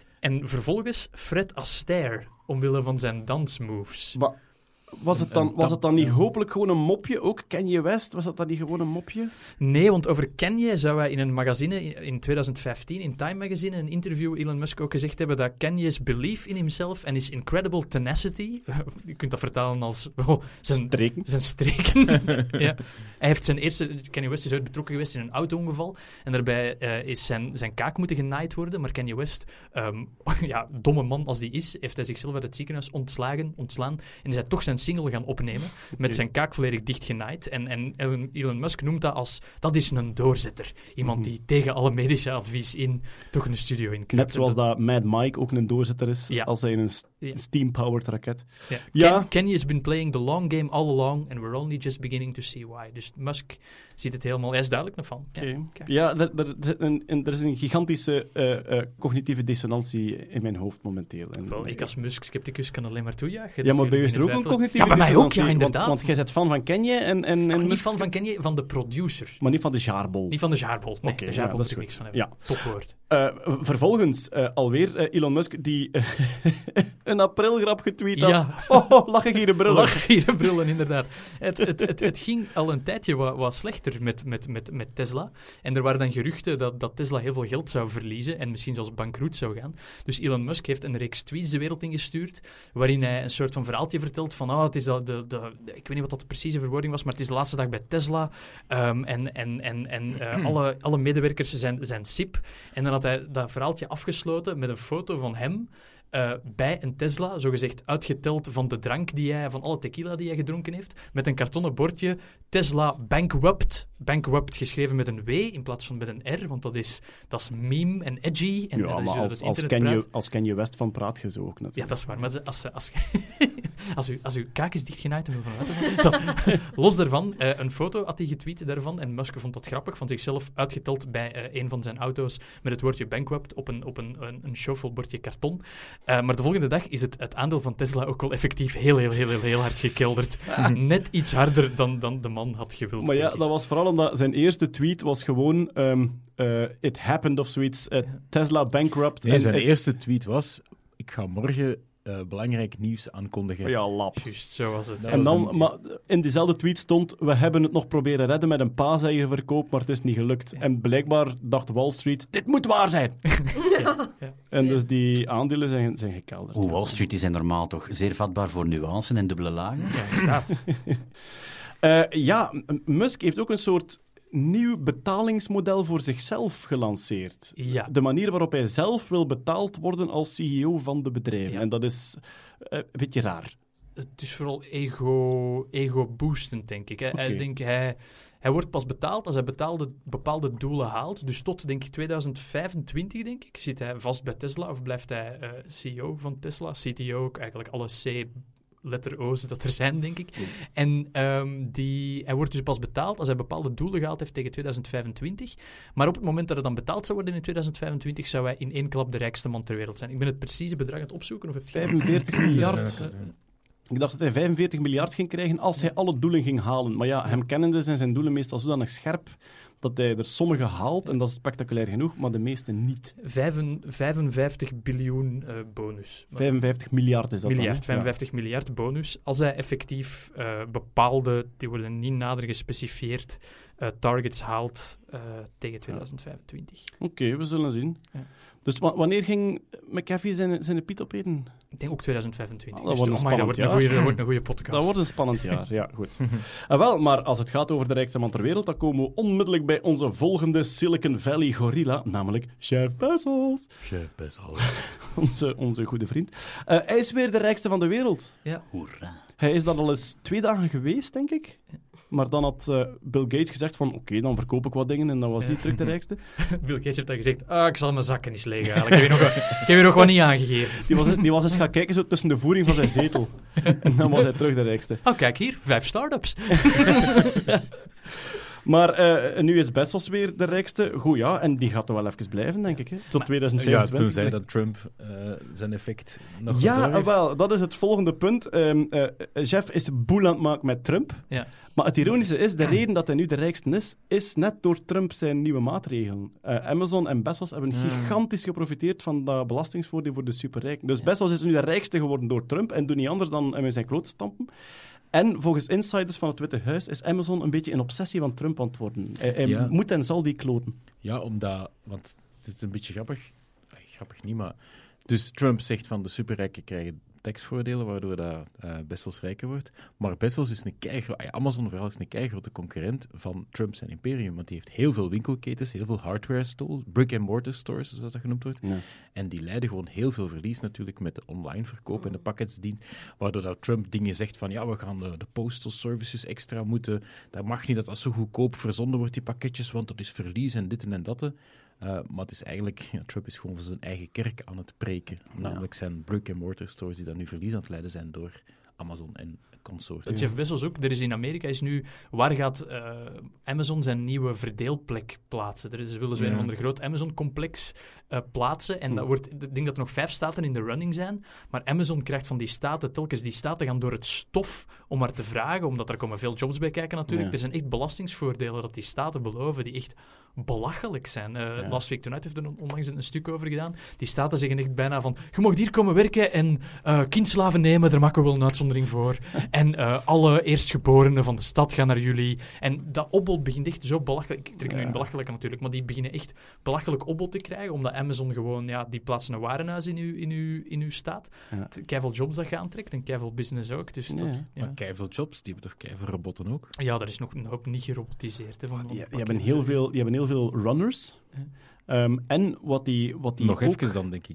[SPEAKER 6] En vervolgens Fred Astaire, omwille van zijn dansmoves.
[SPEAKER 4] Maar was het, dan, was het dan niet hopelijk gewoon een mopje? Ook Kanye West, was dat dan niet gewoon een mopje?
[SPEAKER 6] Nee, want over Kanye zou hij in een magazine in- in twintig vijftien, in Time Magazine, een interview, Elon Musk ook gezegd hebben dat Kanye's belief in himself en his incredible tenacity, je kunt dat vertalen als oh, zijn,
[SPEAKER 4] Streken.
[SPEAKER 6] zijn streken. ja. Hij heeft zijn eerste, Kanye West is ooit betrokken geweest in een auto-ongeval en daarbij eh, is zijn, zijn kaak moeten genaaid worden, maar Kanye West, ehm, ja, domme man als die is, heeft hij zichzelf uit het ziekenhuis ontslagen, ontslaan en is hij toch zijn single gaan opnemen met zijn kaak volledig dicht genaaid. En, en Elon, Elon Musk noemt dat als, dat is een doorzetter. Iemand die tegen alle medische advies in toch een studio in
[SPEAKER 4] Net zoals dat Mad Mike ook een doorzetter is,
[SPEAKER 6] Ja.
[SPEAKER 4] als hij in een st-
[SPEAKER 6] Ja.
[SPEAKER 4] steam-powered raket.
[SPEAKER 6] Ja.
[SPEAKER 4] Ja.
[SPEAKER 6] Ken, Kanye has been playing the long game all along and we're only just beginning to see why. Dus Musk ziet het helemaal... Hij is duidelijk nog van. Ja,
[SPEAKER 4] Oké.
[SPEAKER 6] kijk.
[SPEAKER 4] Ja, er, er, er, is een, een- er is een gigantische eh, eh, cognitieve dissonantie in mijn hoofd momenteel. En,
[SPEAKER 6] Wel, ik als Musk-scepticus kan alleen maar toejuichen.
[SPEAKER 4] ja, maar bij u is er ook een cognitieve
[SPEAKER 6] Ja, bij mij ook,
[SPEAKER 4] dissonantie.
[SPEAKER 6] ja,
[SPEAKER 4] want-
[SPEAKER 6] inderdaad.
[SPEAKER 4] Want, jij bent fan van Kanye en... en, en
[SPEAKER 6] niet
[SPEAKER 4] Musk-
[SPEAKER 6] van van Kanye, van de producer.
[SPEAKER 4] Maar niet van de jaarbol.
[SPEAKER 6] Niet van de jaarbol. Nee,
[SPEAKER 4] Oké,
[SPEAKER 6] de
[SPEAKER 4] ja,
[SPEAKER 6] jaarbol
[SPEAKER 4] dat
[SPEAKER 6] moet
[SPEAKER 4] is
[SPEAKER 6] ik
[SPEAKER 4] goed.
[SPEAKER 6] niks van hebben.
[SPEAKER 4] Ja.
[SPEAKER 6] Topwoord.
[SPEAKER 4] Eh, v- vervolgens eh, alweer eh, Elon Musk die eh, een aprilgrap getweet had.
[SPEAKER 6] Ja.
[SPEAKER 4] Oh, lach ik hier een bril.
[SPEAKER 6] Lachgieren brillen, inderdaad. Het, het, het, het ging al een tijdje wat, wat slechter met, met, met, met Tesla. En er waren dan geruchten dat, dat Tesla heel veel geld zou verliezen en misschien zelfs bankroet zou gaan. Dus Elon Musk heeft een reeks tweets de wereld ingestuurd, waarin hij een soort van verhaaltje vertelt van, oh, het is de, de, de, de- ik weet niet wat dat de precieze verwoording was, maar het is de laatste dag bij Tesla. Um, en en, en, en uh, alle, alle medewerkers zijn, zijn sip. En dan had hij dat verhaaltje afgesloten met een foto van hem Uh, bij een Tesla, zogezegd uitgeteld van de drank die hij, van alle tequila die hij gedronken heeft, met een kartonnen bordje Tesla bankrupt, bankrupt geschreven met een W in plaats van met een R, want dat is, dat is meme en edgy. En,
[SPEAKER 4] Ja,
[SPEAKER 6] en dat is
[SPEAKER 4] maar
[SPEAKER 6] hoe
[SPEAKER 4] als,
[SPEAKER 6] het
[SPEAKER 4] als,
[SPEAKER 6] internet
[SPEAKER 4] Kanye,
[SPEAKER 6] praat.
[SPEAKER 4] als Kanye West van praat je zo ook
[SPEAKER 6] Ja,
[SPEAKER 4] natuurlijk.
[SPEAKER 6] dat is waar. Maar ze- als, als, als, u, als uw kaak is dichtgenaaid en wil vanuit dan, los daarvan, uh, een foto had hij getweet daarvan en Musk vond dat grappig, van zichzelf uitgeteld bij uh, een van zijn auto's met het woordje bankrupt op een, op een, een, een shuffle bordje karton. Uh, maar de volgende dag is het, het aandeel van Tesla ook wel effectief heel, heel, heel, heel, heel hard gekelderd. Net iets harder dan, dan de man had gewild.
[SPEAKER 4] Maar ja,
[SPEAKER 6] denk ik.
[SPEAKER 4] dat was vooral omdat zijn eerste tweet was gewoon um, uh, it happened of zoiets. Uh, Tesla bankrupt.
[SPEAKER 8] Nee,
[SPEAKER 4] en
[SPEAKER 8] zijn
[SPEAKER 4] is-
[SPEAKER 8] eerste tweet was: ik ga morgen uh, belangrijk nieuws aankondigen.
[SPEAKER 4] Ja, lap.
[SPEAKER 6] Juist, zo was het.
[SPEAKER 8] Dat
[SPEAKER 4] En
[SPEAKER 8] was
[SPEAKER 4] dan,
[SPEAKER 8] een-
[SPEAKER 4] maar in diezelfde tweet stond, we hebben het nog proberen redden met een paaseigenverkoop, maar het is niet gelukt. En blijkbaar dacht Wall Street, dit moet waar zijn.
[SPEAKER 6] Ja, ja.
[SPEAKER 4] En dus die aandelen zijn, zijn gekelderd.
[SPEAKER 7] Hoe Wall Street is normaal toch zeer vatbaar voor nuance en dubbele lagen.
[SPEAKER 6] Ja, inderdaad.
[SPEAKER 4] Uh, ja, M- Musk heeft ook een soort nieuw betalingsmodel voor zichzelf gelanceerd.
[SPEAKER 6] Ja.
[SPEAKER 4] De manier waarop hij zelf wil betaald worden als C E O van de bedrijven.
[SPEAKER 6] Ja.
[SPEAKER 4] En dat is uh, een beetje raar.
[SPEAKER 6] Het is vooral ego, ego-boostend, denk ik. Hè.
[SPEAKER 4] Oké.
[SPEAKER 6] Hij, denk, hij, hij wordt pas betaald als hij betaalde, bepaalde doelen haalt. Dus tot, denk ik, tweeduizend vijfentwintig, denk ik, zit hij vast bij Tesla of blijft hij uh, C E O van Tesla. C T O ook, eigenlijk alle C letter O's dat er zijn, denk ik. En um, die, hij wordt dus pas betaald als hij bepaalde doelen gehaald heeft tegen tweeduizend vijfentwintig. Maar op het moment dat hij dan betaald zou worden in tweeduizend vijfentwintig, zou hij in één klap de rijkste man ter wereld zijn. Ik ben het precieze bedrag aan het opzoeken. Of heeft
[SPEAKER 4] vijfenveertig miljard.
[SPEAKER 6] Uh,
[SPEAKER 4] Ik dacht dat hij vijfenveertig miljard ging krijgen als hij alle doelen ging halen. Maar ja, hem kennende zijn zijn doelen meestal zodanig scherp dat hij er sommige haalt, en dat is spectaculair genoeg, maar de meeste niet.
[SPEAKER 6] Vijven, vijfenvijftig biljoen uh, bonus.
[SPEAKER 4] vijfenvijftig miljard is dat
[SPEAKER 6] miljard,
[SPEAKER 4] dan, hè?
[SPEAKER 6] vijfenvijftig miljard bonus. Als hij effectief uh, bepaalde, die worden niet nader gespecifieerd, uh, targets haalt uh, tegen tweeduizend vijfentwintig.
[SPEAKER 4] Oké, okay, we zullen zien.
[SPEAKER 6] Ja.
[SPEAKER 4] Dus w- wanneer ging McAfee zijn, zijn piet opeten?
[SPEAKER 6] Ik denk ook tweeduizend vijfentwintig.
[SPEAKER 4] Ah, dat
[SPEAKER 6] Dus
[SPEAKER 4] wordt een
[SPEAKER 6] amai, dat,
[SPEAKER 4] spannend
[SPEAKER 6] wordt een
[SPEAKER 4] jaar.
[SPEAKER 6] goeie, dat wordt een goede podcast.
[SPEAKER 4] Dat wordt een spannend jaar, ja, goed. uh, wel, maar als het gaat over de rijkste man ter wereld, dan komen we onmiddellijk bij onze volgende Silicon Valley gorilla, namelijk Jeff Bezos.
[SPEAKER 8] Chef Bezos.
[SPEAKER 4] onze, onze goede vriend. Uh, hij is weer de rijkste van de wereld.
[SPEAKER 6] Ja.
[SPEAKER 7] Hoera.
[SPEAKER 4] Hij is dat al eens twee dagen geweest, denk ik. Maar dan had uh, Bill Gates gezegd van, oké, okay, dan verkoop ik wat dingen en dan was hij
[SPEAKER 6] Ja.
[SPEAKER 4] terug de rijkste.
[SPEAKER 6] Bill Gates heeft dan gezegd, ah, ik zal mijn zakken eens leeg halen. Ik heb je nog, ik heb je nog wat niet aangegeven.
[SPEAKER 4] Die was, die was eens gaan kijken zo tussen de voering van zijn zetel. En dan was hij terug de rijkste.
[SPEAKER 6] Oh, kijk hier, vijf start-ups.
[SPEAKER 4] Maar uh, nu is Bezos weer de rijkste. Goed, ja, en die gaat er wel even blijven, denk ik. Hè? Tot tweeduizend
[SPEAKER 8] Ja,
[SPEAKER 4] vijfentwintig.
[SPEAKER 8] tenzij dat Trump uh, zijn effect nog
[SPEAKER 4] Ja,
[SPEAKER 8] door heeft.
[SPEAKER 4] wel, dat is het volgende punt. Um, uh, Jeff is boel aan het maken met Trump.
[SPEAKER 6] Ja.
[SPEAKER 4] Maar het ironische is, de reden dat hij nu de rijkste is, is net door Trump zijn nieuwe maatregelen. Uh, Amazon en Bezos hebben gigantisch geprofiteerd van dat belastingsvoordeel voor de superrijken. Dus Bezos is nu de rijkste geworden door Trump en doet niet anders dan hem in zijn kloot stampen. En volgens insiders van het Witte Huis is Amazon een beetje een obsessie van Trump aan het worden. Hij, hij
[SPEAKER 8] Ja.
[SPEAKER 4] moet en zal die kloten.
[SPEAKER 8] Ja, omdat... Want het is een beetje grappig. Ay, grappig niet, maar... Dus Trump zegt van de superrijken krijgen taxvoordelen, waardoor dat, uh, Bezos rijker wordt. Maar Bezos is een keigro- ay, Amazon vooral is een keigrote concurrent van Trump zijn imperium. Want die heeft heel veel winkelketens, heel veel hardware stores, brick-and-mortar stores, zoals dat genoemd wordt.
[SPEAKER 4] Ja.
[SPEAKER 8] En die leiden gewoon heel veel verlies natuurlijk met de online verkoop en de pakketsdienst. Waardoor dat Trump dingen zegt van ja, we gaan de, de postal services extra moeten. Dat mag niet dat dat zo goedkoop verzonden wordt, die pakketjes, want dat is verlies en dit en dat. Uh, maar het is eigenlijk, ja, Trump is gewoon voor zijn eigen kerk aan het preken. Namelijk zijn brick-and-mortar stores die dan nu verlies aan het leiden zijn door Amazon en consorten.
[SPEAKER 6] Jeff Bezos ook. Er is in Amerika is nu... Waar gaat uh, Amazon zijn nieuwe verdeelplek plaatsen? Er is, willen ze
[SPEAKER 8] Ja.
[SPEAKER 6] een ander groot Amazon-complex uh, plaatsen. En dat wordt, ik denk dat er nog vijf staten in de running zijn. Maar Amazon krijgt van die staten... Telkens die staten gaan door het stof om maar te vragen. Omdat er komen veel jobs bij kijken natuurlijk.
[SPEAKER 4] Ja.
[SPEAKER 6] Er zijn echt belastingsvoordelen dat die staten beloven die echt belachelijk zijn. Uh,
[SPEAKER 4] Ja.
[SPEAKER 6] Last Week Tonight heeft er onlangs een stuk over gedaan. Die staten zeggen echt bijna van... Je mag hier komen werken en uh, kindslaven nemen. Daar maken we wel een uitzondering voor. En uh, alle eerstgeborenen van de stad gaan naar jullie. En dat opbod begint echt zo belachelijk... Ik trek nu
[SPEAKER 4] Ja.
[SPEAKER 6] in belachelijk natuurlijk, maar die beginnen echt belachelijk opbod te krijgen, omdat Amazon gewoon... Ja, die plaatsen een warenhuis in uw, in uw, in uw staat.
[SPEAKER 4] Ja.
[SPEAKER 6] Keiveel jobs dat je aantrekt en keiveel business ook. Dus dat,
[SPEAKER 4] Ja.
[SPEAKER 6] ja.
[SPEAKER 8] Maar keiveel jobs, die hebben toch keiveel robotten ook?
[SPEAKER 6] ja, daar is nog een hoop niet gerobotiseerd. Hè, van, van
[SPEAKER 4] Je,
[SPEAKER 6] de
[SPEAKER 4] je, hebben heel veel, je hebben heel veel runners.
[SPEAKER 6] Ja.
[SPEAKER 4] Um, en wat die, wat die
[SPEAKER 8] Nog
[SPEAKER 4] ook...
[SPEAKER 8] even dan, denk ik.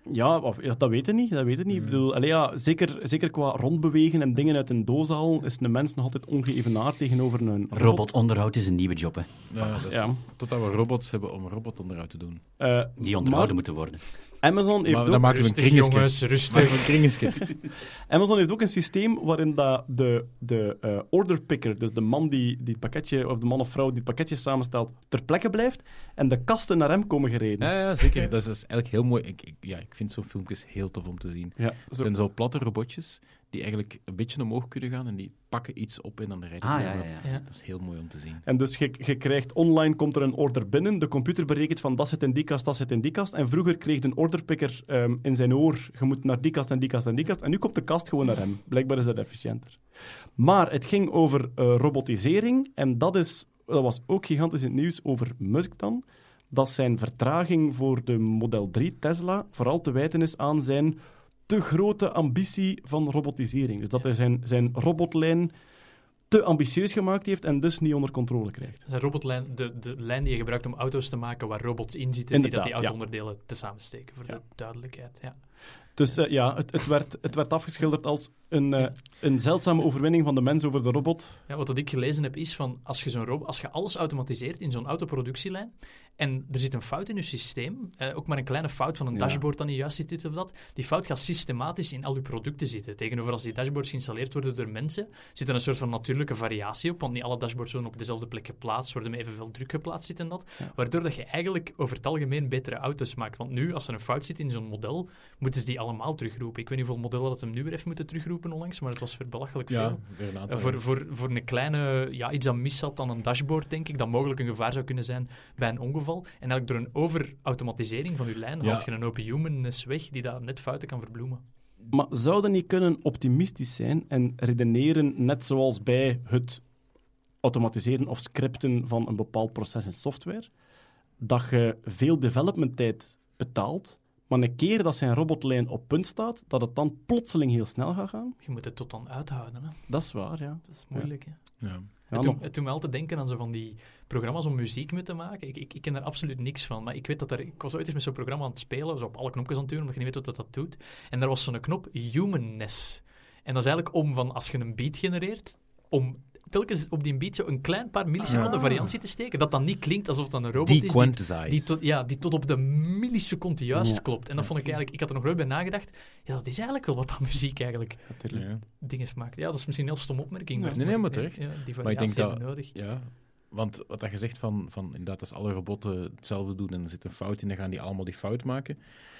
[SPEAKER 4] Ja, of, ja, dat weet ik niet. Dat weet ik niet. Ik bedoel, allee, ja, zeker, zeker qua rondbewegen en dingen uit een doos halen, is een mens nog altijd ongeëvenaard tegenover een robot.
[SPEAKER 7] Robotonderhoud is een nieuwe job, hè.
[SPEAKER 8] Ja, dat is,
[SPEAKER 4] Ja.
[SPEAKER 8] Totdat we robots hebben om robotonderhoud te doen.
[SPEAKER 4] Uh,
[SPEAKER 7] Die onderhouden
[SPEAKER 4] maar
[SPEAKER 7] moeten worden.
[SPEAKER 4] Amazon heeft
[SPEAKER 8] Maar
[SPEAKER 4] ook...
[SPEAKER 8] dan maken we een
[SPEAKER 6] Rustig,
[SPEAKER 8] kringetje.
[SPEAKER 6] jongens, rustig.
[SPEAKER 8] Maken we een kringetje.
[SPEAKER 4] Amazon heeft ook een systeem waarin dat de, de uh, orderpicker, dus de man die, die het pakketje, of de man of vrouw die het pakketje samenstelt, ter plekke blijft en de kasten naar hem komen gereden.
[SPEAKER 8] Ja, ja, zeker. Dat is dus eigenlijk heel mooi. Ik, ik, ja, ik vind zo'n filmpjes heel tof om te zien.
[SPEAKER 4] Ja,
[SPEAKER 8] Het
[SPEAKER 4] zo.
[SPEAKER 8] zijn zo platte robotjes die eigenlijk een beetje omhoog kunnen gaan en die pakken iets op en dan rijden
[SPEAKER 7] Ah,
[SPEAKER 8] die
[SPEAKER 7] ja,
[SPEAKER 8] aan.
[SPEAKER 7] ja, ja.
[SPEAKER 6] Ja.
[SPEAKER 8] Dat is heel mooi om te zien.
[SPEAKER 4] En dus je, je krijgt online, komt er een order binnen, de computer berekent van dat zit in die kast, dat zit in die kast. En vroeger kreeg een orderpicker um, in zijn oor, je moet naar die kast en die kast en die kast. En nu komt de kast gewoon naar hem. Blijkbaar is dat efficiënter. Maar het ging over uh, robotisering en dat, is, dat was ook gigantisch in het nieuws over Musk dan. Dat zijn vertraging voor de Model drie Tesla vooral te wijten is aan zijn te grote ambitie van robotisering. Dus dat hij zijn, zijn robotlijn te ambitieus gemaakt heeft en dus niet onder controle krijgt.
[SPEAKER 6] Dat is een robotlijn, de, de lijn die je gebruikt om auto's te maken waar robots in zitten die
[SPEAKER 4] Inderdaad,
[SPEAKER 6] dat die
[SPEAKER 4] ja.
[SPEAKER 6] auto-onderdelen te samensteken, voor
[SPEAKER 4] Ja.
[SPEAKER 6] de duidelijkheid. Ja.
[SPEAKER 4] Dus uh, ja, het, het, werd, het werd afgeschilderd als een, uh, een zeldzame overwinning van de mens over de robot.
[SPEAKER 6] Ja, wat dat ik gelezen heb is van als je, zo'n robo- als je alles automatiseert in zo'n autoproductielijn en er zit een fout in je systeem, eh, ook maar een kleine fout van een
[SPEAKER 4] Ja.
[SPEAKER 6] dashboard dat niet juist zit dit of dat, die fout gaat systematisch in al je producten zitten. Tegenover als die dashboards geïnstalleerd worden door mensen, zit er een soort van natuurlijke variatie op, want niet alle dashboards worden op dezelfde plek geplaatst, worden met evenveel druk geplaatst, zit en dat.
[SPEAKER 4] Ja.
[SPEAKER 6] Waardoor dat je eigenlijk over het algemeen betere auto's maakt. Want nu, als er een fout zit in zo'n model, moeten ze die allemaal terugroepen. Ik weet niet hoeveel modellen dat hem nu weer heeft moeten terugroepen onlangs, maar het was weer belachelijk veel.
[SPEAKER 8] Ja, weer een aantal.
[SPEAKER 6] Uh, voor, voor, voor een kleine, ja, iets dat mis zat aan een dashboard, denk ik, dat mogelijk een gevaar zou kunnen zijn bij een ongeval. En eigenlijk door een overautomatisering van je lijn
[SPEAKER 8] Ja.
[SPEAKER 6] haalt je een open humanness weg die dat net fouten kan verbloemen.
[SPEAKER 4] Maar zouden niet kunnen optimistisch zijn en redeneren, net zoals bij het automatiseren of scripten van een bepaald proces in software, dat je veel development-tijd betaalt, maar een keer dat zijn robotlijn op punt staat, dat het dan plotseling heel snel gaat gaan?
[SPEAKER 6] Je moet het tot dan uithouden. Hè.
[SPEAKER 4] Dat is waar, ja.
[SPEAKER 6] Dat is moeilijk. Hè.
[SPEAKER 8] Ja.
[SPEAKER 4] Ja,
[SPEAKER 6] Het doet,
[SPEAKER 4] nog-
[SPEAKER 6] het doet me altijd denken aan zo van die programma's om muziek mee te maken. Ik, ik, ik ken daar absoluut niks van, maar ik weet dat er... Ik was ooit eens met zo'n programma aan het spelen, zo op alle knopjes aan het duwen, omdat je niet weet wat dat, dat doet. En daar was zo'n knop humanness. En dat is eigenlijk om van, als je een beat genereert, om telkens op die beat zo een klein paar milliseconden
[SPEAKER 8] Ah.
[SPEAKER 6] variantie te steken, dat dan niet klinkt alsof dat een robot is die,
[SPEAKER 8] Dequantize.
[SPEAKER 6] die, tot, ja, die tot op de milliseconde juist
[SPEAKER 4] Ja.
[SPEAKER 6] klopt. En dat vond ik eigenlijk... Ik had er nog nooit bij nagedacht. Ja, dat is eigenlijk wel wat dat muziek eigenlijk
[SPEAKER 4] natuurlijk.
[SPEAKER 8] Ja.
[SPEAKER 6] dingen maakt. Ja, dat is misschien een heel stom opmerking.
[SPEAKER 4] Nee,
[SPEAKER 6] maar,
[SPEAKER 8] nee, nee, maar
[SPEAKER 6] ja,
[SPEAKER 8] terecht.
[SPEAKER 6] Ja, die
[SPEAKER 8] Maar ik denk
[SPEAKER 6] variatie
[SPEAKER 8] dat-
[SPEAKER 6] hebben we nodig.
[SPEAKER 8] Ja, want wat dat je zegt van, van inderdaad, als alle robotten hetzelfde doen en er zit een fout in, dan gaan die allemaal die fout maken.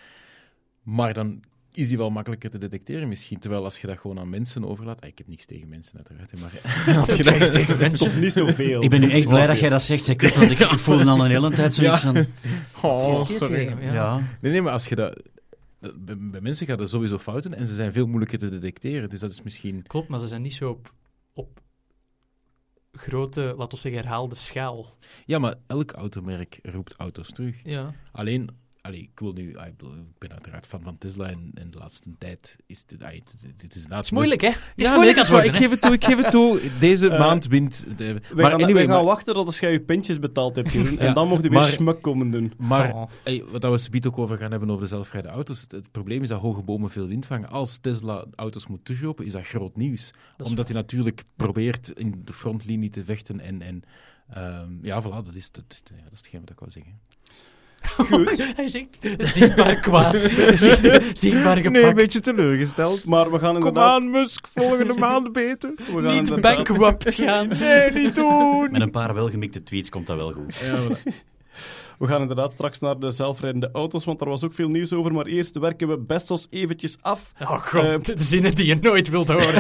[SPEAKER 8] Maar dan is die wel makkelijker te detecteren misschien. Terwijl als je dat gewoon aan mensen overlaat... Ah, ik heb niks tegen mensen, uiteraard. hè, Maar als je dat,
[SPEAKER 6] Tegen mensen.
[SPEAKER 4] Toch niet zoveel.
[SPEAKER 7] Ik ben nu echt blij dat jij dat zegt, Sekou, want ik, ik voelde al een hele tijd zoiets
[SPEAKER 8] Ja.
[SPEAKER 7] van...
[SPEAKER 8] Oh,
[SPEAKER 6] Heeft hij
[SPEAKER 8] sorry.
[SPEAKER 6] tegen hem, ja.
[SPEAKER 7] Ja.
[SPEAKER 8] Nee, nee, maar als je dat... dat- Bij, bij mensen gaat er sowieso fouten en ze zijn veel moeilijker te detecteren. Dus dat is misschien...
[SPEAKER 6] Klopt, maar ze zijn niet zo op, op grote, laten we zeggen, herhaalde schaal.
[SPEAKER 8] Ja, maar elk automerk roept auto's terug.
[SPEAKER 6] Ja.
[SPEAKER 8] Alleen, allee, ik wil nu... ah, Ik, bedoel, ik ben uiteraard fan van Tesla en, en de laatste tijd is dit... ah, dit, dit, dit is inderdaad...
[SPEAKER 6] Het is moeilijk, hè? Het is
[SPEAKER 8] Ja,
[SPEAKER 6] moeilijk
[SPEAKER 8] nee,
[SPEAKER 6] aan
[SPEAKER 8] dat
[SPEAKER 6] het
[SPEAKER 8] is waar.
[SPEAKER 6] worden,
[SPEAKER 8] Ik geef het toe, ik geef het toe. Deze
[SPEAKER 4] Eh,
[SPEAKER 8] maand wint... De,
[SPEAKER 4] We
[SPEAKER 8] maar
[SPEAKER 4] gaan,
[SPEAKER 8] anyway,
[SPEAKER 4] we gaan
[SPEAKER 8] maar,
[SPEAKER 4] wachten tot als jij je pintjes betaald hebt, Jeroen. En
[SPEAKER 8] Ja,
[SPEAKER 4] dan mocht je weer
[SPEAKER 8] maar-
[SPEAKER 4] smuk komen doen.
[SPEAKER 8] maar
[SPEAKER 6] Oh.
[SPEAKER 8] hey, wat we subiet ook over gaan hebben over de zelfrijdende auto's. Het, het probleem is dat hoge bomen veel wind vangen. Als Tesla auto's moet terugroepen, is dat groot nieuws.
[SPEAKER 6] is
[SPEAKER 8] Omdat hij natuurlijk probeert in de frontlinie te vechten. En, en ehm, ja, voilà, dat is, dat, is, ja, dat is hetgeen wat ik wou zeggen.
[SPEAKER 6] Goed. Hij zegt zichtbaar kwaad. Zicht- zichtbaar gepakt.
[SPEAKER 8] beetje teleurgesteld.
[SPEAKER 4] Maar we gaan inderdaad...
[SPEAKER 8] Musk, volgende maand beter.
[SPEAKER 4] We gaan
[SPEAKER 6] Niet
[SPEAKER 4] inderdaad-
[SPEAKER 6] bankrupt gaan.
[SPEAKER 8] Nee, niet doen.
[SPEAKER 7] Met een paar welgemikte tweets komt dat wel goed.
[SPEAKER 8] Ja, voilà.
[SPEAKER 4] We gaan inderdaad straks naar de zelfrijdende auto's, want er was ook veel nieuws over. Maar eerst werken we best eens eventjes af.
[SPEAKER 6] Oh god,
[SPEAKER 4] Eh,
[SPEAKER 6] de zinnen die je nooit wilt horen.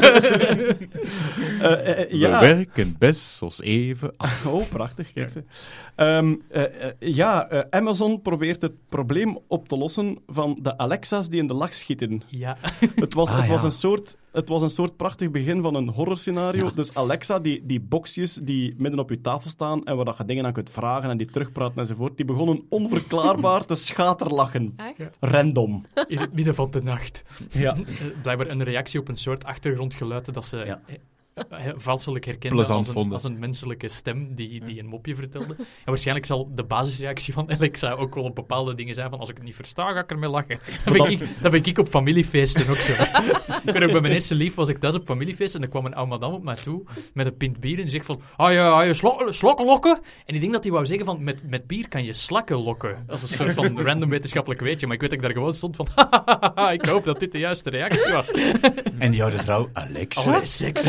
[SPEAKER 4] Eh, eh, ja.
[SPEAKER 8] We werken best zoals even af.
[SPEAKER 4] Oh, prachtig. Kijk ze. Ehm, eh, eh, ja, eh, Amazon probeert het probleem op te lossen van de Alexa's die in de lach schieten.
[SPEAKER 6] Ja.
[SPEAKER 4] Het was,
[SPEAKER 7] Ah,
[SPEAKER 4] het was,
[SPEAKER 7] ja.
[SPEAKER 4] een, soort, het was een soort prachtig begin van een horrorscenario.
[SPEAKER 7] Ja.
[SPEAKER 4] Dus Alexa, die, die boxjes die midden op je tafel staan en waar dat je dingen aan kunt vragen en die terugpraten enzovoort, die begonnen onverklaarbaar te schaterlachen.
[SPEAKER 5] Echt?
[SPEAKER 4] Random.
[SPEAKER 6] In het midden van de nacht.
[SPEAKER 4] Ja.
[SPEAKER 6] Eh, Blijkbaar een reactie op een soort achtergrondgeluid dat ze
[SPEAKER 7] Ja.
[SPEAKER 6] eh, uh, valselijk herkende
[SPEAKER 8] Plezant
[SPEAKER 6] als een,
[SPEAKER 8] vonden.
[SPEAKER 6] als een menselijke stem die, die een mopje vertelde. En waarschijnlijk zal de basisreactie van Alexa ook wel op bepaalde dingen zijn van als ik het niet versta, ga ik ermee lachen. Dat ben ik, dat ben ik op familiefeesten ook zo. Ik weet ook, bij mijn eerste lief was ik thuis op familiefeest en er kwam een oude madame op mij toe met een pint bier en die zegt van, ah ja, ah, je slok, slokken lokken? En ik denk dat hij wou zeggen van, met, met bier kan je slakken lokken. Dat is een soort van random wetenschappelijk weetje, maar ik weet dat ik daar gewoon stond van, ik hoop dat dit de juiste reactie was.
[SPEAKER 7] En die oude vrouw, Alexa.
[SPEAKER 6] Allee, seks.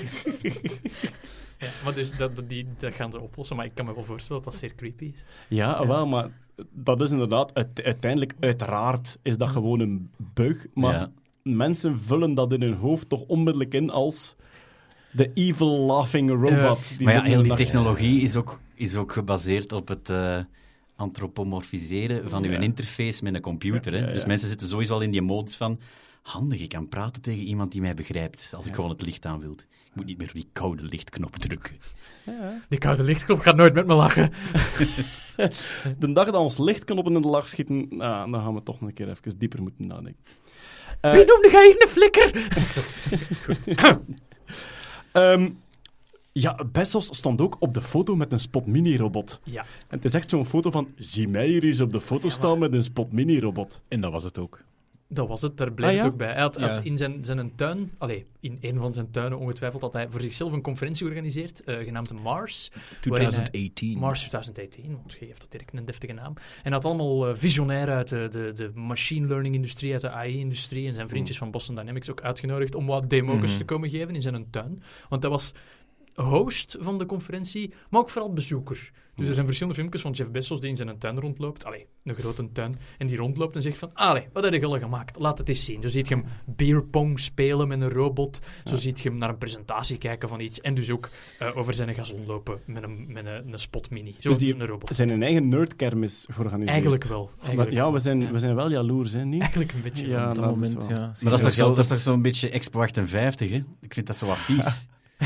[SPEAKER 6] Ja, maar dus dat, dat, die, dat gaan ze oplossen, maar ik kan me wel voorstellen dat dat zeer creepy is.
[SPEAKER 4] Ja,
[SPEAKER 6] Ja.
[SPEAKER 4] wel, maar dat is inderdaad... uit- uiteindelijk, uiteraard, is dat gewoon een bug. Maar
[SPEAKER 7] Ja.
[SPEAKER 4] mensen vullen dat in hun hoofd toch onmiddellijk in als de evil laughing robot.
[SPEAKER 7] Maar ja,
[SPEAKER 4] de
[SPEAKER 7] heel die
[SPEAKER 4] dag-
[SPEAKER 7] technologie is ook, is ook gebaseerd op het uh, antropomorfiseren van
[SPEAKER 4] Ja.
[SPEAKER 7] uw interface met een computer. Hè?
[SPEAKER 4] Ja, ja, ja.
[SPEAKER 7] Dus mensen zitten sowieso al in die modus van... Handig, ik kan praten tegen iemand die mij begrijpt als ik gewoon het licht aan wil. Ik moet niet meer op die koude lichtknop drukken.
[SPEAKER 4] Ja.
[SPEAKER 6] Die koude lichtknop gaat nooit met me lachen.
[SPEAKER 4] De dag dat ons lichtknoppen in de lach schieten, nou, dan gaan we toch een keer even dieper moeten nadenken. Eh,
[SPEAKER 6] Wie noemde jij een flikker?
[SPEAKER 4] Ehm, ja, Bezos stond ook op de foto met een Spot Mini-robot.
[SPEAKER 6] Ja.
[SPEAKER 4] En het is echt zo'n foto van, zie mij hier eens op de foto staan met een Spot Mini-robot.
[SPEAKER 8] En dat was het ook.
[SPEAKER 6] Dat was het, daar bleef
[SPEAKER 4] Ah, ja?
[SPEAKER 6] het ook bij. Hij had,
[SPEAKER 8] Ja.
[SPEAKER 6] had in zijn, zijn tuin, allee, in een van zijn tuinen ongetwijfeld, had hij voor zichzelf een conferentie georganiseerd, uh, genaamd Mars.
[SPEAKER 8] twintig
[SPEAKER 6] waarin hij-
[SPEAKER 8] achttien.
[SPEAKER 6] Mars twintig achttien, want je geeft dat direct een deftige naam. En had allemaal uh, visionairen uit de, de, de machine learning-industrie, uit de A I-industrie en zijn vriendjes van Boston Dynamics ook uitgenodigd om wat demo's
[SPEAKER 8] Mhm.
[SPEAKER 6] te komen geven in zijn tuin. Want hij was host van de conferentie, maar ook vooral bezoeker. Dus er zijn verschillende filmpjes van Jeff Bezos die in zijn tuin rondloopt. Allee, een grote tuin. En die rondloopt en zegt van, allee, wat heb je al gemaakt? Laat het eens zien. Zo ziet je hem beerpong spelen met een robot. Zo ziet je hem naar een presentatie kijken van iets. En dus ook uh, over zijn gazon lopen met een, met een, een Spot Mini. Zo
[SPEAKER 4] Dus die
[SPEAKER 6] een robot.
[SPEAKER 4] zijn een eigen nerdkermis georganiseerd.
[SPEAKER 6] Eigenlijk wel. Eigenlijk
[SPEAKER 4] Dat- ja,
[SPEAKER 6] wel.
[SPEAKER 4] we zijn,
[SPEAKER 6] Ja.
[SPEAKER 4] we zijn wel jaloers, hè, niet?
[SPEAKER 6] Eigenlijk een beetje.
[SPEAKER 4] Ja,
[SPEAKER 8] Op dat
[SPEAKER 4] dat
[SPEAKER 8] moment,
[SPEAKER 4] is wel.
[SPEAKER 8] ja.
[SPEAKER 7] Maar dat is, toch zo, dat is toch zo'n beetje Expo achtenvijftig, hè? Ik vind dat zo wat vies.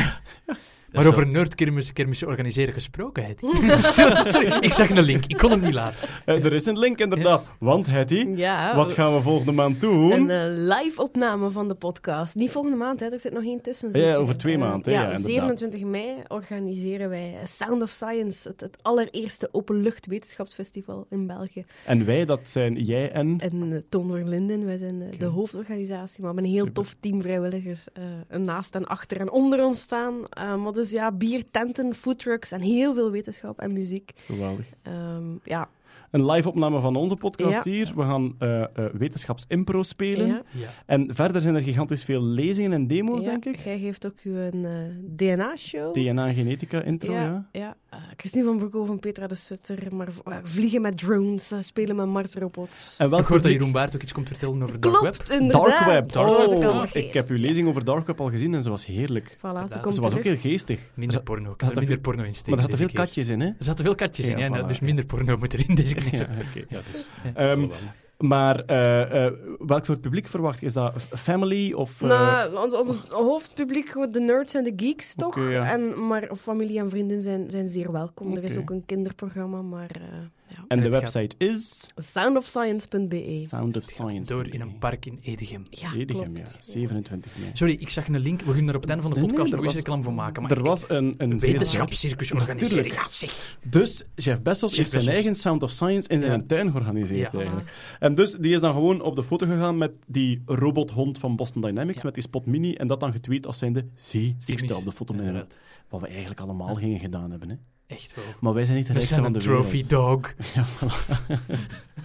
[SPEAKER 7] Dat
[SPEAKER 6] Maar
[SPEAKER 7] is
[SPEAKER 6] over nerdkermissen kermissen organiseren gesproken, Hetty. sorry, sorry, ik zag een link. Ik kon hem niet laten.
[SPEAKER 4] Eh, er is een link, inderdaad. Want, Hetty,
[SPEAKER 5] Ja,
[SPEAKER 4] wat gaan we volgende maand doen?
[SPEAKER 5] Een eh, live-opname van de podcast. Niet volgende maand, hè. Er zit nog één tussen.
[SPEAKER 4] Ja,
[SPEAKER 5] zeker.
[SPEAKER 4] over twee
[SPEAKER 5] Eh,
[SPEAKER 4] maanden, hè,
[SPEAKER 5] Ja,
[SPEAKER 4] ja, inderdaad.
[SPEAKER 5] zevenentwintig mei organiseren wij Sound of Science, het, het allereerste openlucht wetenschapsfestival in België.
[SPEAKER 4] En wij, dat zijn jij en...
[SPEAKER 5] En uh, Toon van Linden, wij zijn uh, de hoofdorganisatie, maar met een heel
[SPEAKER 4] Super.
[SPEAKER 5] tof team vrijwilligers uh, naast en achter en onder ons staan. Uh, maar dus ja, bier, tenten, foodtrucks en heel veel wetenschap en muziek.
[SPEAKER 4] Geweldig.
[SPEAKER 5] Um, ja.
[SPEAKER 4] Een live-opname van onze podcast
[SPEAKER 5] Ja.
[SPEAKER 4] hier. We gaan uh, uh, wetenschapsimpro spelen.
[SPEAKER 5] Ja.
[SPEAKER 6] Ja.
[SPEAKER 4] En verder zijn er gigantisch veel lezingen en demo's,
[SPEAKER 5] Ja,
[SPEAKER 4] denk ik.
[SPEAKER 5] Jij geeft ook uw uh, D N A-show.
[SPEAKER 4] D N A-genetica-intro, ja.
[SPEAKER 5] Ja, ja. Uh, Christine van Broekhoven, Petra de Sutter, maar uh, vliegen met drones, uh, spelen met Marsrobots.
[SPEAKER 4] En
[SPEAKER 6] Ik
[SPEAKER 4] welk
[SPEAKER 6] hoor dat
[SPEAKER 4] publiek-
[SPEAKER 6] Jeroen Baert ook iets komt vertellen over Dark Web.
[SPEAKER 5] Klopt, inderdaad.
[SPEAKER 4] Dark Web.
[SPEAKER 5] Dat was ik al
[SPEAKER 4] Oh,
[SPEAKER 5] vergeten.
[SPEAKER 4] ik heb uw lezing over Dark Web al gezien en ze was heerlijk.
[SPEAKER 5] Voilà, ze
[SPEAKER 6] Ze
[SPEAKER 5] komt
[SPEAKER 4] Ze was ook
[SPEAKER 5] terug.
[SPEAKER 4] heel geestig.
[SPEAKER 6] Minder
[SPEAKER 4] Er
[SPEAKER 6] porno. Ik
[SPEAKER 4] zat
[SPEAKER 6] had er
[SPEAKER 4] er
[SPEAKER 6] minder
[SPEAKER 4] veel-
[SPEAKER 6] porno in steken.
[SPEAKER 4] Maar er zaten
[SPEAKER 6] deze
[SPEAKER 4] veel
[SPEAKER 6] keer.
[SPEAKER 4] katjes in, hè?
[SPEAKER 6] Er zaten veel katjes in,
[SPEAKER 4] Ja,
[SPEAKER 6] ja,
[SPEAKER 4] voilà,
[SPEAKER 6] dus
[SPEAKER 4] ja.
[SPEAKER 6] minder porno moet erin deze keer.
[SPEAKER 4] Ja, oké.
[SPEAKER 8] Ja, dus,
[SPEAKER 4] Ehm, maar uh, uh, welk soort publiek verwacht je? Is dat family of... uh,
[SPEAKER 5] Nou, ons, ons hoofdpubliek, gewoon de nerds en de geeks, toch?
[SPEAKER 4] Oké, ja.
[SPEAKER 5] en, maar familie en vrienden zijn, zijn zeer welkom. Er is
[SPEAKER 4] Oké.
[SPEAKER 5] ook een kinderprogramma, maar uh, ja.
[SPEAKER 4] en de
[SPEAKER 6] het gaat-
[SPEAKER 4] website is...
[SPEAKER 5] sound of science punt b e.
[SPEAKER 4] Sound of Science.
[SPEAKER 6] Door in een park in Edegem.
[SPEAKER 5] Ja,
[SPEAKER 4] Edegem,
[SPEAKER 5] klopt.
[SPEAKER 4] ja. zevenentwintig mei.
[SPEAKER 6] Sorry, ik zag een link. We gaan er op het einde van de
[SPEAKER 4] Nee, nee,
[SPEAKER 6] podcast
[SPEAKER 4] er
[SPEAKER 6] nog eens
[SPEAKER 4] was-
[SPEAKER 6] reclame van maken. Maar
[SPEAKER 4] Er was een... een
[SPEAKER 6] een
[SPEAKER 4] zeer-
[SPEAKER 6] wetenschapscircus organiseren.
[SPEAKER 4] Natuurlijk.
[SPEAKER 6] Ja, zeg.
[SPEAKER 4] Dus Jeff Bezos
[SPEAKER 6] Jeff
[SPEAKER 4] heeft zijn
[SPEAKER 6] Bezos.
[SPEAKER 4] eigen Sound of Science in zijn
[SPEAKER 6] Ja.
[SPEAKER 4] tuin georganiseerd,
[SPEAKER 6] Ja.
[SPEAKER 4] eigenlijk. En dus, die is dan gewoon op de foto gegaan met die robothond van Boston Dynamics,
[SPEAKER 6] Ja.
[SPEAKER 4] met die Spot Mini, en dat dan getweet als zijnde, zie, ik
[SPEAKER 6] Zie
[SPEAKER 4] sta
[SPEAKER 6] mis.
[SPEAKER 4] op de foto met een
[SPEAKER 6] Inderdaad.
[SPEAKER 4] Wat we eigenlijk allemaal gingen gedaan hebben, hè.
[SPEAKER 6] Echt wel.
[SPEAKER 4] Maar wij zijn niet de
[SPEAKER 6] We
[SPEAKER 4] rijkste
[SPEAKER 6] zijn
[SPEAKER 4] van
[SPEAKER 6] een
[SPEAKER 4] de
[SPEAKER 6] trophy
[SPEAKER 4] wereld.
[SPEAKER 6] dog.
[SPEAKER 4] Ja, voilà.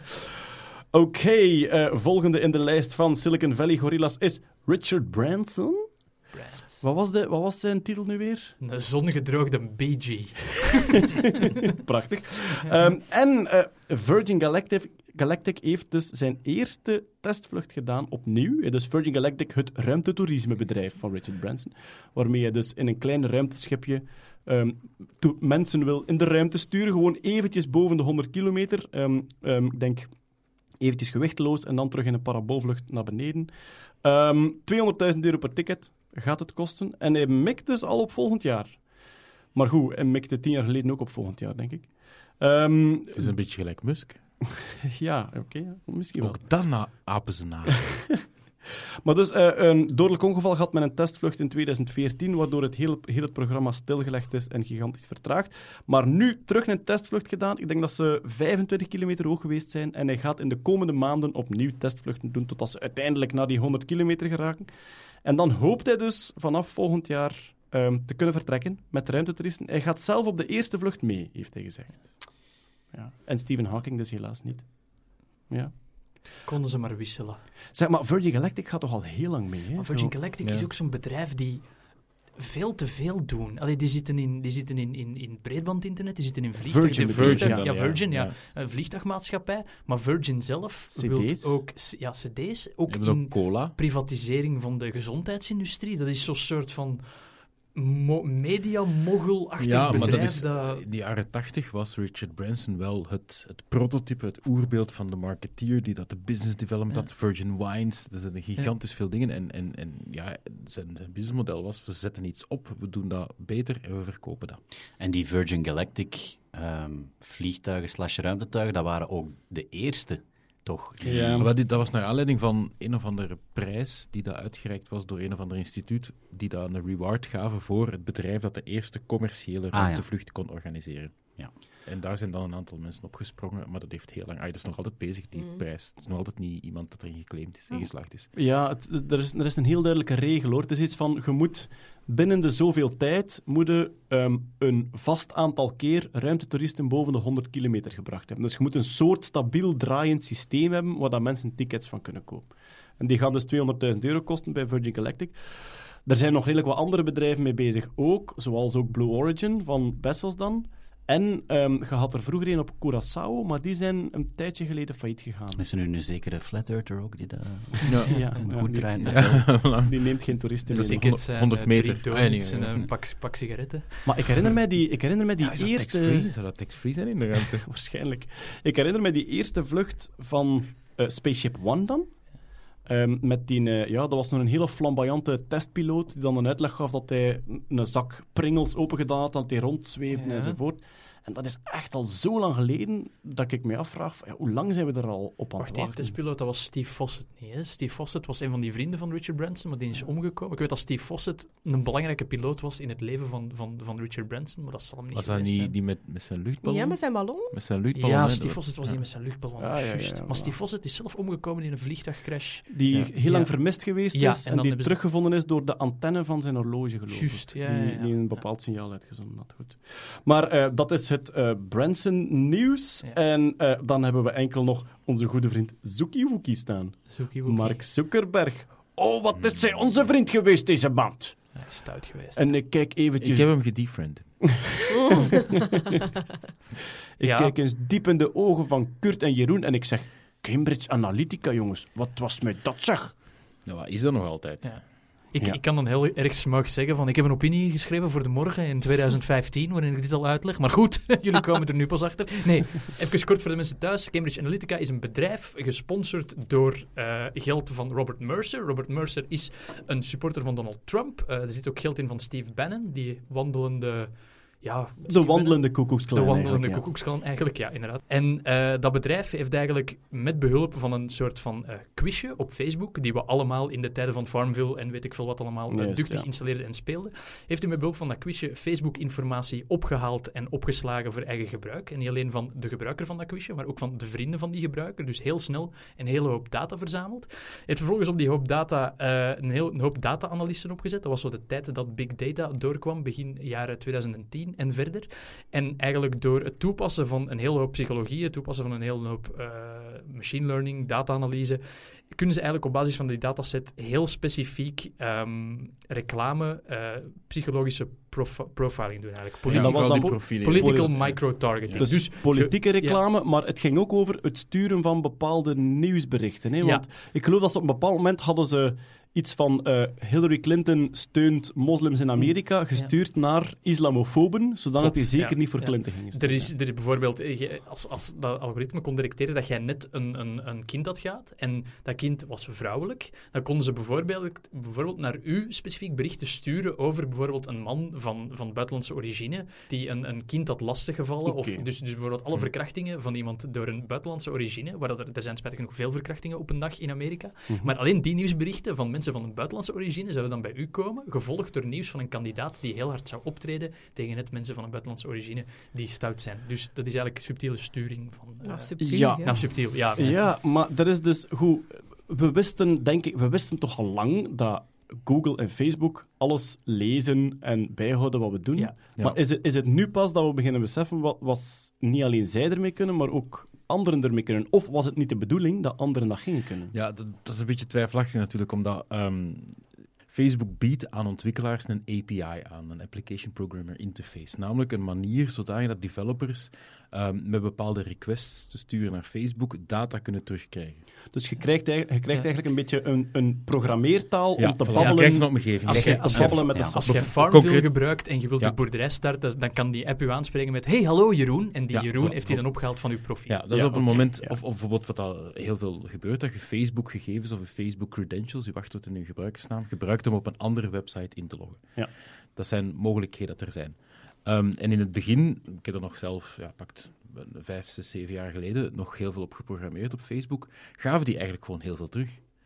[SPEAKER 4] Oké, eh, volgende in de lijst van Silicon Valley Gorillas is Richard Branson. Wat was, de, wat was zijn titel nu weer?
[SPEAKER 6] Een zongedroogde B G.
[SPEAKER 4] Prachtig. Ehm, en eh, Virgin Galactic, Galactic heeft dus zijn eerste testvlucht gedaan opnieuw. Dus Virgin Galactic, het ruimtetoerismebedrijf van Richard Branson, waarmee je dus in een klein ruimteschipje um, to- mensen wil in de ruimte sturen, gewoon eventjes boven de honderd kilometer. Um, um, ik denk eventjes gewichteloos en dan terug in een paraboolvlucht naar beneden. Um, tweehonderdduizend euro per ticket gaat het kosten. En hij mikt dus al op volgend jaar. Maar goed, hij mikte tien jaar geleden ook op volgend jaar, denk ik. Um,
[SPEAKER 8] het is een beetje gelijk Musk.
[SPEAKER 4] ja, oké. Okay, ja. Misschien wel.
[SPEAKER 8] Ook dan na apen ze na.
[SPEAKER 4] Maar dus uh, een dodelijk ongeval gehad met een testvlucht in tweeduizend veertien, waardoor het hele, hele programma stilgelegd is en gigantisch vertraagd. Maar nu terug een testvlucht gedaan. Ik denk dat ze vijfentwintig kilometer hoog geweest zijn en hij gaat in de komende maanden opnieuw testvluchten doen, totdat ze uiteindelijk naar die honderd kilometer geraken. En dan hoopt hij dus vanaf volgend jaar um, te kunnen vertrekken met ruimtetoeristen. Hij gaat zelf op de eerste vlucht mee, heeft hij gezegd. Ja. En Stephen Hawking dus helaas niet. Ja.
[SPEAKER 6] Konden ze maar wisselen.
[SPEAKER 4] Zeg maar, Virgin Galactic gaat toch al heel lang mee, hè?
[SPEAKER 6] Maar Virgin
[SPEAKER 4] Zo.
[SPEAKER 6] Galactic
[SPEAKER 8] Ja.
[SPEAKER 6] is ook zo'n bedrijf die veel te veel doen. Allee, die zitten in, die zitten in, in, in breedbandinternet, die zitten in vliegtuig,
[SPEAKER 4] Virgin,
[SPEAKER 6] de vliegtuig,
[SPEAKER 8] Virgin
[SPEAKER 6] ja,
[SPEAKER 8] dan, ja.
[SPEAKER 6] Virgin, ja.
[SPEAKER 8] Ja.
[SPEAKER 6] Een vliegtuigmaatschappij. Maar Virgin zelf
[SPEAKER 4] C D's.
[SPEAKER 6] wil ook ja, cd's, ook
[SPEAKER 8] We hebben
[SPEAKER 6] in
[SPEAKER 8] ook cola.
[SPEAKER 6] privatisering van de gezondheidsindustrie. Dat is zo'n soort van mo- media-mogul-achtig
[SPEAKER 8] Ja, maar
[SPEAKER 6] bedrijf.
[SPEAKER 8] dat is,
[SPEAKER 6] dat...
[SPEAKER 8] in de jaren tachtig was Richard Branson wel het, het prototype, het oerbeeld van de marketeer die dat de business development
[SPEAKER 6] Ja.
[SPEAKER 8] had, Virgin Wines, er zijn gigantisch veel dingen. En, en, en ja, zijn, zijn businessmodel was, we zetten iets op, we doen dat beter en we verkopen dat.
[SPEAKER 7] En die Virgin Galactic ehm, vliegtuigen slash ruimtetuigen, dat waren ook de eerste, toch? Die-
[SPEAKER 4] Ja.
[SPEAKER 8] Maar dit, dat was naar aanleiding van een of andere prijs die dat uitgereikt was door een of ander instituut, die dat een reward gaven voor het bedrijf dat de eerste commerciële
[SPEAKER 7] Ah, ja.
[SPEAKER 8] ruimtevlucht kon organiseren.
[SPEAKER 7] Ja.
[SPEAKER 8] En daar zijn dan een aantal mensen opgesprongen, maar dat heeft heel lang... Ah, dat is nog altijd bezig, die
[SPEAKER 5] Mm.
[SPEAKER 8] prijs. Het is nog altijd niet iemand dat erin geclaimd is, ingeslaagd is.
[SPEAKER 4] Ja, het, er, is, er is een heel duidelijke regel, hoor. Het is iets van, je moet binnen de zoveel tijd moet je, um, een vast aantal keer ruimtetoeristen boven de honderd kilometer gebracht hebben. Dus je moet een soort stabiel draaiend systeem hebben waar dat mensen tickets van kunnen kopen. En die gaan dus tweehonderdduizend euro kosten bij Virgin Galactic. Er zijn nog redelijk wat andere bedrijven mee bezig ook, zoals ook Blue Origin van Bessels dan. En um, je had er vroeger een op Curaçao, maar die zijn een tijdje geleden failliet gegaan.
[SPEAKER 7] Is er nu een zekere flat earther ook die dat
[SPEAKER 8] Ja.
[SPEAKER 4] Ja,
[SPEAKER 7] een
[SPEAKER 4] ja,
[SPEAKER 7] goed
[SPEAKER 4] die,
[SPEAKER 7] draait?
[SPEAKER 8] Ja,
[SPEAKER 4] die neemt geen toeristen
[SPEAKER 8] Dat
[SPEAKER 4] meer.
[SPEAKER 8] is
[SPEAKER 6] Tickets
[SPEAKER 8] honderd-
[SPEAKER 6] zijn
[SPEAKER 8] honderd
[SPEAKER 6] eh,
[SPEAKER 8] meter.
[SPEAKER 6] drie
[SPEAKER 8] Ah, ja,
[SPEAKER 6] donuts
[SPEAKER 8] nee,
[SPEAKER 6] en
[SPEAKER 8] ja.
[SPEAKER 6] een pak, pak sigaretten.
[SPEAKER 4] Maar ik herinner mij die, ik herinner mij die
[SPEAKER 8] Ja, is dat
[SPEAKER 4] eerste...
[SPEAKER 8] tax-free? Zou dat tax-free zijn in de ruimte?
[SPEAKER 4] Waarschijnlijk. Ik herinner me die eerste vlucht van uh, Spaceship One dan. Um, met die, uh, ja, dat was nog een hele flamboyante testpiloot die dan een uitleg gaf dat hij een zak pringels opengedaan had, dat hij rondzweefde
[SPEAKER 6] Ja.
[SPEAKER 4] enzovoort. En dat is echt al zo lang geleden dat ik me afvraag, van, ja, hoe lang zijn we er al op aan
[SPEAKER 6] Wacht,
[SPEAKER 4] het
[SPEAKER 6] die
[SPEAKER 4] wachten?
[SPEAKER 6] testpiloot, dat was Steve Fossett niet. Hè? Steve Fossett was een van die vrienden van Richard Branson, maar die is omgekomen. Ik weet dat Steve Fossett een belangrijke piloot was in het leven van, van, van Richard Branson, maar dat zal hem niet
[SPEAKER 8] Was dat
[SPEAKER 6] geweest
[SPEAKER 8] niet
[SPEAKER 6] zijn.
[SPEAKER 8] die met, met zijn luchtballon?
[SPEAKER 5] Ja, met zijn ballon.
[SPEAKER 8] Met zijn luchtballon,
[SPEAKER 6] Ja,
[SPEAKER 8] hè,
[SPEAKER 6] Steve
[SPEAKER 8] dat-
[SPEAKER 6] Fossett was die met zijn luchtballon,
[SPEAKER 4] Ja, ja, ja,
[SPEAKER 6] juist.
[SPEAKER 4] ja,
[SPEAKER 6] Maar
[SPEAKER 4] voilà.
[SPEAKER 6] Steve Fossett is zelf omgekomen in een vliegtuigcrash.
[SPEAKER 4] Die
[SPEAKER 8] Ja.
[SPEAKER 4] heel lang
[SPEAKER 6] Ja.
[SPEAKER 4] vermist geweest
[SPEAKER 6] Ja,
[SPEAKER 4] is
[SPEAKER 6] en
[SPEAKER 4] en,
[SPEAKER 6] dan
[SPEAKER 4] die
[SPEAKER 6] hebben ze-
[SPEAKER 4] teruggevonden is door de antenne van zijn horloge, geloof
[SPEAKER 6] Juist,
[SPEAKER 4] ik.
[SPEAKER 6] ja,
[SPEAKER 4] die,
[SPEAKER 6] ja, ja.
[SPEAKER 4] die een bepaald signaal uitgezonden had. Goed. Maar eh, dat is het eh, Branson-nieuws.
[SPEAKER 6] Ja.
[SPEAKER 4] En eh, dan hebben we enkel nog onze goede vriend Zoekie Wookie staan.
[SPEAKER 6] Zoekie Wookie.
[SPEAKER 4] Mark Zuckerberg. Oh, wat is hij onze vriend geweest, deze band.
[SPEAKER 6] Hij is stout geweest.
[SPEAKER 4] En ik kijk eventjes...
[SPEAKER 8] Ik heb hem gedefriend.
[SPEAKER 4] ik
[SPEAKER 6] Ja.
[SPEAKER 4] kijk eens diep in de ogen van Kurt en Jeroen en ik zeg... Cambridge Analytica, jongens. Wat was mij dat, zeg?
[SPEAKER 8] Nou, wat is dat nog altijd?
[SPEAKER 6] Ja. Ik,
[SPEAKER 4] Ja.
[SPEAKER 6] ik kan dan heel erg smug zeggen van ik heb een opinie geschreven voor de morgen in twintig vijftien, waarin ik dit al uitleg. Maar goed, jullie komen er nu pas achter. Nee, even kort voor de mensen thuis. Cambridge Analytica is een bedrijf gesponsord door uh, geld van Robert Mercer. Robert Mercer is een supporter van Donald Trump. Uh, er zit ook geld in van Steve Bannon, die wandelende... Ja,
[SPEAKER 4] De wandelende koekoeksklan.
[SPEAKER 6] De wandelende
[SPEAKER 4] eigenlijk, ja.
[SPEAKER 6] koekoeksklan, eigenlijk, ja, inderdaad. En uh, dat bedrijf heeft eigenlijk met behulp van een soort van uh, quizje op Facebook, die we allemaal in de tijden van Farmville en weet ik veel wat allemaal uh,
[SPEAKER 4] Juist,
[SPEAKER 6] duchtig
[SPEAKER 4] ja.
[SPEAKER 6] installeerden en speelden, heeft hij met behulp van dat quizje Facebook-informatie opgehaald en opgeslagen voor eigen gebruik. En niet alleen van de gebruiker van dat quizje, maar ook van de vrienden van die gebruiker. Dus heel snel een hele hoop data verzameld. Hij heeft vervolgens op die hoop data uh, een, heel, een hoop data-analysten opgezet. Dat was zo de tijd dat Big Data doorkwam, begin jaren twintig tien. En verder. En eigenlijk door het toepassen van een hele hoop psychologie, het toepassen van een hele hoop uh, machine learning, data-analyse, kunnen ze eigenlijk op basis van die dataset heel specifiek um, reclame, uh, psychologische profi- profiling doen eigenlijk.
[SPEAKER 4] En dat was dan
[SPEAKER 6] po-
[SPEAKER 8] profielen.
[SPEAKER 6] political
[SPEAKER 4] Poli-
[SPEAKER 6] micro-targeting.
[SPEAKER 4] Dus,
[SPEAKER 6] Dus
[SPEAKER 4] politieke
[SPEAKER 6] ge-
[SPEAKER 4] reclame, maar het ging ook over het sturen van bepaalde nieuwsberichten. Hè?
[SPEAKER 6] Ja.
[SPEAKER 4] Want ik geloof dat ze op een bepaald moment hadden ze iets van uh, Hillary Clinton steunt moslims in Amerika, gestuurd ja. naar islamofoben, zodat het zeker ja, niet voor ja. Clinton ging stemmen.
[SPEAKER 6] Er is, er is bijvoorbeeld, als, als dat algoritme kon detecteren dat jij net een, een, een kind had gehad en dat kind was vrouwelijk, dan konden ze bijvoorbeeld, bijvoorbeeld naar u specifiek berichten sturen over bijvoorbeeld een man van, van buitenlandse origine die een, een kind had lastiggevallen. Okay. Of dus, dus bijvoorbeeld alle verkrachtingen van iemand door een buitenlandse origine, waar er, er zijn spijtig genoeg veel verkrachtingen op een dag in Amerika, mm-hmm. maar alleen die nieuwsberichten van mensen van een buitenlandse origine zouden dan bij u komen, gevolgd door nieuws van een kandidaat die heel hard zou optreden tegen net mensen van een buitenlandse origine die stout zijn. Dus dat is eigenlijk subtiele sturing van... Uh,
[SPEAKER 5] ja, subtiel.
[SPEAKER 4] Ja.
[SPEAKER 6] Ja, subtiel, ja.
[SPEAKER 4] Ja, maar dat is dus hoe... We wisten, denk ik, we wisten toch al lang dat Google en Facebook alles lezen en bijhouden wat we doen. Ja. Ja. Maar is het, is het nu pas dat we beginnen beseffen wat, wat niet alleen zij ermee kunnen, maar ook anderen ermee kunnen? Of was het niet de bedoeling dat anderen dat gingen kunnen?
[SPEAKER 8] Ja, dat, dat is een beetje twijfelachtig natuurlijk, omdat um, Facebook biedt aan ontwikkelaars een A P I aan, een Application Programmer Interface. Namelijk een manier zodat dat developers um, met bepaalde requests te sturen naar Facebook data kunnen terugkrijgen.
[SPEAKER 4] Dus je krijgt, je krijgt ja. eigenlijk een beetje een, een programmeertaal
[SPEAKER 8] ja,
[SPEAKER 4] om te
[SPEAKER 8] voilà.
[SPEAKER 4] babbelen.
[SPEAKER 8] Je krijgt een omgeving.
[SPEAKER 6] Als je, als je,
[SPEAKER 4] babbelen met
[SPEAKER 6] ja,
[SPEAKER 4] de
[SPEAKER 6] als je Farmville concreet... gebruikt en je wilt ja. de boerderij starten, dan kan die app u aanspreken met hey, hallo Jeroen. En die ja, Jeroen voilà, heeft hij dan opgehaald van uw profiel.
[SPEAKER 8] Ja, dat is ja, op een okay. moment, ja. of, of bijvoorbeeld wat al heel veel gebeurt, dat je Facebook-gegevens of je Facebook-credentials, je wachtwoord en je gebruikersnaam, gebruikt om op een andere website in te loggen.
[SPEAKER 4] Ja.
[SPEAKER 8] Dat zijn mogelijkheden dat er zijn. Um, en in het begin, ik heb er nog zelf, ja, pakt vijf, zes, zeven jaar geleden, nog heel veel op geprogrammeerd op Facebook, gaven die eigenlijk gewoon heel veel terug.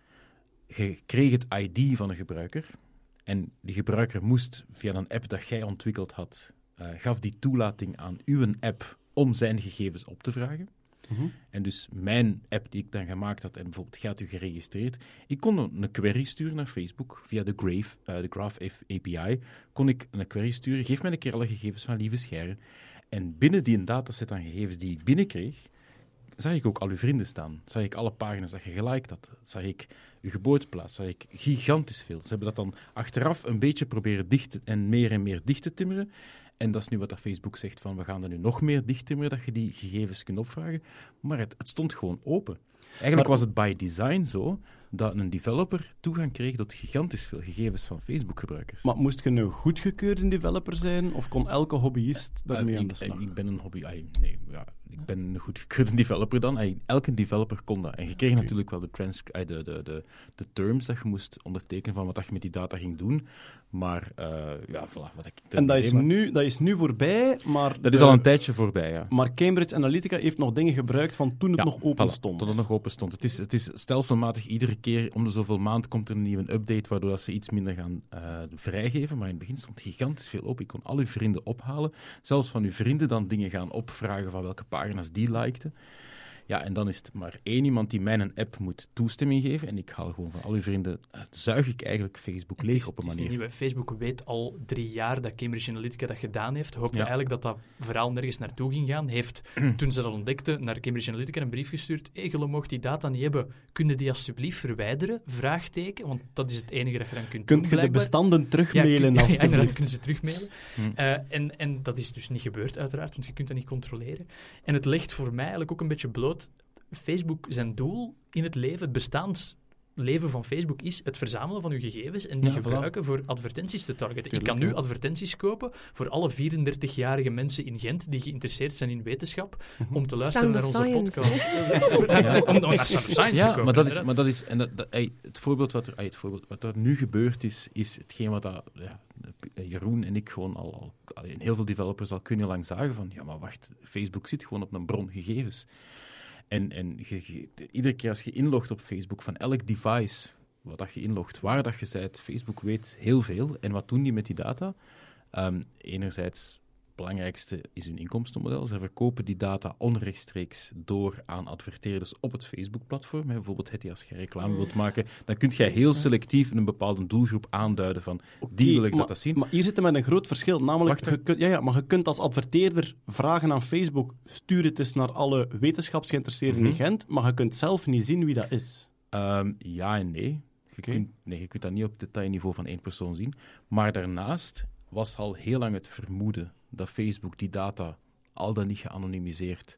[SPEAKER 8] Je kreeg het I D van een gebruiker en die gebruiker moest via een app dat jij ontwikkeld had, uh, gaf die toelating aan uw app om zijn gegevens op te vragen. Mm-hmm. En dus mijn app die ik dan gemaakt had, en bijvoorbeeld gaat u geregistreerd, ik kon een query sturen naar Facebook via de Graph, uh, de Graph A P I, kon ik een query sturen, geef mij een keer alle gegevens van Lieve Scheire. En binnen die een dataset aan gegevens die ik binnenkreeg, zag ik ook al uw vrienden staan. Zag ik alle pagina's dat je geliked had. Zag ik uw geboorteplaats. Zag ik gigantisch veel. Ze hebben dat dan achteraf een beetje proberen dicht en meer en meer dicht te timmeren. En dat is nu wat dat Facebook zegt, van we gaan er nu nog meer dicht timmeren, dat je die gegevens kunt opvragen. Maar het, het stond gewoon open. Eigenlijk maar, was het by design zo dat een developer toegang kreeg tot gigantisch veel gegevens van Facebook-gebruikers.
[SPEAKER 4] Maar moest je een goedgekeurde developer zijn, of kon elke hobbyist daarmee uh, aan de slag?
[SPEAKER 8] Ik ben een hobby... Uh, nee, ja, ik ben een goedgekeurde developer dan. Uh, elke developer kon dat. En je kreeg okay. natuurlijk wel de, trans- uh, de, de, de, de terms dat je moest ondertekenen van wat je met die data ging doen. Maar, uh, ja, voilà. Wat ik
[SPEAKER 4] en dat is, nu, dat is nu voorbij, maar...
[SPEAKER 8] Dat de, is al een tijdje voorbij, ja.
[SPEAKER 4] Maar Cambridge Analytica heeft nog dingen gebruikt van toen het
[SPEAKER 8] ja,
[SPEAKER 4] nog open
[SPEAKER 8] voilà,
[SPEAKER 4] stond.
[SPEAKER 8] Toen het nog open stond. Het is, het is stelselmatig iedere keer om de zoveel maand komt er een nieuwe update, waardoor dat ze iets minder gaan uh, vrijgeven. Maar in het begin stond gigantisch veel op. Je kon al uw vrienden ophalen. Zelfs van uw vrienden dan dingen gaan opvragen van welke pagina's die likten. Ja, en dan is het maar één iemand die mij een app moet toestemming geven. En ik haal gewoon van al uw vrienden, uh, zuig ik eigenlijk Facebook leeg is, op een manier.
[SPEAKER 6] Nieuwe. Facebook weet al drie jaar dat Cambridge Analytica dat gedaan heeft. Hoopte ja. eigenlijk dat dat verhaal nergens naartoe ging gaan. Heeft, toen ze dat ontdekten, naar Cambridge Analytica een brief gestuurd. Hey, jullie mocht die data niet hebben. Kunnen die alsjeblieft verwijderen? Vraagteken. Want dat is het enige dat je dan kunt
[SPEAKER 4] Kunt
[SPEAKER 6] doen,
[SPEAKER 4] je de bestanden terugmailen?
[SPEAKER 6] Ja,
[SPEAKER 4] kun,
[SPEAKER 6] ja, inderdaad, kunnen ze terugmailen.
[SPEAKER 8] Hm.
[SPEAKER 6] Uh, en, en dat is dus niet gebeurd, uiteraard. Want je kunt dat niet controleren. En het legt voor mij eigenlijk ook een beetje bloot. Facebook, zijn doel in het leven, het bestaansleven van Facebook is het verzamelen van uw gegevens en die ja, gebruiken voilà. voor advertenties te targeten. Tuurlijk, ik kan nu ja. advertenties kopen voor alle vierendertigjarige mensen in Gent die geïnteresseerd zijn in wetenschap mm-hmm. om te luisteren
[SPEAKER 5] Sound
[SPEAKER 6] naar onze
[SPEAKER 5] science.
[SPEAKER 6] podcast. ja, om, om naar Sound of Science
[SPEAKER 8] ja,
[SPEAKER 6] te komen.
[SPEAKER 8] Maar dat is, maar dat is en dat, dat, ey, het voorbeeld wat er, ey, het voorbeeld wat er nu gebeurd is, is hetgeen wat dat, ja, Jeroen en ik gewoon al, al, al in heel veel developers al kunnen lang zagen van, ja, maar wacht, Facebook zit gewoon op een bron gegevens. En, en je, je, iedere keer als je inlogt op Facebook, van elk device wat dat je inlogt, waar dat je bent, Facebook weet heel veel. En wat doen die met die data? Um, enerzijds, het belangrijkste is hun inkomstenmodel. Ze verkopen die data onrechtstreeks door aan adverteerders op het Facebook-platform. Bijvoorbeeld, het, als je reclame wilt maken, dan kun je heel selectief een bepaalde doelgroep aanduiden van, okay, die wil ik
[SPEAKER 4] maar,
[SPEAKER 8] dat zien.
[SPEAKER 4] Maar hier zit er met een groot verschil. Namelijk, je kunt, ja, ja, maar je kunt als adverteerder vragen aan Facebook, stuur het eens naar alle wetenschapsgeïnteresseerden mm-hmm. in Gent, maar je kunt zelf niet zien wie dat is.
[SPEAKER 8] Um, ja en nee. Je, okay. kunt, nee. je kunt dat niet op detailniveau van één persoon zien. Maar daarnaast was al heel lang het vermoeden dat Facebook die data, al dan niet geanonimiseerd,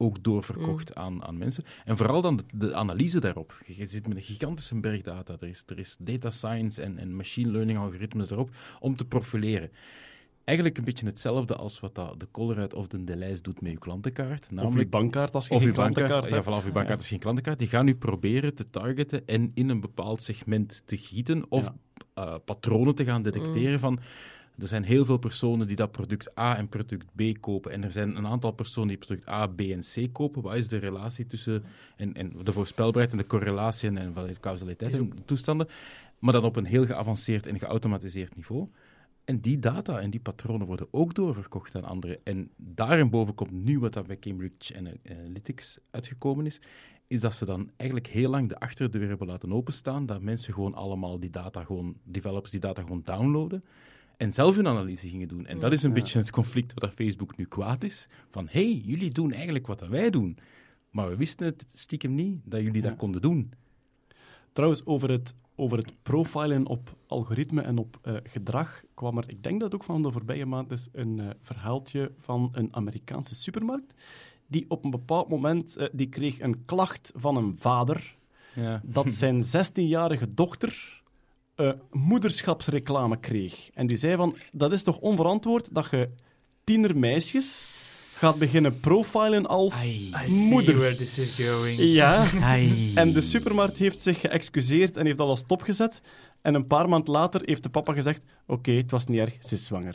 [SPEAKER 8] ook doorverkocht mm. aan, aan mensen. En vooral dan de, de analyse daarop. Je, je zit met een gigantische berg data. Er is, er is data science en, en machine learning algoritmes erop om te profileren. Eigenlijk een beetje hetzelfde als wat dat de Colruyt of de Delijs doet met je klantenkaart. Namelijk,
[SPEAKER 4] of je bankkaart als je
[SPEAKER 8] of
[SPEAKER 4] geen
[SPEAKER 8] je bankkaart,
[SPEAKER 4] klantenkaart hebt.
[SPEAKER 8] Ja, vanaf je bankkaart als je geen klantenkaart. Die gaan nu proberen te targeten en in een bepaald segment te gieten of ja. uh, patronen te gaan detecteren mm. van... Er zijn heel veel personen die dat product A en product B kopen. En er zijn een aantal personen die product A, B en C kopen. Wat is de relatie tussen en, en de voorspelbaarheid en de correlatie en, en de causaliteit en toestanden? Maar dan op een heel geavanceerd en geautomatiseerd niveau. En die data en die patronen worden ook doorverkocht aan anderen. En daarboven komt nu wat dat bij Cambridge Analytics uitgekomen is, is dat ze dan eigenlijk heel lang de achterdeur hebben laten openstaan, dat mensen gewoon allemaal die data gewoon, developers die data gewoon downloaden en zelf hun analyse gingen doen. En dat is een ja. beetje het conflict waar Facebook nu kwaad is. Van, hé, hey, jullie doen eigenlijk wat dat wij doen. Maar we wisten het stiekem niet dat jullie ja. dat konden doen.
[SPEAKER 4] Trouwens, over het, over het profilen op algoritme en op uh, gedrag kwam er, ik denk dat ook van de voorbije maand is, een uh, verhaaltje van een Amerikaanse supermarkt die op een bepaald moment, uh, die kreeg een klacht van een vader ja. dat zijn zestienjarige dochter uh, moederschapsreclame kreeg. En die zei van, dat is toch onverantwoord dat je tienermeisjes gaat beginnen profilen als
[SPEAKER 6] I, I
[SPEAKER 4] moeder.
[SPEAKER 6] See where this is going.
[SPEAKER 4] Ja,
[SPEAKER 7] Ai.
[SPEAKER 4] en de supermarkt heeft zich geëxcuseerd en heeft alles stopgezet. En een paar maand later heeft de papa gezegd, oké, okay, het was niet erg, ze is zwanger.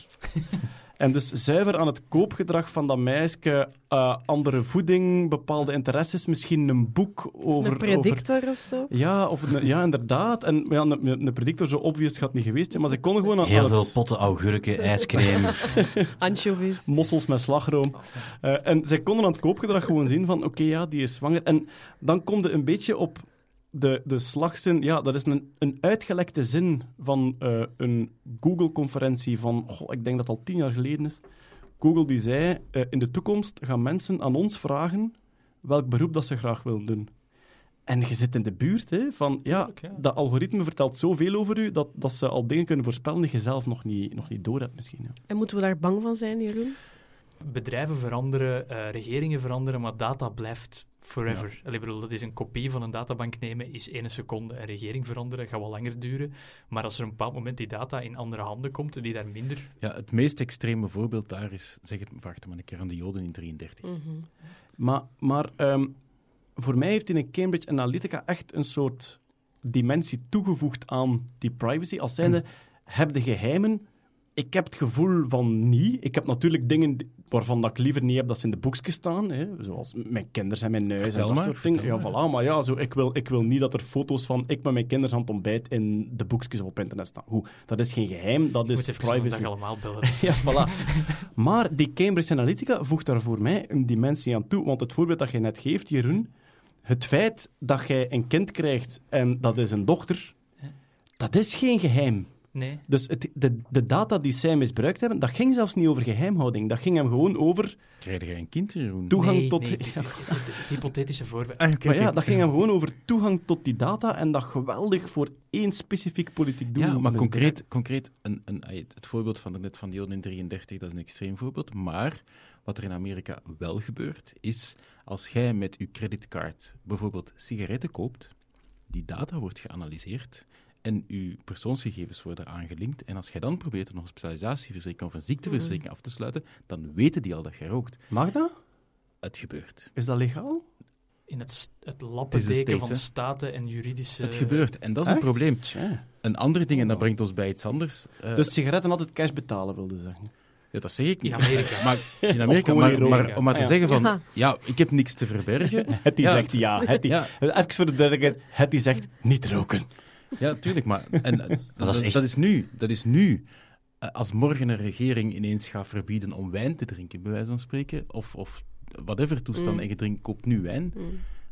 [SPEAKER 4] En dus zuiver aan het koopgedrag van dat meisje, uh, andere voeding, bepaalde interesses, misschien een boek over...
[SPEAKER 5] Een predictor
[SPEAKER 4] over,
[SPEAKER 5] of zo?
[SPEAKER 4] Ja, of een, ja, inderdaad. En ja, een, een predictor, zo obvious gaat niet geweest zijn, maar ze konden gewoon... Aan,
[SPEAKER 7] Heel
[SPEAKER 4] aan
[SPEAKER 7] veel
[SPEAKER 4] het,
[SPEAKER 7] potten augurken, ijscrème.
[SPEAKER 5] Anchovies.
[SPEAKER 4] Mossels met slagroom. Uh, en zij konden aan het koopgedrag gewoon zien van, oké, okay, ja, die is zwanger. En dan komt er een beetje op de, de slagzin... Ja, dat is een, een uitgelekte zin van uh, een Google-conferentie van... Goh, ik denk dat het al tien jaar geleden is. Google die zei, uh, in de toekomst gaan mensen aan ons vragen welk beroep dat ze graag willen doen. En je zit in de buurt, hè, van... Ja, ja. Dat algoritme vertelt zoveel over u, dat, dat ze al dingen kunnen voorspellen die je zelf nog niet, nog niet door hebt misschien. Ja.
[SPEAKER 5] En moeten we daar bang van zijn, Jeroen?
[SPEAKER 6] Bedrijven veranderen, uh, regeringen veranderen, maar data blijft forever. Ja. Allee, bedoel, dat is een kopie van een databank nemen, is één seconde. Een regering veranderen gaat wel langer duren. Maar als er een bepaald moment die data in andere handen komt, die daar minder...
[SPEAKER 8] Ja, het meest extreme voorbeeld daar is, zeg het, vraag het maar een keer aan de Joden in drieëndertig.
[SPEAKER 5] Mm-hmm.
[SPEAKER 4] Maar, maar um, voor mij heeft in een Cambridge Analytica echt een soort dimensie toegevoegd aan die privacy. Als zijnde, hm. heb de geheimen... Ik heb het gevoel van niet. Ik heb natuurlijk dingen waarvan dat ik liever niet heb dat ze in de boekjes staan. Hè. Zoals mijn kinderen en mijn neus
[SPEAKER 8] vertel
[SPEAKER 4] en dat
[SPEAKER 8] maar,
[SPEAKER 4] soort dingen. Ja, voilà. Maar ja, zo, ik, wil, ik wil niet dat er foto's van ik met mijn kinderen aan het ontbijt in de boekjes op internet staan. Goed, dat is geen geheim, dat
[SPEAKER 6] ik
[SPEAKER 4] is
[SPEAKER 6] moet
[SPEAKER 4] privacy.
[SPEAKER 6] Ik moet allemaal bellen.
[SPEAKER 4] Ja, voilà. Maar die Cambridge Analytica voegt daar voor mij een dimensie aan toe. Want het voorbeeld dat je net geeft, Jeroen, het feit dat jij een kind krijgt en dat is een dochter, dat is geen geheim.
[SPEAKER 6] Nee.
[SPEAKER 4] Dus het, de, de data die zij misbruikt hebben, dat ging zelfs niet over geheimhouding. Dat ging hem gewoon over...
[SPEAKER 8] Krijg jij een kind, Jeroen?
[SPEAKER 4] Toegang
[SPEAKER 6] nee,
[SPEAKER 4] tot...
[SPEAKER 6] Nee, dit, dit, dit, dit, dit hypothetische voorbeeld.
[SPEAKER 8] Ah, okay,
[SPEAKER 4] maar ja,
[SPEAKER 8] okay.
[SPEAKER 4] dat ging hem gewoon over toegang tot die data en dat geweldig voor één specifiek politiek doel.
[SPEAKER 8] Ja, maar
[SPEAKER 4] dus
[SPEAKER 8] concreet, concreet een, een, het voorbeeld van net van de Joden in drieëndertig, dat is een extreem voorbeeld. Maar wat er in Amerika wel gebeurt, is als jij met je creditcard bijvoorbeeld sigaretten koopt, die data wordt geanalyseerd en uw persoonsgegevens worden aangelinkt. En als jij dan probeert een hospitalisatieverzekering of een ziekteverzekering mm. af te sluiten, dan weten die al dat jij rookt.
[SPEAKER 4] Mag dat?
[SPEAKER 8] Het gebeurt.
[SPEAKER 4] Is dat legaal?
[SPEAKER 6] In het, het lappendeken van
[SPEAKER 8] hè?
[SPEAKER 6] staten en juridische...
[SPEAKER 8] Het gebeurt. En dat is
[SPEAKER 4] Echt?
[SPEAKER 8] een probleem.
[SPEAKER 4] Tja.
[SPEAKER 8] Een ander ding, en dat brengt ons bij iets anders. Uh,
[SPEAKER 4] Dus sigaretten altijd cash betalen, wilde zeggen.
[SPEAKER 8] Ja, dat zeg ik niet.
[SPEAKER 6] In Amerika.
[SPEAKER 8] Maar, in Amerika,
[SPEAKER 4] Of
[SPEAKER 8] maar,
[SPEAKER 4] gewoon in
[SPEAKER 8] maar
[SPEAKER 4] Amerika.
[SPEAKER 8] om maar te
[SPEAKER 4] Ah, ja.
[SPEAKER 8] zeggen van,
[SPEAKER 5] Ja.
[SPEAKER 8] ja, ik heb niks te verbergen.
[SPEAKER 4] Het die
[SPEAKER 8] Ja.
[SPEAKER 4] zegt ja. Het die,
[SPEAKER 8] Ja.
[SPEAKER 4] Even voor de duidelijkheid. Het die zegt niet roken.
[SPEAKER 8] Ja, tuurlijk, maar en, dat,
[SPEAKER 7] dat is echt-
[SPEAKER 8] dat is nu. Dat is nu. Uh, als morgen een regering ineens gaat verbieden om wijn te drinken, bij wijze van spreken, of, of whatever toestand,
[SPEAKER 5] Mm.
[SPEAKER 8] en je drinkt, koopt nu wijn.
[SPEAKER 5] Mm.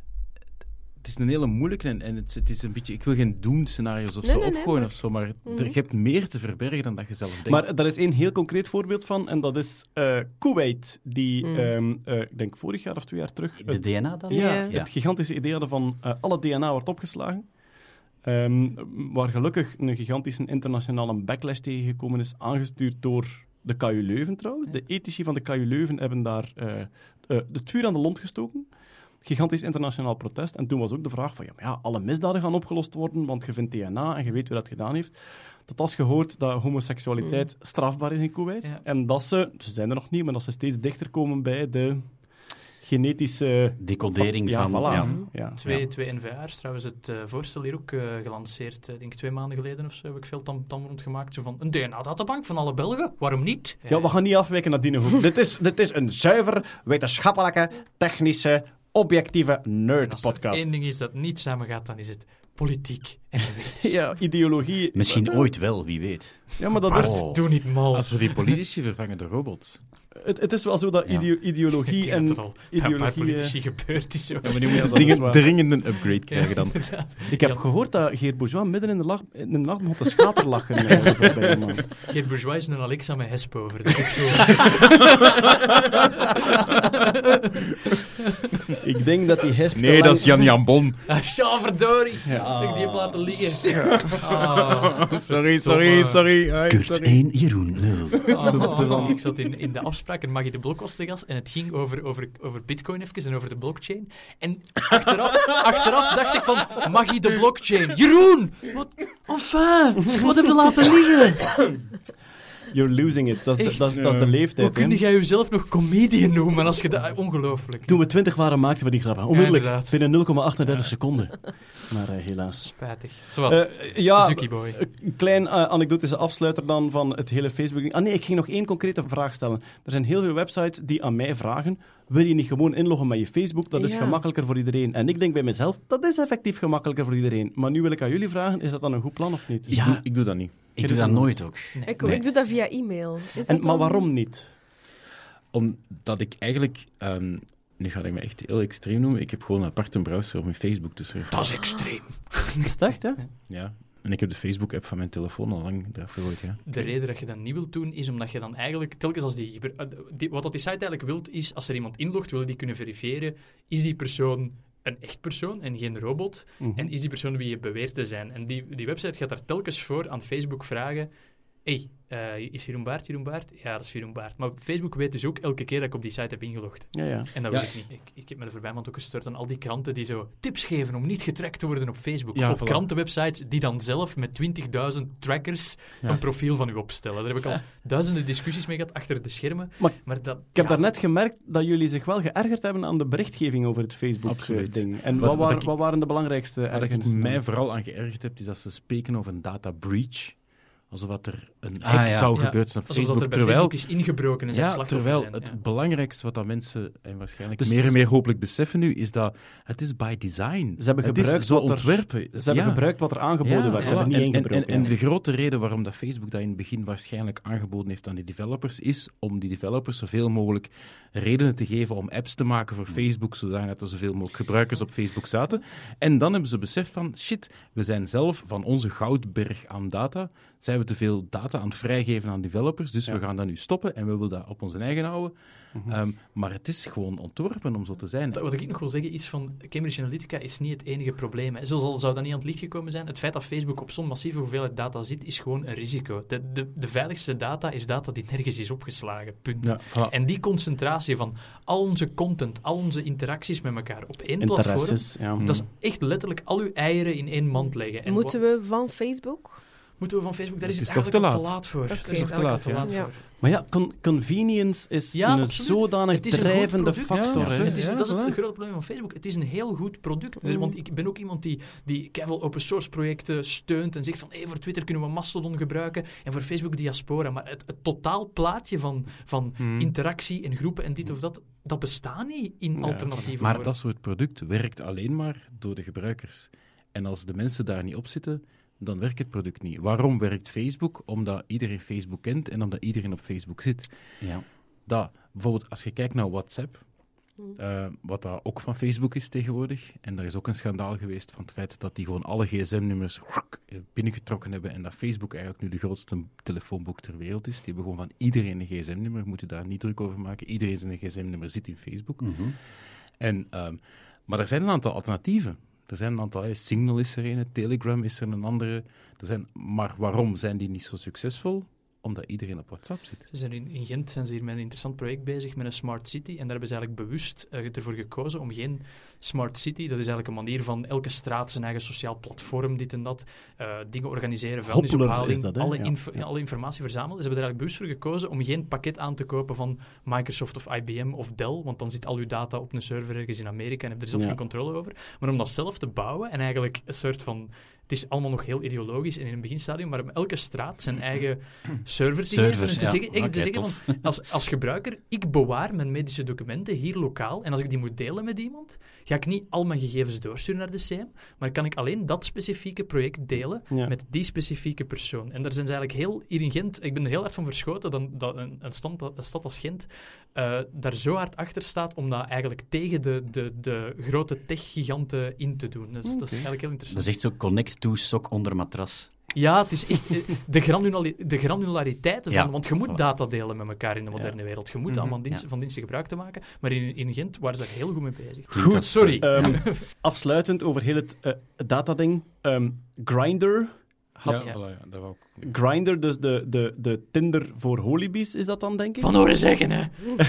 [SPEAKER 8] Het is een hele moeilijke en, en het, het is een beetje... Ik wil geen doemscenario's of
[SPEAKER 5] Nee,
[SPEAKER 8] zo
[SPEAKER 5] nee, nee,
[SPEAKER 8] opgooien
[SPEAKER 5] maar-
[SPEAKER 8] of zo, maar
[SPEAKER 5] Mhm.
[SPEAKER 8] er, je hebt meer te verbergen dan dat je zelf denkt.
[SPEAKER 4] Maar daar is één heel concreet voorbeeld van, en dat is uh, Kuwait, die,
[SPEAKER 5] Mm.
[SPEAKER 4] um, uh, ik denk vorig jaar of twee jaar terug...
[SPEAKER 7] De
[SPEAKER 4] het-
[SPEAKER 7] D N A dan?
[SPEAKER 4] Ja,
[SPEAKER 5] Ja.
[SPEAKER 4] het gigantische idee hadden van uh, alle D N A wordt opgeslagen. Um, waar gelukkig een gigantische internationale backlash tegengekomen is, aangestuurd door de K U Leuven trouwens. De ethici van de K U Leuven hebben daar uh, uh, het vuur aan de lont gestoken. Gigantisch internationaal protest. En toen was ook de vraag van, ja, maar ja, alle misdaden gaan opgelost worden, want je vindt D N A en je weet wie dat gedaan heeft. Tot als je hoort dat homoseksualiteit mm. strafbaar is in Kuwait. Ja. En dat ze, ze zijn er nog niet, maar dat ze steeds dichter komen bij de genetische...
[SPEAKER 7] decodering
[SPEAKER 4] ja,
[SPEAKER 7] van...
[SPEAKER 4] Voilà.
[SPEAKER 7] Ja.
[SPEAKER 4] Ja.
[SPEAKER 6] Twee,
[SPEAKER 4] ja.
[SPEAKER 6] twee N V A's, trouwens, het uh, voorstel hier ook uh, gelanceerd. Ik denk twee maanden geleden of zo heb ik veel tam, tam rondgemaakt. Zo van, een D N A-databank van alle Belgen? Waarom niet?
[SPEAKER 4] Ja, we gaan niet afwijken naar die hoek. dit, is, dit is een zuiver, wetenschappelijke, technische, objectieve nerd-podcast.
[SPEAKER 6] Als er één ding is dat niet samengaat, dan is het politiek en wetenschap.
[SPEAKER 4] Ja, ideologie...
[SPEAKER 7] Misschien ooit wel, wie weet.
[SPEAKER 4] Ja, maar dat
[SPEAKER 6] Bart,
[SPEAKER 4] is...
[SPEAKER 6] oh. Doe niet mal.
[SPEAKER 8] Als we die politici vervangen door robots...
[SPEAKER 4] Het, het is wel zo dat ideo- ideologie en...
[SPEAKER 6] dat er al
[SPEAKER 4] ideologie,
[SPEAKER 6] bij politici gebeurd is. Zo.
[SPEAKER 8] Ja, maar die moeten
[SPEAKER 4] ja,
[SPEAKER 8] dingen dringend een upgrade krijgen dan.
[SPEAKER 6] Ja,
[SPEAKER 4] ik heb ja. gehoord dat Geert Bourgeois midden in de, lach, in de nacht begon te schaterlachen. uh, voorbij iemand.
[SPEAKER 6] Geert Bourgeois is een Alexa met hesp over. Dat is gewoon...
[SPEAKER 4] Ik denk dat die hesp...
[SPEAKER 8] Nee, dat is Jan Jan Bon.
[SPEAKER 6] Ah, verdorie. Ja. Dat ik die heb laten liggen.
[SPEAKER 8] Ja. Oh. Sorry, sorry, sorry. Ay,
[SPEAKER 7] Kurt
[SPEAKER 8] sorry.
[SPEAKER 7] één, Jeroen nul.
[SPEAKER 6] Oh, dus dan, ik zat in, in de afspraak en Maggie de Blok was te gast en het ging over, over, over bitcoin even en over de blockchain. En achteraf, achteraf dacht ik van, Maggie de blockchain. Jeroen! Wat? Enfin! Wat heb je laten liggen?
[SPEAKER 4] You're losing it. Dat is de, dat is, dat is de leeftijd.
[SPEAKER 6] Hoe kun jij jezelf nog comedian noemen als je dat... Ongelooflijk.
[SPEAKER 4] Toen we twintig waren, maakten we die grappen. Onmiddellijk.
[SPEAKER 6] Ja,
[SPEAKER 4] binnen nul komma achtendertig ja. seconden. Maar uh, helaas.
[SPEAKER 6] Spijtig. Zowat.
[SPEAKER 4] Uh, ja,
[SPEAKER 6] Zuckieboy.
[SPEAKER 4] Een klein uh, anekdotische afsluiter dan van het hele Facebook. Ah nee, ik ging nog één concrete vraag stellen. Er zijn heel veel websites die aan mij vragen... Wil je niet gewoon inloggen met je Facebook? Dat is ja. gemakkelijker voor iedereen. En ik denk bij mezelf, dat is effectief gemakkelijker voor iedereen. Maar nu wil ik aan jullie vragen, is dat dan een goed plan of niet?
[SPEAKER 8] Ja, ik doe, ik doe dat niet.
[SPEAKER 7] Ik doe dat nooit ook.
[SPEAKER 5] Nee. Ik, nee. ik doe dat via e-mail. Is
[SPEAKER 4] en,
[SPEAKER 5] dat
[SPEAKER 4] maar
[SPEAKER 5] dan...
[SPEAKER 4] waarom niet?
[SPEAKER 8] Omdat ik eigenlijk... Um, nu ga ik me echt heel extreem noemen. Ik heb gewoon een aparte browser om mijn Facebook te surfen.
[SPEAKER 6] Dat is extreem.
[SPEAKER 4] Is het echt, hè?
[SPEAKER 8] Ja. En ik heb de Facebook-app van mijn telefoon al lang eraf gegooid, ja.
[SPEAKER 6] De reden dat je dat niet wilt doen, is omdat je dan eigenlijk, telkens als die, die... Wat dat die site eigenlijk wilt, is als er iemand inlogt, wil die kunnen verifiëren, is die persoon een echt persoon en geen robot? Mm-hmm. En is die persoon wie je beweert te zijn? En die, die website gaat daar telkens voor aan Facebook vragen... Hé, hey, uh, is Jeroen Baert Jeroen Baert? Ja, dat is Jeroen Baert. Maar Facebook weet dus ook elke keer dat ik op die site heb ingelogd.
[SPEAKER 4] Ja, ja.
[SPEAKER 6] En dat
[SPEAKER 8] ja.
[SPEAKER 6] wil ik niet. Ik, ik heb me er voorbij want ook gestort aan al die kranten die zo tips geven om niet getrackt te worden op Facebook.
[SPEAKER 8] Ja,
[SPEAKER 6] op
[SPEAKER 8] voilà.
[SPEAKER 6] krantenwebsites die dan zelf met twintigduizend trackers ja. een profiel van u opstellen. Daar heb ik al duizenden discussies mee gehad achter de schermen.
[SPEAKER 4] Maar,
[SPEAKER 6] maar dat,
[SPEAKER 4] ik heb
[SPEAKER 6] ja.
[SPEAKER 4] daarnet gemerkt dat jullie zich wel geërgerd hebben aan de berichtgeving over het Facebook-ding. En wat, wat, wat, ik, wat waren de belangrijkste ergernissen?
[SPEAKER 8] Wat ik mij vooral aan geërgerd heb, is dat ze spreken over een data breach. Alsof dat er een
[SPEAKER 7] Ah,
[SPEAKER 8] hack
[SPEAKER 7] ja.
[SPEAKER 8] zou
[SPEAKER 6] Ja,
[SPEAKER 8] gebeurd zijn op
[SPEAKER 6] alsof
[SPEAKER 8] Facebook.
[SPEAKER 6] dat er bij
[SPEAKER 8] terwijl,
[SPEAKER 6] Facebook is ingebroken en zijn
[SPEAKER 8] ja,
[SPEAKER 6] slachtoffer
[SPEAKER 8] terwijl
[SPEAKER 6] zijn.
[SPEAKER 8] het
[SPEAKER 6] Ja.
[SPEAKER 8] belangrijkste wat dat mensen, en waarschijnlijk
[SPEAKER 4] Dus-
[SPEAKER 8] meer en meer hopelijk beseffen nu, is dat het is by design.
[SPEAKER 4] Ze hebben
[SPEAKER 8] het
[SPEAKER 4] gebruikt
[SPEAKER 8] is zo
[SPEAKER 4] wat er-
[SPEAKER 8] ontwerpen.
[SPEAKER 4] Ze hebben
[SPEAKER 8] ja.
[SPEAKER 4] gebruikt wat er aangeboden
[SPEAKER 8] Ja,
[SPEAKER 4] werd. Ze
[SPEAKER 8] voilà.
[SPEAKER 4] hebben niet
[SPEAKER 8] en, en,
[SPEAKER 4] ingebroken.
[SPEAKER 8] en, en de grote reden waarom dat Facebook dat in het begin waarschijnlijk aangeboden heeft aan die developers, is om die developers zoveel mogelijk redenen te geven om apps te maken voor Facebook, zodat er zoveel mogelijk gebruikers op Facebook zaten. En dan hebben ze beseft van, shit, we zijn zelf van onze goudberg aan data, zijn we te veel data aan het vrijgeven aan developers, dus
[SPEAKER 4] Ja.
[SPEAKER 8] we gaan dat nu stoppen en we willen dat op onze eigen houden.
[SPEAKER 4] Mhm.
[SPEAKER 8] Um, maar het is gewoon ontworpen om zo te zijn.
[SPEAKER 6] Wat ik nog wil zeggen is van Cambridge Analytica is niet het enige probleem. Hè. Zoals zou dat niet aan het licht gekomen zijn. Het feit dat Facebook op zo'n massieve hoeveelheid data zit, is gewoon een risico. De, de, de veiligste data is data die nergens is opgeslagen. Punt.
[SPEAKER 8] Ja, voilà.
[SPEAKER 6] En die concentratie van al onze content, al onze interacties met elkaar op één platform,
[SPEAKER 4] Interesses, ja.
[SPEAKER 6] dat is echt letterlijk al uw eieren in één mand leggen. En
[SPEAKER 5] Moeten
[SPEAKER 6] wa-
[SPEAKER 5] we van Facebook?
[SPEAKER 6] Moeten we van Facebook? Daar is
[SPEAKER 8] Het
[SPEAKER 6] het,
[SPEAKER 8] is toch te
[SPEAKER 6] eigenlijk al
[SPEAKER 8] laat.
[SPEAKER 6] te laat voor.
[SPEAKER 5] Oké.
[SPEAKER 6] Het is
[SPEAKER 8] toch te
[SPEAKER 6] eigenlijk al
[SPEAKER 8] laat,
[SPEAKER 6] te
[SPEAKER 8] ja.
[SPEAKER 6] laat
[SPEAKER 5] Ja.
[SPEAKER 6] voor.
[SPEAKER 4] Maar ja, con- convenience is
[SPEAKER 6] Ja,
[SPEAKER 4] een
[SPEAKER 6] absoluut.
[SPEAKER 4] zodanig
[SPEAKER 6] Het is een goed
[SPEAKER 4] drijvende
[SPEAKER 6] product.
[SPEAKER 4] factor.
[SPEAKER 8] Ja,
[SPEAKER 4] hè.
[SPEAKER 6] Het is,
[SPEAKER 8] Ja,
[SPEAKER 6] dat is het
[SPEAKER 8] voilà.
[SPEAKER 6] grote probleem van Facebook. Het is een heel goed product. Dus,
[SPEAKER 5] Mm.
[SPEAKER 6] want ik ben ook iemand die, die keiveel open source projecten steunt en zegt van hey, voor Twitter kunnen we Mastodon gebruiken en voor Facebook Diaspora. Maar het, het totaalplaatje van, van
[SPEAKER 8] Hmm.
[SPEAKER 6] interactie en groepen en dit of dat, dat bestaat niet in
[SPEAKER 4] Ja,
[SPEAKER 6] alternatieve
[SPEAKER 8] Maar
[SPEAKER 6] vormen.
[SPEAKER 8] dat soort product werkt alleen maar door de gebruikers. En als de mensen daar niet op zitten, dan werkt het product niet. Waarom werkt Facebook? Omdat iedereen Facebook kent en omdat iedereen op Facebook zit.
[SPEAKER 7] Ja.
[SPEAKER 8] Dat, bijvoorbeeld, als je kijkt naar WhatsApp, uh, wat dat ook van Facebook is tegenwoordig, en daar is ook een schandaal geweest van het feit dat die gewoon alle gsm-nummers binnengetrokken hebben en dat Facebook eigenlijk nu de grootste telefoonboek ter wereld is. Die hebben gewoon van iedereen een gsm-nummer, we moeten daar niet druk over maken. Iedereen zijn gsm-nummer zit in Facebook.
[SPEAKER 7] Mm-hmm.
[SPEAKER 8] En, um, maar er zijn een aantal alternatieven. Er zijn een aantal, hey, Signal is er een, Telegram is er een andere. Er zijn, maar waarom zijn die niet zo succesvol? omdat iedereen op WhatsApp zit.
[SPEAKER 6] Ze zijn in, in Gent zijn ze hier met een interessant project bezig, met een smart city. En daar hebben ze eigenlijk bewust uh, ervoor gekozen om geen smart city, dat is eigenlijk een manier van elke straat zijn eigen sociaal platform, dit en dat, uh, dingen organiseren, vuilnisophaling,
[SPEAKER 4] dat, hè?
[SPEAKER 6] alle,
[SPEAKER 4] Ja.
[SPEAKER 6] info, ja. alle informatie verzamelen. Ze hebben er eigenlijk bewust voor gekozen om geen pakket aan te kopen van Microsoft of I B M of Dell, want dan zit al uw data op een server ergens in Amerika en heb je er zelf
[SPEAKER 4] Ja.
[SPEAKER 6] geen controle over. Maar om dat zelf te bouwen en eigenlijk een soort van... Het is allemaal nog heel ideologisch en in een beginstadium, maar op elke straat zijn eigen server te
[SPEAKER 7] Servers,
[SPEAKER 6] geven. En te
[SPEAKER 7] ja.
[SPEAKER 6] zeggen, echt te
[SPEAKER 7] Oké,
[SPEAKER 6] zeggen
[SPEAKER 7] tof.
[SPEAKER 6] van, als, als gebruiker, ik bewaar mijn medische documenten hier lokaal en als ik die moet delen met iemand, ga ik niet al mijn gegevens doorsturen naar de C M, maar kan ik alleen dat specifieke project delen
[SPEAKER 4] Ja.
[SPEAKER 6] met die specifieke persoon. En daar zijn ze eigenlijk heel, hier in Gent, ik ben er heel hard van verschoten dat, dat een, een, stand, een stad als Gent uh, daar zo hard achter staat om dat eigenlijk tegen de, de, de grote tech-giganten in te doen. Dus, dat is eigenlijk heel interessant.
[SPEAKER 7] Dat is echt zo connect to sok onder matras.
[SPEAKER 6] Ja, het is echt eh, de, granulari- de granulariteit van...
[SPEAKER 7] Ja,
[SPEAKER 6] Want je moet
[SPEAKER 7] voilà.
[SPEAKER 6] data delen met elkaar in de moderne wereld. Je moet
[SPEAKER 7] Mhm,
[SPEAKER 6] allemaal dienst,
[SPEAKER 7] ja.
[SPEAKER 6] van diensten gebruik te maken. Maar in, in Gent waren ze daar heel goed mee bezig.
[SPEAKER 4] Goed.
[SPEAKER 6] Sorry.
[SPEAKER 4] Ehm, afsluitend over heel het uh, datading. Um, Grindr. Had,
[SPEAKER 8] Ja,
[SPEAKER 6] ja.
[SPEAKER 8] voilà, ja, dat wou ik...
[SPEAKER 4] Grindr, dus de, de, de Tinder voor holibies, is dat dan, denk ik?
[SPEAKER 6] Van horen zeggen, hè.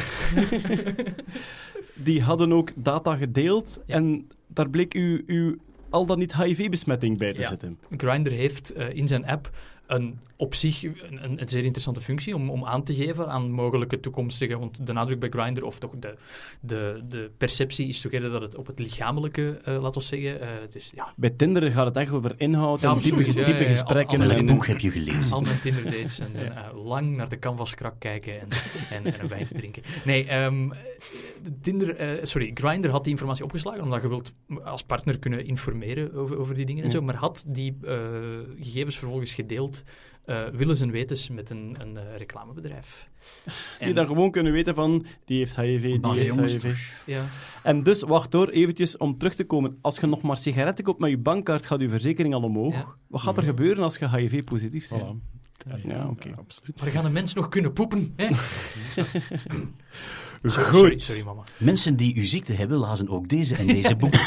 [SPEAKER 4] Die hadden ook data gedeeld
[SPEAKER 6] Ja.
[SPEAKER 4] en daar bleek u, u al dan niet H I V-besmetting bij te
[SPEAKER 6] Ja.
[SPEAKER 4] zitten.
[SPEAKER 6] Grindr heeft uh, in zijn app een op zich een, een, een zeer interessante functie om, om aan te geven aan mogelijke toekomstige... Want de nadruk bij Grindr, of toch de, de, de perceptie is toch eerder dat het op het lichamelijke, uh, laten we zeggen... Uh, dus, ja,
[SPEAKER 4] Bij Tinder gaat het echt over inhoud
[SPEAKER 6] Ja,
[SPEAKER 4] en diepe,
[SPEAKER 6] absoluut. Ja,
[SPEAKER 4] diepe
[SPEAKER 6] ja, ja.
[SPEAKER 4] gesprekken.
[SPEAKER 6] Al- al-
[SPEAKER 7] Welk
[SPEAKER 4] en,
[SPEAKER 7] boek heb je gelezen?
[SPEAKER 6] al mijn Tinder-dates en, en uh, lang naar de canvaskrak kijken en, en, en een wijn te drinken. Nee, um, Tinder, uh, sorry, Grindr had die informatie opgeslagen omdat je wilt als partner kunnen informeren over, over die dingen en zo, maar had die uh, gegevens vervolgens gedeeld, uh, willens en wetens, met een, een uh, reclamebedrijf.
[SPEAKER 4] die dan gewoon kunnen weten van, die heeft H I V, die
[SPEAKER 7] Maar
[SPEAKER 4] heeft
[SPEAKER 7] jongens,
[SPEAKER 4] H I V.
[SPEAKER 6] Ja.
[SPEAKER 4] En dus, wacht hoor, eventjes om terug te komen. Als je nog maar sigaretten koopt met je bankkaart, gaat je verzekering al omhoog.
[SPEAKER 6] Ja.
[SPEAKER 4] Wat gaat er gebeuren als je H I V-positief bent?
[SPEAKER 8] Voilà.
[SPEAKER 4] Ja, oké.
[SPEAKER 8] absoluut.
[SPEAKER 6] Maar gaan een mens nog kunnen poepen? Hè?
[SPEAKER 4] Goed.
[SPEAKER 6] Sorry, sorry, mama.
[SPEAKER 7] Mensen die uw ziekte hebben, lazen ook deze en deze boeken.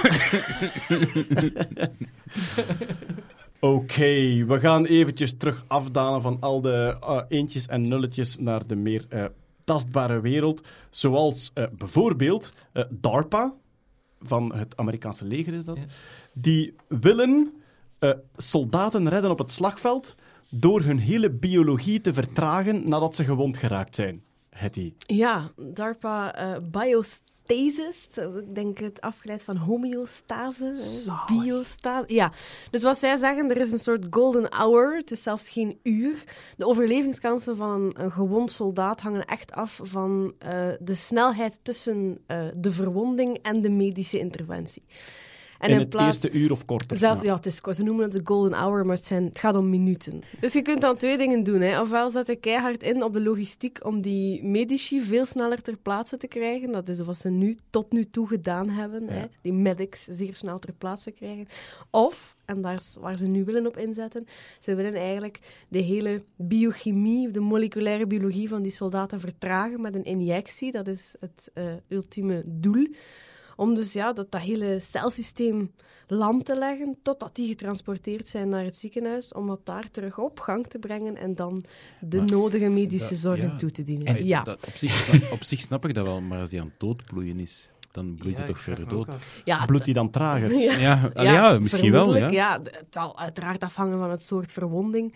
[SPEAKER 4] Oké, we gaan eventjes terug afdalen van al de uh, eentjes en nulletjes naar de meer uh, tastbare wereld. Zoals uh, bijvoorbeeld uh, DARPA, van het Amerikaanse leger is dat.
[SPEAKER 6] Ja.
[SPEAKER 4] Die willen uh, soldaten redden op het slagveld door hun hele biologie te vertragen nadat ze gewond geraakt zijn. Hetty.
[SPEAKER 5] Ja, DARPA uh, Biostasis. Ik denk het afgeleid van homeostase. hè, Biostase. Ja, dus wat zij zeggen, er is een soort golden hour. Het is zelfs geen uur. De overlevingskansen van een, een gewond soldaat hangen echt af van uh, de snelheid tussen uh, de verwonding en de medische interventie. En
[SPEAKER 4] in,
[SPEAKER 5] in
[SPEAKER 4] het
[SPEAKER 5] plaats...
[SPEAKER 4] eerste uur of korter.
[SPEAKER 5] Zelf,
[SPEAKER 4] Ja.
[SPEAKER 5] ja, het is, ze noemen het de golden hour, maar het, zijn, het gaat om minuten. Dus je kunt dan twee dingen doen. Hè. Ofwel zet je keihard in op de logistiek om die medici veel sneller ter plaatse te krijgen. Dat is wat ze nu tot nu toe gedaan hebben.
[SPEAKER 8] Ja.
[SPEAKER 5] Hè. Die medics zeer snel ter plaatse krijgen. Of, en daar is waar ze nu willen op inzetten, ze willen eigenlijk de hele biochemie, de moleculaire biologie van die soldaten vertragen met een injectie. Dat is het uh, ultieme doel. Om dus ja, dat, dat hele celsysteem lam te leggen, totdat die getransporteerd zijn naar het ziekenhuis, om dat daar terug op gang te brengen en dan de
[SPEAKER 8] Maar
[SPEAKER 5] nodige medische
[SPEAKER 8] dat-
[SPEAKER 5] zorg
[SPEAKER 8] ja.
[SPEAKER 5] toe te dienen.
[SPEAKER 8] En
[SPEAKER 5] ja.
[SPEAKER 8] dat, op, zich, snap- op zich snap ik dat wel, maar als die aan het doodbloeien is, dan bloeit
[SPEAKER 6] Ja,
[SPEAKER 8] het
[SPEAKER 6] ik
[SPEAKER 8] toch
[SPEAKER 6] vraag
[SPEAKER 8] verder
[SPEAKER 6] me ook
[SPEAKER 8] dood.
[SPEAKER 6] af.
[SPEAKER 5] Ja,
[SPEAKER 4] Bloedt die dan trager?
[SPEAKER 5] ja.
[SPEAKER 8] Ja, ja, ja, misschien wel.
[SPEAKER 5] vermoedelijk,
[SPEAKER 8] Ja.
[SPEAKER 5] ja. Het zal uiteraard afhangen van het soort verwonding.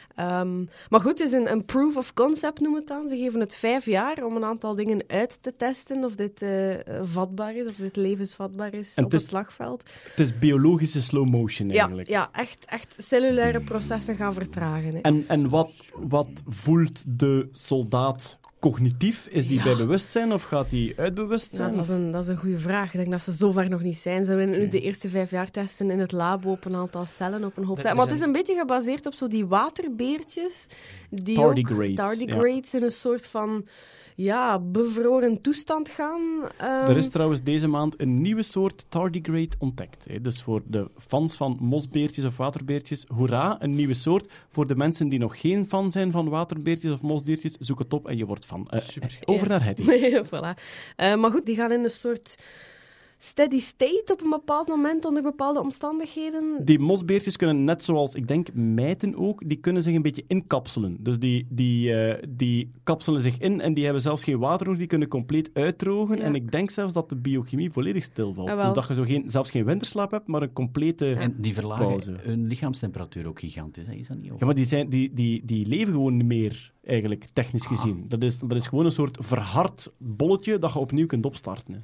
[SPEAKER 5] Um, maar goed, het is een, een proof of concept, noemen het dan. Ze geven het vijf jaar om een aantal dingen uit te testen, of dit uh, vatbaar is, of dit levensvatbaar is
[SPEAKER 4] En
[SPEAKER 5] op
[SPEAKER 4] het
[SPEAKER 5] het
[SPEAKER 4] is-
[SPEAKER 5] slagveld.
[SPEAKER 4] Het is biologische slow motion
[SPEAKER 5] Ja,
[SPEAKER 4] eigenlijk.
[SPEAKER 5] ja echt, echt cellulaire processen gaan vertragen. Hè.
[SPEAKER 4] En, en wat, wat voelt de soldaat cognitief? Is die
[SPEAKER 5] Ja.
[SPEAKER 4] bij bewustzijn of gaat die uit
[SPEAKER 5] Ja,
[SPEAKER 4] bewustzijn?
[SPEAKER 5] dat, is een, dat is een goede vraag. Ik denk dat ze zover nog niet zijn. Ze willen nu
[SPEAKER 4] Oké.
[SPEAKER 5] de eerste vijf jaar testen in het labo op een aantal cellen, op een hoop
[SPEAKER 6] Er
[SPEAKER 5] cellen. Maar het is
[SPEAKER 6] zijn-
[SPEAKER 5] een beetje gebaseerd op zo die waterbeertjes. Die
[SPEAKER 4] Tardigrades,
[SPEAKER 5] ook tardigrades in een soort van ja, bevroren toestand gaan. Um,
[SPEAKER 4] Er is trouwens deze maand een nieuwe soort tardigrade ontdekt. Hè. Dus voor de fans van mosbeertjes of waterbeertjes, hoera, een nieuwe soort. Voor de mensen die nog geen fan zijn van waterbeertjes of mosdiertjes, zoek het op en je wordt fan. Uh,
[SPEAKER 6] Super.
[SPEAKER 4] over naar Hetty.
[SPEAKER 5] Nee, voilà. Uh, maar goed, die gaan in een soort steady state op een bepaald moment onder bepaalde omstandigheden.
[SPEAKER 4] Die mosbeertjes kunnen net zoals, ik denk, mijten ook, die kunnen zich een beetje inkapselen. Dus die, die, uh, die kapselen zich in en die hebben zelfs geen water nodig, die kunnen compleet uitdrogen.
[SPEAKER 5] Ja.
[SPEAKER 4] En ik denk zelfs dat de biochemie volledig stilvalt.
[SPEAKER 5] Ah, wel.
[SPEAKER 4] Dus dat je zo geen, zelfs geen winterslaap hebt, maar een complete
[SPEAKER 7] En die verlagen
[SPEAKER 4] pauze.
[SPEAKER 7] hun lichaamstemperatuur ook gigantisch, hè? Is dat niet? Of?
[SPEAKER 4] Ja, maar die, zijn, die, die, die leven gewoon niet meer, eigenlijk, technisch gezien. Dat is, dat is gewoon een soort verhard bolletje dat je opnieuw kunt opstarten.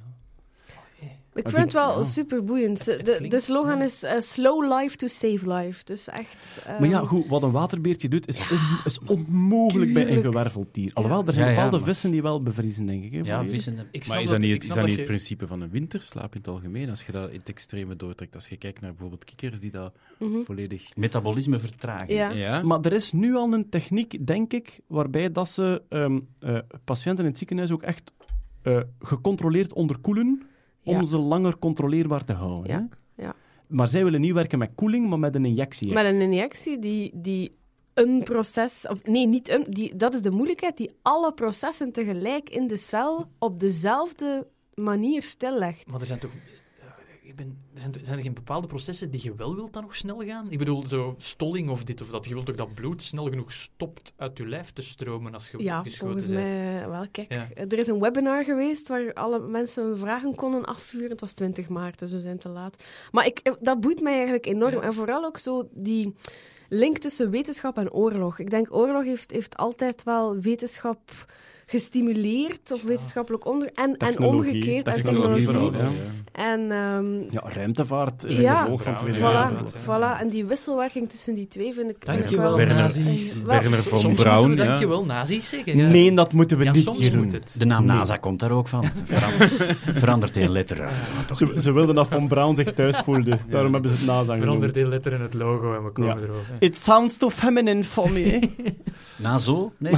[SPEAKER 5] Ik
[SPEAKER 4] Maar
[SPEAKER 5] vind het
[SPEAKER 4] die-
[SPEAKER 5] wel
[SPEAKER 4] ja.
[SPEAKER 5] super boeiend.
[SPEAKER 6] Het- het
[SPEAKER 5] De,
[SPEAKER 6] klinkt-
[SPEAKER 5] de slogan
[SPEAKER 6] ja.
[SPEAKER 5] is uh, slow life to save life. Dus echt... um,
[SPEAKER 4] Maar ja, goed, wat een waterbeertje doet, is, on, is onmogelijk bij een
[SPEAKER 5] tuurlijk.
[SPEAKER 4] gewerveld dier. Alhoewel, er zijn
[SPEAKER 7] Ja, ja,
[SPEAKER 4] bepaalde
[SPEAKER 7] maar-
[SPEAKER 4] vissen die wel bevriezen, denk ik. Hè,
[SPEAKER 7] Ja,
[SPEAKER 4] volledig.
[SPEAKER 7] vissen.
[SPEAKER 6] Ik snap
[SPEAKER 8] Maar is dat niet,
[SPEAKER 6] ik
[SPEAKER 8] is
[SPEAKER 6] snap
[SPEAKER 8] dat niet
[SPEAKER 6] je-
[SPEAKER 8] het principe van een winterslaap in het algemeen? Als je dat in het extreme doortrekt. Als je kijkt naar bijvoorbeeld kikkers die dat
[SPEAKER 5] mhm.
[SPEAKER 8] volledig...
[SPEAKER 7] Metabolisme vertragen.
[SPEAKER 5] Ja.
[SPEAKER 8] Ja,
[SPEAKER 4] Maar er is nu al een techniek, denk ik, waarbij dat ze um, uh, patiënten in het ziekenhuis ook echt uh, gecontroleerd onderkoelen om
[SPEAKER 5] Ja.
[SPEAKER 4] ze langer controleerbaar te houden.
[SPEAKER 5] Ja,
[SPEAKER 4] Hè?
[SPEAKER 5] ja.
[SPEAKER 4] Maar zij willen niet werken met koeling, maar met een injectie.
[SPEAKER 5] Met een injectie die, die een proces... Of, nee, niet een... Die, dat is de moeilijkheid, die alle processen tegelijk in de cel op dezelfde manier stillegt.
[SPEAKER 6] Maar er zijn toch... Ik ben, er zijn, zijn er geen bepaalde processen die je wel wilt dan nog snel gaan? Ik bedoel, zo stolling of dit of dat. Je wilt toch dat bloed snel genoeg stopt uit je lijf te stromen als je
[SPEAKER 5] Ja,
[SPEAKER 6] geschoten
[SPEAKER 5] volgens
[SPEAKER 6] bent?
[SPEAKER 5] mij wel. Kijk,
[SPEAKER 6] Ja.
[SPEAKER 5] er is een webinar geweest waar alle mensen hun vragen konden afvuren. Het was twintig maart, dus we zijn te laat. Maar ik, dat boeit mij eigenlijk enorm.
[SPEAKER 6] Ja.
[SPEAKER 5] En vooral ook zo die link tussen wetenschap en oorlog. Ik denk, oorlog heeft, heeft altijd wel wetenschap gestimuleerd, of
[SPEAKER 6] Ja.
[SPEAKER 5] wetenschappelijk onder... En, en
[SPEAKER 4] Technologie,
[SPEAKER 5] omgekeerd, en
[SPEAKER 4] technologie
[SPEAKER 5] technologie.
[SPEAKER 4] vooral, ja.
[SPEAKER 5] En... ehm,
[SPEAKER 4] Ja, ruimtevaart is een
[SPEAKER 5] Ja.
[SPEAKER 4] gevolg van
[SPEAKER 6] Ja,
[SPEAKER 4] Tweede
[SPEAKER 6] ja,
[SPEAKER 5] Voilà,
[SPEAKER 4] Wereldoorlog.
[SPEAKER 6] ja.
[SPEAKER 5] voilà. En die wisselwerking tussen die twee vind ik, vind ik
[SPEAKER 6] Dankjewel,
[SPEAKER 5] wel...
[SPEAKER 8] Werner-
[SPEAKER 6] nazi's.
[SPEAKER 5] Eh, wel-
[SPEAKER 8] Werner von
[SPEAKER 6] Soms
[SPEAKER 8] Braun,
[SPEAKER 6] moeten we
[SPEAKER 8] ja.
[SPEAKER 6] dankjewel nazi's zeggen. Ja.
[SPEAKER 4] Nee, dat moeten we
[SPEAKER 6] ja,
[SPEAKER 4] niet
[SPEAKER 6] soms
[SPEAKER 4] hier doen.
[SPEAKER 6] moet het.
[SPEAKER 7] De naam
[SPEAKER 4] Nee.
[SPEAKER 7] NASA komt daar ook van. Verandert, verandert één letter uit.
[SPEAKER 4] Ze, ze wilden dat Von Braun zich thuis voelde. Daarom hebben ze het NASA
[SPEAKER 6] Verander
[SPEAKER 4] genoemd.
[SPEAKER 6] die letter in het logo en we komen
[SPEAKER 4] Ja.
[SPEAKER 6] erover.
[SPEAKER 4] It sounds too feminine for me.
[SPEAKER 7] Nazo? Nee.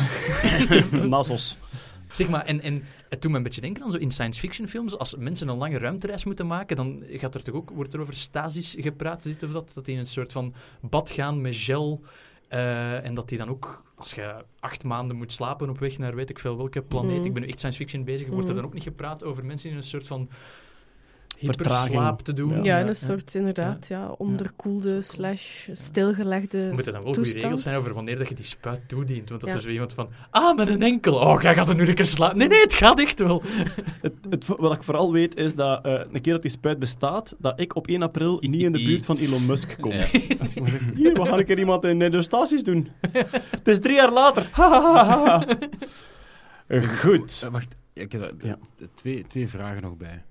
[SPEAKER 4] Nazos.
[SPEAKER 6] Zeg maar, en, en het doet me een beetje denken aan zo in science fiction films. Als mensen een lange ruimtereis moeten maken, dan gaat er toch ook, wordt er over stasis gepraat, dit of dat. Dat die in een soort van bad gaan met gel. Uh, en dat die dan ook, als je acht maanden moet slapen op weg naar weet ik veel welke planeet.
[SPEAKER 5] Mm.
[SPEAKER 6] Ik ben nu echt science fiction bezig. Wordt er
[SPEAKER 5] Mm.
[SPEAKER 6] dan ook niet gepraat over mensen in een soort van
[SPEAKER 4] Vertraging.
[SPEAKER 6] hyperslaap te doen?
[SPEAKER 5] Ja, in een soort, inderdaad, ja, onderkoelde slash stilgelegde
[SPEAKER 6] Er moeten dan wel goede
[SPEAKER 5] toestand.
[SPEAKER 6] regels zijn over wanneer dat je die spuit toedient. Want als
[SPEAKER 5] Ja.
[SPEAKER 6] er zo iemand van, ah, met een enkel. Oh, jij gaat er nu een keer slapen. Nee, nee, het gaat echt wel.
[SPEAKER 4] Het, het, wat ik vooral weet is dat uh, een keer dat die spuit bestaat, dat ik op één april niet in de buurt van Elon Musk kom.
[SPEAKER 7] Ja.
[SPEAKER 4] Dat ik maar zeg, hier, we gaan een keer iemand in de staties doen. Het is drie jaar later. Goed.
[SPEAKER 8] Uh, wacht, ja, ik heb daar-
[SPEAKER 4] Ja.
[SPEAKER 8] uh, twee, twee vragen nog bij.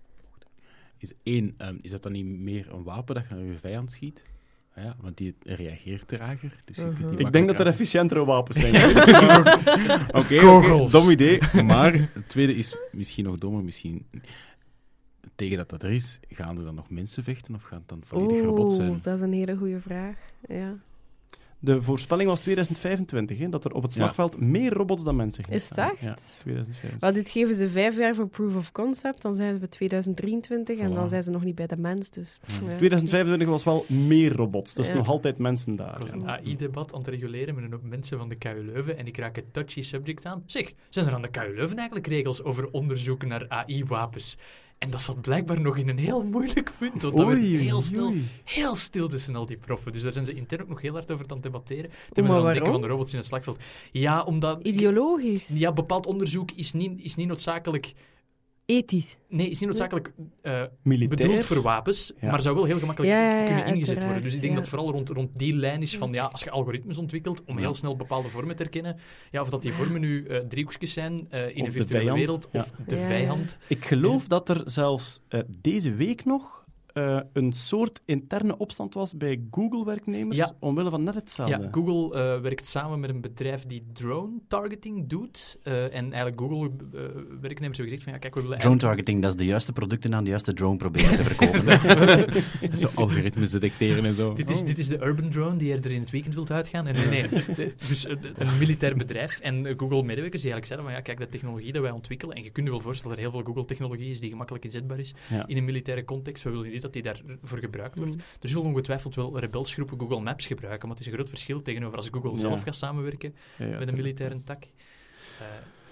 [SPEAKER 8] Is één, um, is dat dan niet meer een wapen dat je naar je vijand schiet? Ah ja, want die reageert trager. Dus je kunt die
[SPEAKER 5] Mhm.
[SPEAKER 4] Ik denk dat er
[SPEAKER 8] makkelijker
[SPEAKER 4] efficiëntere wapens zijn.
[SPEAKER 8] aan- Oké, oké,
[SPEAKER 6] Kogels.
[SPEAKER 8] dom idee. Maar het tweede is misschien nog dommer. Misschien tegen dat dat er is, gaan er dan nog mensen vechten of gaan het dan volledig robots
[SPEAKER 5] Oeh,
[SPEAKER 8] zijn?
[SPEAKER 5] dat is een hele goede vraag. Ja.
[SPEAKER 4] De voorspelling was tweeduizend vijfentwintig, hè, dat er op het
[SPEAKER 8] Ja.
[SPEAKER 4] slagveld meer robots dan mensen gaan
[SPEAKER 5] Is het
[SPEAKER 4] staan.
[SPEAKER 5] echt?
[SPEAKER 4] Ja, tweeduizend vijfentwintig.
[SPEAKER 5] Wel, dit geven ze vijf jaar voor proof of concept, dan zijn we tweeduizend drieëntwintig en
[SPEAKER 8] Voilà.
[SPEAKER 5] dan zijn ze nog niet bij de mens. Dus, ja.
[SPEAKER 4] tweeduizend vijfentwintig was wel meer robots, dus
[SPEAKER 5] Ja.
[SPEAKER 4] nog altijd mensen
[SPEAKER 6] Ik
[SPEAKER 4] daar.
[SPEAKER 6] was
[SPEAKER 4] ja.
[SPEAKER 6] een A I-debat aan het reguleren met een hoop mensen van de K U Leuven en ik raak het touchy subject aan. Zeg, zijn er aan de K U Leuven eigenlijk regels over onderzoek naar A I-wapens? En dat zat blijkbaar nog in een heel moeilijk punt, want dat werd
[SPEAKER 4] Oei,
[SPEAKER 6] heel
[SPEAKER 4] oei,
[SPEAKER 6] snel,
[SPEAKER 4] oei.
[SPEAKER 6] heel stil tussen al die proffen. Dus daar zijn ze intern ook nog heel hard over aan het debatteren. Toen
[SPEAKER 5] maar
[SPEAKER 6] we aan het denken
[SPEAKER 5] waarom?
[SPEAKER 6] van de robots in het slagveld. Ja, omdat...
[SPEAKER 5] Ideologisch,
[SPEAKER 6] Ja, bepaald onderzoek is niet, is niet noodzakelijk...
[SPEAKER 5] ethisch.
[SPEAKER 6] Nee, is niet noodzakelijk uh,
[SPEAKER 4] Militair.
[SPEAKER 6] bedoeld voor wapens,
[SPEAKER 4] Ja.
[SPEAKER 6] maar zou wel heel gemakkelijk
[SPEAKER 5] Ja, ja, ja,
[SPEAKER 6] kunnen ingezet
[SPEAKER 5] uiteraard,
[SPEAKER 6] worden. Dus ik denk
[SPEAKER 5] ja.
[SPEAKER 6] dat vooral rond, rond die lijn is van, ja, als je algoritmes ontwikkelt om
[SPEAKER 8] Ja.
[SPEAKER 6] heel snel bepaalde vormen te herkennen, ja, of dat die vormen nu uh, driehoekjes zijn uh, in
[SPEAKER 4] Of
[SPEAKER 6] een
[SPEAKER 4] de
[SPEAKER 6] virtuele
[SPEAKER 4] vijand.
[SPEAKER 6] wereld,
[SPEAKER 4] Ja.
[SPEAKER 6] of de
[SPEAKER 5] Ja, ja.
[SPEAKER 6] vijand.
[SPEAKER 4] Ik geloof dat er zelfs uh, deze week nog uh, een soort interne opstand was bij Google-werknemers,
[SPEAKER 6] Ja.
[SPEAKER 4] omwille van net hetzelfde.
[SPEAKER 6] Ja, Google uh, werkt samen met een bedrijf die drone targeting doet. Uh, en eigenlijk Google-werknemers uh, hebben gezegd van, ja, kijk, we willen
[SPEAKER 7] Drone
[SPEAKER 6] eigenlijk...
[SPEAKER 7] targeting, dat is de juiste producten aan de juiste drone proberen te verkopen.
[SPEAKER 8] Zo algoritmes detecteren en zo.
[SPEAKER 6] Dit is,
[SPEAKER 8] Oh.
[SPEAKER 6] dit is de urban drone die er in het weekend wilt uitgaan. En nee, nee. De- dus uh, de- een militair bedrijf en uh, Google-medewerkers die eigenlijk zeiden van ja, kijk, de technologie dat wij ontwikkelen, en je kunt je wel voorstellen dat er heel veel Google-technologie is die gemakkelijk inzetbaar is
[SPEAKER 4] Ja.
[SPEAKER 6] in een militaire context. We willen niet dat die daarvoor gebruikt wordt.
[SPEAKER 5] Mm.
[SPEAKER 6] Er zullen ongetwijfeld wel rebelsgroepen Google Maps gebruiken, maar het is een groot verschil tegenover als Google
[SPEAKER 4] Ja.
[SPEAKER 6] zelf gaat samenwerken
[SPEAKER 4] Ja, ja,
[SPEAKER 6] met een
[SPEAKER 4] tuurlijk.
[SPEAKER 6] militaire tak. Uh,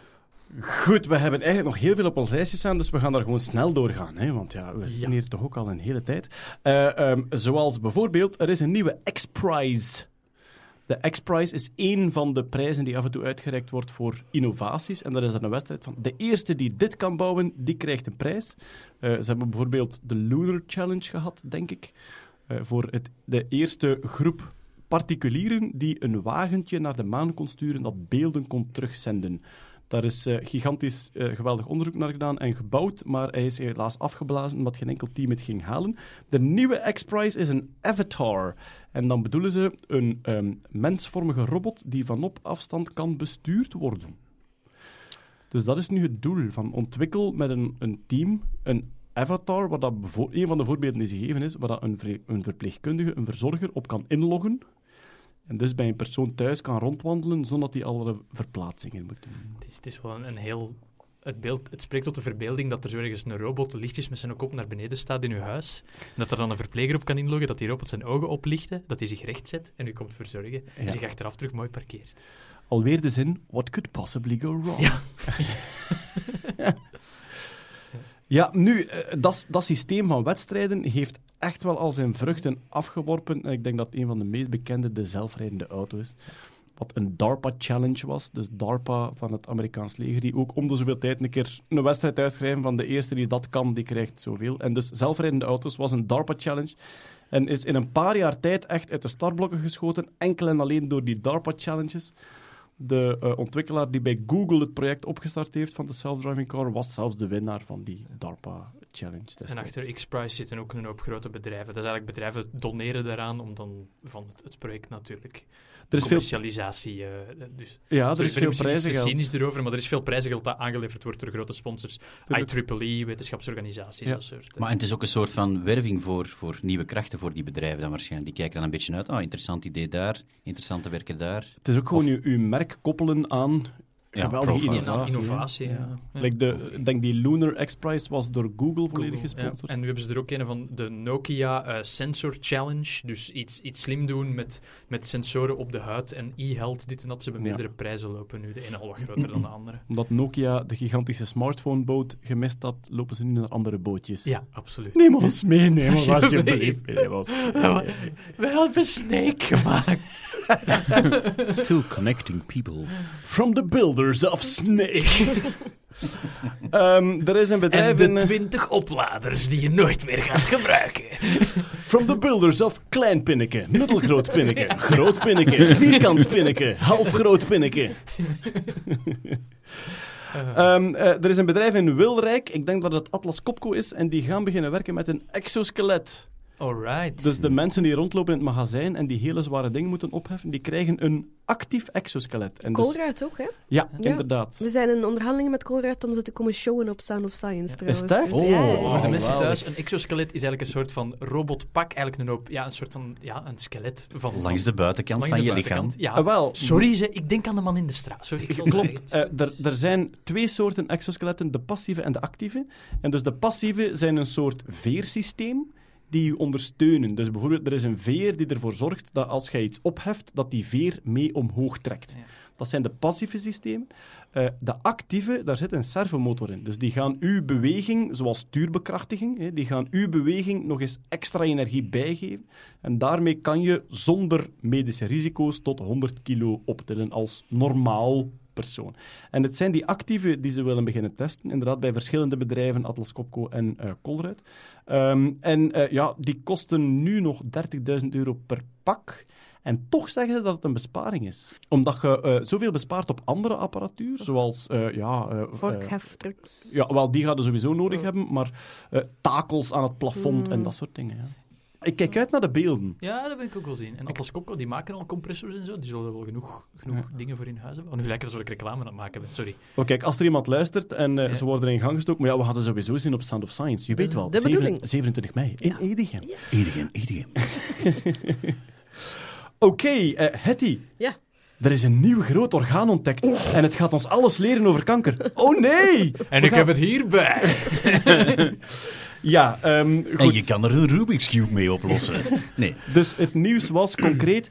[SPEAKER 4] Goed, we hebben eigenlijk nog heel veel op ons lijstje staan, dus we gaan daar gewoon snel doorgaan. Hè? Want ja, we zitten
[SPEAKER 6] Ja.
[SPEAKER 4] hier toch ook al een hele tijd. Uh, um, zoals bijvoorbeeld, er is een nieuwe X-Prize. De X-Prize is één van de prijzen die af en toe uitgereikt wordt voor innovaties. En daar is er een wedstrijd van. De eerste die dit kan bouwen, die krijgt een prijs. Uh, ze hebben bijvoorbeeld de Lunar Challenge gehad, denk ik. Uh, voor het, de eerste groep particulieren die een wagentje naar de maan kon sturen dat beelden kon terugzenden. Daar is uh, gigantisch uh, geweldig onderzoek naar gedaan en gebouwd, maar hij is helaas afgeblazen omdat geen enkel team het ging halen. De nieuwe X-Prize is een Avatar. En dan bedoelen ze een um, mensvormige robot die van op afstand kan bestuurd worden. Dus dat is nu het doel van ontwikkel met een, een team een Avatar, waar dat bevo- een van de voorbeelden die ze geven is, waar dat een, ver- een verpleegkundige, een verzorger op kan inloggen. En dus bij een persoon thuis kan rondwandelen zonder dat hij alle verplaatsingen moet doen.
[SPEAKER 6] Het is, het is wel een, een heel... Het, beeld, het spreekt tot de verbeelding dat er zo ergens een robot lichtjes met zijn kop naar beneden staat in uw huis. En dat er dan een verpleger op kan inloggen, dat die robot zijn ogen oplichten, dat hij zich recht zet en u komt verzorgen. En
[SPEAKER 4] Ja.
[SPEAKER 6] zich achteraf terug mooi parkeert.
[SPEAKER 4] Alweer de zin, what could possibly go wrong?
[SPEAKER 6] Ja.
[SPEAKER 4] Ja, nu, uh, dat, dat systeem van wedstrijden heeft echt wel al zijn vruchten afgeworpen. En ik denk dat een van de meest bekende de zelfrijdende auto is. Wat een DARPA-challenge was. Dus DARPA van het Amerikaans leger, die ook om de zoveel tijd een keer een wedstrijd uitschrijven van de eerste die dat kan, die krijgt zoveel. En dus zelfrijdende auto's was een DARPA-challenge. En is in een paar jaar tijd echt uit de startblokken geschoten, enkel en alleen door die DARPA-challenges. De uh, ontwikkelaar die bij Google het project opgestart heeft van de self-driving car, was zelfs de winnaar van die DARPA-challenge destijds.
[SPEAKER 6] En achter X-Prize zitten ook een hoop grote bedrijven. Dat is eigenlijk bedrijven doneren daaraan om dan van het, het project natuurlijk
[SPEAKER 4] Er is veel,
[SPEAKER 6] commercialisatie... Uh, dus,
[SPEAKER 4] ja, er
[SPEAKER 6] sorry,
[SPEAKER 4] is veel
[SPEAKER 6] misschien iets te
[SPEAKER 4] prijzengeld.
[SPEAKER 6] cynisch erover, maar er is veel prijzengeld dat aangeleverd wordt door grote sponsors. I triple E, wetenschapsorganisaties,
[SPEAKER 4] Ja.
[SPEAKER 6] dat soort.
[SPEAKER 7] Maar het is ook een soort van werving voor, voor nieuwe krachten voor die bedrijven dan waarschijnlijk. Die kijken dan een beetje uit, ah, interessant idee daar, interessante werker daar.
[SPEAKER 4] Het is ook gewoon
[SPEAKER 7] Of-
[SPEAKER 4] uw, uw merk koppelen aan
[SPEAKER 7] Ja,
[SPEAKER 4] geweldige
[SPEAKER 7] profile.
[SPEAKER 4] innovatie. hè.
[SPEAKER 6] Innovatie, ja. Ja.
[SPEAKER 4] Like de, ik denk die Lunar X-Prize was door Google volledig
[SPEAKER 6] Google,
[SPEAKER 4] gesponsord.
[SPEAKER 6] ja. En nu hebben ze er ook een van de Nokia uh, Sensor Challenge. Dus iets, iets slim doen met, met sensoren op de huid en e-health, dit en dat. Ze hebben
[SPEAKER 4] Ja.
[SPEAKER 6] meerdere prijzen lopen nu. De ene al wat groter dan de andere.
[SPEAKER 4] Omdat Nokia de gigantische smartphone-boot gemist had, lopen ze nu naar andere bootjes.
[SPEAKER 6] Ja, absoluut.
[SPEAKER 4] Neem ons mee, neem ons
[SPEAKER 6] Alsjeblieft.
[SPEAKER 4] alsjeblieft. Neem ons mee.
[SPEAKER 6] We hebben Snake gemaakt.
[SPEAKER 8] Still connecting people.
[SPEAKER 4] From the builders of Snake. um, er is een bedrijf
[SPEAKER 6] En de
[SPEAKER 4] in... eh,
[SPEAKER 6] twintig opladers die je nooit meer gaat gebruiken.
[SPEAKER 4] From the builders of klein pinneke, middelgroot pinneke, groot pinneke, vierkant pinneke, half groot pinneke. Um, uh, er is een bedrijf in Wilrijk, ik denk dat het Atlas Copco is, en die gaan beginnen werken met een exoskelet.
[SPEAKER 6] Alright.
[SPEAKER 4] Dus de mensen die rondlopen in het magazijn en die hele zware dingen moeten opheffen, die krijgen een actief exoskelet. En dus,
[SPEAKER 5] Colruyt ook, hè?
[SPEAKER 4] ja,
[SPEAKER 5] Ja.
[SPEAKER 4] inderdaad.
[SPEAKER 5] We zijn in onderhandelingen met Colruyt om ze te komen showen op Sound of Science, trouwens.
[SPEAKER 4] Is dat?
[SPEAKER 5] Dus,
[SPEAKER 4] Oh,
[SPEAKER 5] ja, ja, ja.
[SPEAKER 4] oh,
[SPEAKER 6] Voor de mensen
[SPEAKER 4] geweldig.
[SPEAKER 6] thuis, een exoskelet is eigenlijk een soort van robotpak. Eigenlijk een hoop, ja, een soort van, ja, een skelet van...
[SPEAKER 7] Langs de buitenkant
[SPEAKER 6] langs
[SPEAKER 7] van
[SPEAKER 6] de
[SPEAKER 7] je lichaam.
[SPEAKER 6] buitenkant. Ja,
[SPEAKER 4] Ah, wel.
[SPEAKER 6] sorry, ze, ik denk aan de man in de straat. Sorry, ik zal het
[SPEAKER 4] Klopt.
[SPEAKER 6] zeggen.
[SPEAKER 4] Eh, er, er zijn twee soorten exoskeletten, de passieve en de actieve. En dus de passieve zijn een soort veersysteem die je ondersteunen. Dus bijvoorbeeld, er is een veer die ervoor zorgt dat als je iets opheft, dat die veer mee omhoog trekt.
[SPEAKER 6] Ja.
[SPEAKER 4] Dat zijn de passieve systemen. Uh, de actieve, daar zit een servomotor in. Dus die gaan uw beweging, zoals stuurbekrachtiging, hè, die gaan uw beweging nog eens extra energie bijgeven. En daarmee kan je zonder medische risico's tot honderd kilo optillen als normaal persoon. En het zijn die actieve die ze willen beginnen testen, inderdaad bij verschillende bedrijven, Atlas Copco en uh, Colruyt. Um, en uh, ja, die kosten nu nog dertigduizend euro per pak. En toch zeggen ze dat het een besparing is. Omdat je uh, zoveel bespaart op andere apparatuur, zoals... Uh, ja, uh,
[SPEAKER 5] Vorkheftrucks.
[SPEAKER 4] ja, wel, die gaan je sowieso nodig hebben, maar uh, takels aan het plafond
[SPEAKER 5] Mm.
[SPEAKER 4] en dat soort dingen. Ja. Ik kijk uit naar de beelden.
[SPEAKER 6] Ja, dat wil ik ook wel zien. En Atlas Copco, die maken al compressors en zo. Die zullen wel genoeg, genoeg
[SPEAKER 4] Ja.
[SPEAKER 6] dingen voor in huis hebben. Oh, nu lijkt het alsof ik reclame aan het maken ben. Sorry.
[SPEAKER 4] Oh, kijk, als er iemand luistert en uh,
[SPEAKER 6] Ja.
[SPEAKER 4] ze worden in gang gestoken, maar ja, we gaan ze sowieso zien op Sound of Science. Je
[SPEAKER 5] Dat
[SPEAKER 4] weet
[SPEAKER 5] is
[SPEAKER 4] wel,
[SPEAKER 5] de bedoeling.
[SPEAKER 4] zevenentwintig mei in
[SPEAKER 5] Ja.
[SPEAKER 4] Edegem.
[SPEAKER 7] Edegem, Edegem.
[SPEAKER 4] Oké, okay, uh, Hetty.
[SPEAKER 5] Ja.
[SPEAKER 4] Er is een nieuw groot orgaan ontdekt en het gaat ons alles leren over kanker. Oh nee!
[SPEAKER 6] En
[SPEAKER 4] We
[SPEAKER 6] ik
[SPEAKER 4] gaan-
[SPEAKER 6] heb het hierbij.
[SPEAKER 4] Ja, um, goed.
[SPEAKER 7] En je kan er een Rubik's Cube mee oplossen. Nee.
[SPEAKER 4] Dus het nieuws was concreet...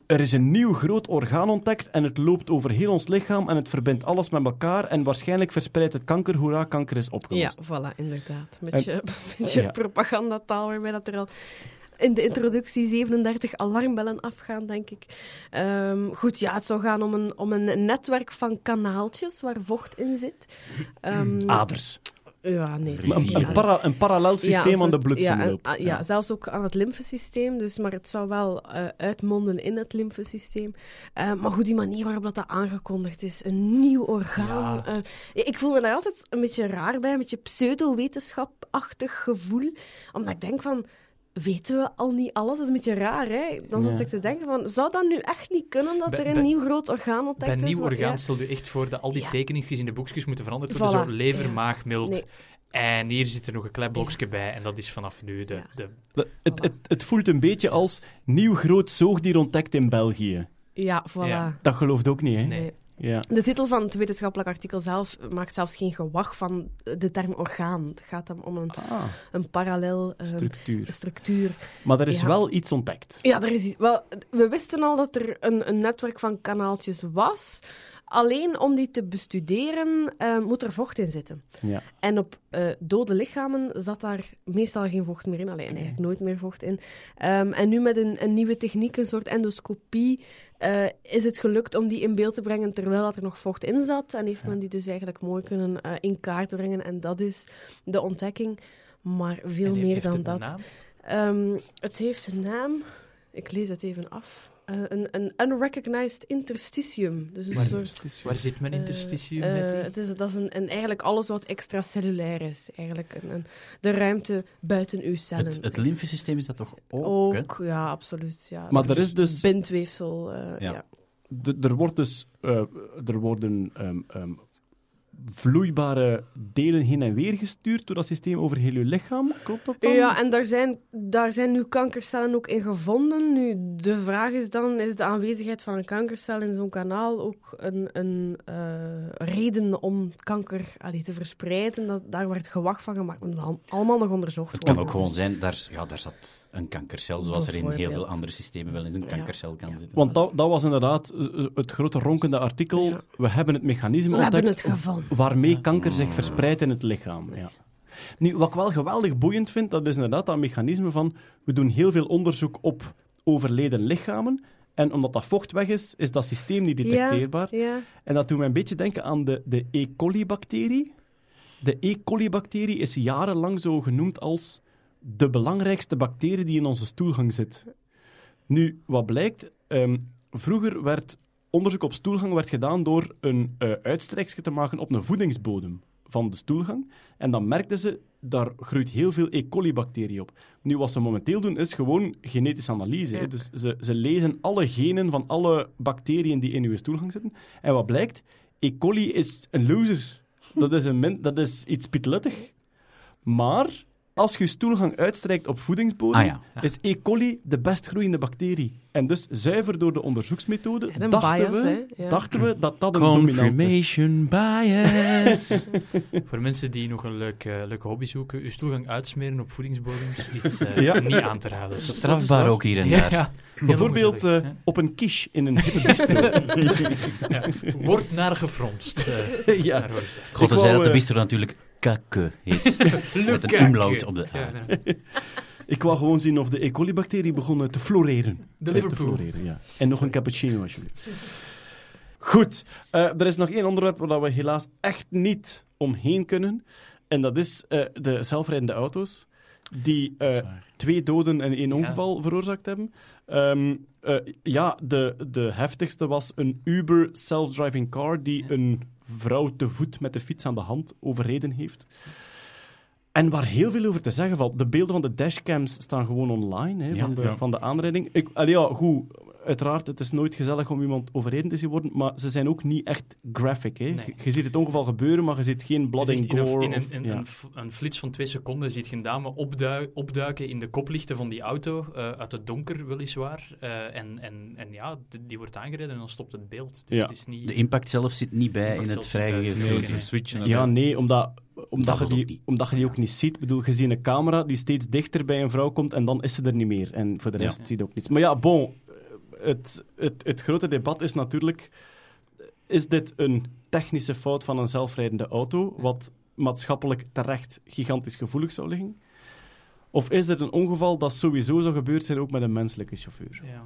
[SPEAKER 4] er is een nieuw groot orgaan ontdekt en het loopt over heel ons lichaam en het verbindt alles met elkaar en waarschijnlijk verspreidt het kanker, hoera, kanker is
[SPEAKER 5] Ja,
[SPEAKER 4] opgelost.
[SPEAKER 5] voilà, inderdaad. Een beetje, beetje
[SPEAKER 4] ja.
[SPEAKER 5] propagandataal waarbij dat er al in de introductie zevenendertig alarmbellen afgaan, denk ik. Um, goed, ja, het zou gaan om een, om een netwerk van kanaaltjes waar vocht in zit. Um,
[SPEAKER 4] Aders.
[SPEAKER 5] Ja, nee.
[SPEAKER 4] Maar Een, een, para, een parallel systeem
[SPEAKER 5] Ja, een
[SPEAKER 4] aan de
[SPEAKER 5] soort-
[SPEAKER 4] bloedsomloop.
[SPEAKER 5] Ja, en- ah, ja, zelfs ook aan het lymfesysteem. Dus, maar het zou wel uh, uitmonden in het lymfesysteem. Uh, maar goed, die manier waarop dat, dat aangekondigd is. Een nieuw orgaan.
[SPEAKER 6] Ja.
[SPEAKER 5] Uh, ik voel me daar altijd een beetje raar bij. Een beetje pseudo-wetenschapachtig gevoel. Omdat ik denk van... Weten we al niet alles? Dat is een beetje raar, hè? Dan zat
[SPEAKER 4] Ja.
[SPEAKER 5] ik te denken van... Zou dat nu echt niet kunnen dat
[SPEAKER 6] Bij-
[SPEAKER 5] er een
[SPEAKER 6] bij-
[SPEAKER 5] nieuw groot orgaan ontdekt
[SPEAKER 6] Bij een
[SPEAKER 5] is?
[SPEAKER 6] nieuw
[SPEAKER 5] Wat-
[SPEAKER 6] orgaan
[SPEAKER 5] ja.
[SPEAKER 6] stel je echt voor dat al die
[SPEAKER 5] Ja.
[SPEAKER 6] tekeningen in de boekjes moeten veranderd worden.
[SPEAKER 5] Voilà,
[SPEAKER 6] Zo lever,
[SPEAKER 5] ja.
[SPEAKER 6] maag, mild.
[SPEAKER 5] Nee.
[SPEAKER 6] En hier zit er nog een klein blokje bij. En dat is vanaf nu de...
[SPEAKER 5] Ja.
[SPEAKER 6] de
[SPEAKER 4] De- Het, het, het voelt een beetje als nieuw groot zoogdier ontdekt in België.
[SPEAKER 5] Ja, voilà.
[SPEAKER 6] Ja.
[SPEAKER 4] Dat gelooft ook niet, hè?
[SPEAKER 6] nee.
[SPEAKER 4] Ja.
[SPEAKER 5] De titel van het wetenschappelijk artikel zelf maakt zelfs geen gewag van de term orgaan. Het gaat dan om een,
[SPEAKER 4] Ah,
[SPEAKER 5] een parallel um,
[SPEAKER 4] structuur.
[SPEAKER 5] structuur.
[SPEAKER 4] Maar er is
[SPEAKER 5] Ja.
[SPEAKER 4] wel iets ontdekt.
[SPEAKER 5] Ja, er is iets. Wel, we wisten al dat er een, een netwerk van kanaaltjes was. Alleen om die te bestuderen uh, moet er vocht in zitten.
[SPEAKER 4] Ja.
[SPEAKER 5] En op uh, dode lichamen zat daar meestal geen vocht meer in. Alleen eigenlijk nooit meer vocht in. Um, en nu met een, een nieuwe techniek, een soort endoscopie, uh, is het gelukt om die in beeld te brengen terwijl dat er nog vocht in zat. En heeft men die dus eigenlijk mooi kunnen uh, in kaart brengen. En dat is de ontdekking. Maar veel
[SPEAKER 6] En
[SPEAKER 5] meer
[SPEAKER 6] heeft
[SPEAKER 5] dan
[SPEAKER 6] het
[SPEAKER 5] dat.
[SPEAKER 6] een naam?
[SPEAKER 5] Um, het heeft een naam. Ik lees het even af. Uh, een, een unrecognized interstitium. Dus een
[SPEAKER 6] Waar-
[SPEAKER 5] soort...
[SPEAKER 6] Waar zit mijn
[SPEAKER 5] eh,
[SPEAKER 6] interstitium
[SPEAKER 5] eh,
[SPEAKER 6] met die?
[SPEAKER 5] het is, dat is een, een, eigenlijk alles wat extracellulair is. Eigenlijk een, een, de ruimte buiten uw cellen.
[SPEAKER 7] Het, het lymfesysteem is dat toch ook? hè?
[SPEAKER 5] Ook, ja, absoluut. Ja.
[SPEAKER 4] Maar er is dus...
[SPEAKER 5] Bindweefsel, uh,
[SPEAKER 7] Ja.
[SPEAKER 5] ja.
[SPEAKER 4] D- er wordt dus... eh, er worden um, um, vloeibare delen heen en weer gestuurd door dat systeem over heel je lichaam. Klopt dat dan?
[SPEAKER 5] Ja, en daar zijn, daar zijn nu kankercellen ook in gevonden. Nu, de vraag is dan, is de aanwezigheid van een kankercel in zo'n kanaal ook een, een uh, reden om kanker allee, te verspreiden? Dat, daar wordt gewag van gemaakt. Dat moet al- allemaal nog onderzocht
[SPEAKER 7] Het
[SPEAKER 5] worden.
[SPEAKER 7] kan ook gewoon zijn, daar, ja, daar zat een kankercel, zoals er in heel veel
[SPEAKER 5] Bijvoorbeeld.
[SPEAKER 7] andere systemen wel eens een kankercel kan
[SPEAKER 5] Ja.
[SPEAKER 7] zitten.
[SPEAKER 4] Want dat, dat was inderdaad uh, het grote ronkende artikel.
[SPEAKER 5] Ja.
[SPEAKER 4] We hebben het mechanisme
[SPEAKER 5] We hebben
[SPEAKER 4] ontdekt
[SPEAKER 5] het gevonden.
[SPEAKER 4] waarmee kanker zich verspreidt in het lichaam. Ja. Nu, wat ik wel geweldig boeiend vind, dat is inderdaad dat mechanisme van we doen heel veel onderzoek op overleden lichamen en omdat dat vocht weg is, is dat systeem niet detecteerbaar.
[SPEAKER 5] Ja, ja.
[SPEAKER 4] En dat doet mij een beetje denken aan de, de E. coli-bacterie. De E. coli-bacterie is jarenlang zo genoemd als de belangrijkste bacterie die in onze stoelgang zit. Nu, wat blijkt, um, vroeger werd onderzoek op stoelgang werd gedaan door een uh, uitstrijksje te maken op een voedingsbodem van de stoelgang. En dan merkten ze, daar groeit heel veel E. coli-bacterie op. Nu, wat ze momenteel doen, is gewoon genetische analyse.
[SPEAKER 5] Ja.
[SPEAKER 4] Hè. Dus ze, ze lezen alle genen van alle bacteriën die in uw stoelgang zitten. En wat blijkt? E. coli is een loser. Dat is, een min, dat is iets pietluttig. Maar als je stoelgang uitstrijkt op voedingsbodem,
[SPEAKER 7] Ah, ja.
[SPEAKER 4] is E. coli de best groeiende bacterie. En dus zuiver door de onderzoeksmethode
[SPEAKER 5] En een
[SPEAKER 4] dachten,
[SPEAKER 5] bias,
[SPEAKER 4] we,
[SPEAKER 5] hè. Ja.
[SPEAKER 4] dachten we dat dat een dominante...
[SPEAKER 8] Confirmation bias.
[SPEAKER 6] Voor mensen die nog een leuke, leuke hobby zoeken, uw stoelgang uitsmeren op voedingsbodems is uh,
[SPEAKER 4] Ja.
[SPEAKER 6] niet aan te raden.
[SPEAKER 7] Strafbaar ook hier en daar.
[SPEAKER 6] Ja, ja.
[SPEAKER 4] Bijvoorbeeld
[SPEAKER 6] Heel
[SPEAKER 4] uh,
[SPEAKER 6] ongezellig,
[SPEAKER 4] op een quiche in een hippe bistro.
[SPEAKER 6] hè. Ja. Wordt naar gefronst. Uh,
[SPEAKER 4] Ja.
[SPEAKER 6] naar horizon.
[SPEAKER 7] God,
[SPEAKER 4] Ik
[SPEAKER 7] te
[SPEAKER 4] wou,
[SPEAKER 7] zei dat de
[SPEAKER 4] eh,
[SPEAKER 7] bistro natuurlijk kakke heet. Met een
[SPEAKER 6] Kijk.
[SPEAKER 7] umlaut op de A.
[SPEAKER 6] Ja, ja.
[SPEAKER 4] Ik wou gewoon zien of de E. coli-bacterie begon te floreren.
[SPEAKER 6] De
[SPEAKER 4] Eh,
[SPEAKER 6] Liverpool.
[SPEAKER 4] Te floreren, ja. En nog een cappuccino, alsjeblieft. Goed. Uh, er is nog één onderwerp waar we helaas echt niet omheen kunnen. En dat is uh, de zelfrijdende auto's. Die uh, twee doden en één ongeval veroorzaakt hebben. Um, uh, ja, de, de heftigste was een Uber self-driving car die een vrouw te voet met de fiets aan de hand overreden heeft. En waar heel veel over te zeggen valt. De beelden van de dashcams staan gewoon online, hè,
[SPEAKER 7] Ja,
[SPEAKER 4] van, de,
[SPEAKER 8] ja.
[SPEAKER 4] van de aanrijding. Ik, allee, ja, goed, uiteraard, het is nooit gezellig om iemand overreden te zien worden, maar ze zijn ook niet echt graphic. Hè.
[SPEAKER 6] Nee.
[SPEAKER 4] Je, je ziet het ongeval gebeuren, maar je ziet geen blood
[SPEAKER 6] Je
[SPEAKER 4] and
[SPEAKER 6] ziet in een,
[SPEAKER 4] gore.
[SPEAKER 6] in een,
[SPEAKER 4] of-
[SPEAKER 6] in
[SPEAKER 4] ja.
[SPEAKER 6] een, f- een flits van twee seconden ziet je een dame opdui- opduiken in de koplichten van die auto, uh, uit het donker weliswaar. Uh, en, en, en ja, d- die wordt aangereden en dan stopt het beeld. Dus
[SPEAKER 4] Ja.
[SPEAKER 6] het is niet...
[SPEAKER 7] De impact zelf zit niet bij
[SPEAKER 6] Impact
[SPEAKER 7] in het
[SPEAKER 6] zelf zit bij
[SPEAKER 7] vrijgegeven
[SPEAKER 6] het
[SPEAKER 8] Nee,
[SPEAKER 7] filmpje.
[SPEAKER 8] ze switchen het.
[SPEAKER 4] Ja, nee, omdat, omdat,
[SPEAKER 7] Dat
[SPEAKER 4] je
[SPEAKER 7] ook
[SPEAKER 4] die,
[SPEAKER 7] niet.
[SPEAKER 4] omdat je die ook niet ziet. Ik bedoel, je ziet een camera die steeds dichter bij een vrouw komt en dan is ze er niet meer. En voor de
[SPEAKER 7] Ja.
[SPEAKER 4] rest zie je ook niets. Maar ja, bon, het, het, het grote debat is natuurlijk... Is dit een technische fout van een zelfrijdende auto, wat maatschappelijk terecht gigantisch gevoelig zou liggen? Of is dit een ongeval dat sowieso zou gebeurd zijn, ook met een menselijke chauffeur?
[SPEAKER 6] Ja.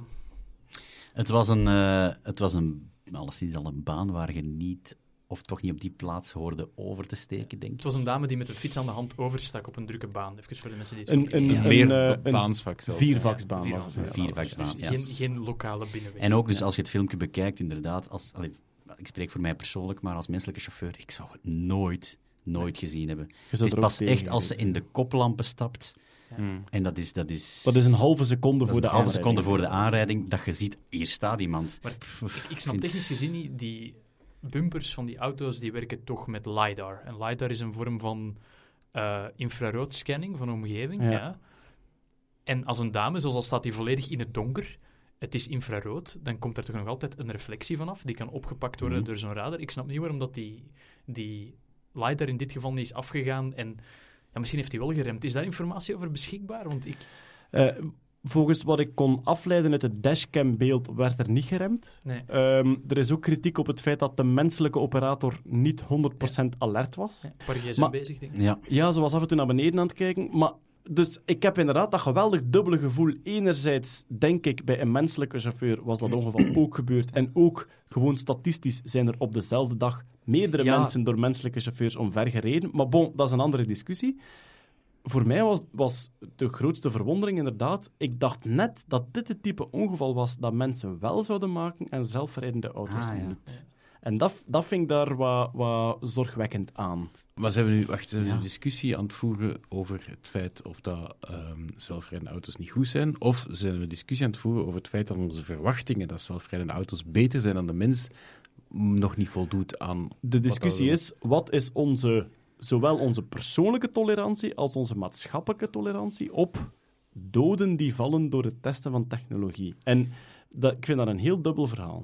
[SPEAKER 7] Het was een, uh, het was een, alleszins al een baan waar je niet, of toch niet op die plaats hoorde over te steken, denk ik.
[SPEAKER 6] Het was een dame die met een fiets aan de hand overstak op een drukke baan. Even voor de mensen die het
[SPEAKER 4] Een, een,
[SPEAKER 8] Een
[SPEAKER 4] een,
[SPEAKER 8] meer
[SPEAKER 4] een, een
[SPEAKER 8] baansvak zelfs.
[SPEAKER 4] viervaksbaan
[SPEAKER 6] Ja,
[SPEAKER 4] was het.
[SPEAKER 7] Een
[SPEAKER 4] Ja.
[SPEAKER 7] viervaksbaan,
[SPEAKER 6] Dus
[SPEAKER 7] ja.
[SPEAKER 6] geen, geen lokale binnenweg.
[SPEAKER 7] En ook, dus als je het filmpje bekijkt, inderdaad, als, allee, ik spreek voor mij persoonlijk, maar als menselijke chauffeur, ik zou het nooit, nooit gezien hebben.
[SPEAKER 4] Je
[SPEAKER 7] Het
[SPEAKER 4] zou
[SPEAKER 7] is
[SPEAKER 4] er ook
[SPEAKER 7] pas echt als ze
[SPEAKER 4] tegen
[SPEAKER 7] in de koplampen stapt,
[SPEAKER 8] Hmm.
[SPEAKER 7] en dat is... Dat is,
[SPEAKER 4] Dat is een halve seconde
[SPEAKER 7] dat is
[SPEAKER 4] voor de
[SPEAKER 7] een halve
[SPEAKER 4] aanrijding.
[SPEAKER 7] seconde voor de aanrijding, dat je ziet, hier staat iemand.
[SPEAKER 6] Maar
[SPEAKER 7] Pff,
[SPEAKER 6] ik, ik snap
[SPEAKER 7] vind-
[SPEAKER 6] technisch gezien niet, die bumpers van die auto's die werken toch met LiDAR. En LiDAR is een vorm van uh, infraroodscanning van de omgeving.
[SPEAKER 4] Ja.
[SPEAKER 6] Ja. En als een dame, zoals al staat die volledig in het donker, het is infrarood, dan komt er toch nog altijd een reflectie vanaf. Die kan opgepakt worden
[SPEAKER 7] Mhm.
[SPEAKER 6] door zo'n radar. Ik snap niet waarom dat die, die LiDAR in dit geval niet is afgegaan. En ja, misschien heeft hij wel geremd. Is daar informatie over beschikbaar? Want ik...
[SPEAKER 4] Uh, volgens wat ik kon afleiden uit het dashcam-beeld werd er niet geremd.
[SPEAKER 6] Nee.
[SPEAKER 4] Um, er is ook kritiek op het feit dat de menselijke operator niet honderd procent alert was.
[SPEAKER 6] Ja, een paar gsm
[SPEAKER 4] Maar-
[SPEAKER 6] bezig, denk ik.
[SPEAKER 7] Ja,
[SPEAKER 4] Ja, ze was af en toe naar beneden aan het kijken. Maar, dus ik heb inderdaad dat geweldig dubbele gevoel. Enerzijds denk ik, bij een menselijke chauffeur was dat ongeval ook gebeurd. En ook, gewoon statistisch, zijn er op dezelfde dag meerdere
[SPEAKER 6] Ja.
[SPEAKER 4] mensen door menselijke chauffeurs omver gereden. Maar bon, dat is een andere discussie. Voor mij was, was de grootste verwondering inderdaad... Ik dacht net dat dit het type ongeval was dat mensen wel zouden maken en zelfrijdende auto's
[SPEAKER 7] Ah, ja.
[SPEAKER 4] niet. En dat, dat vind ik daar wat, wat zorgwekkend aan.
[SPEAKER 8] Maar zijn we nu wacht, zijn we
[SPEAKER 7] Ja.
[SPEAKER 8] een discussie aan het voeren over het feit of dat um, zelfrijdende auto's niet goed zijn? Of zijn we een discussie aan het voeren over het feit dat onze verwachtingen dat zelfrijdende auto's beter zijn dan de mens nog niet voldoet aan...
[SPEAKER 4] De discussie
[SPEAKER 8] dat-
[SPEAKER 4] is, wat is onze, zowel onze persoonlijke tolerantie als onze maatschappelijke tolerantie op doden die vallen door het testen van technologie? En dat, ik vind dat een heel dubbel verhaal.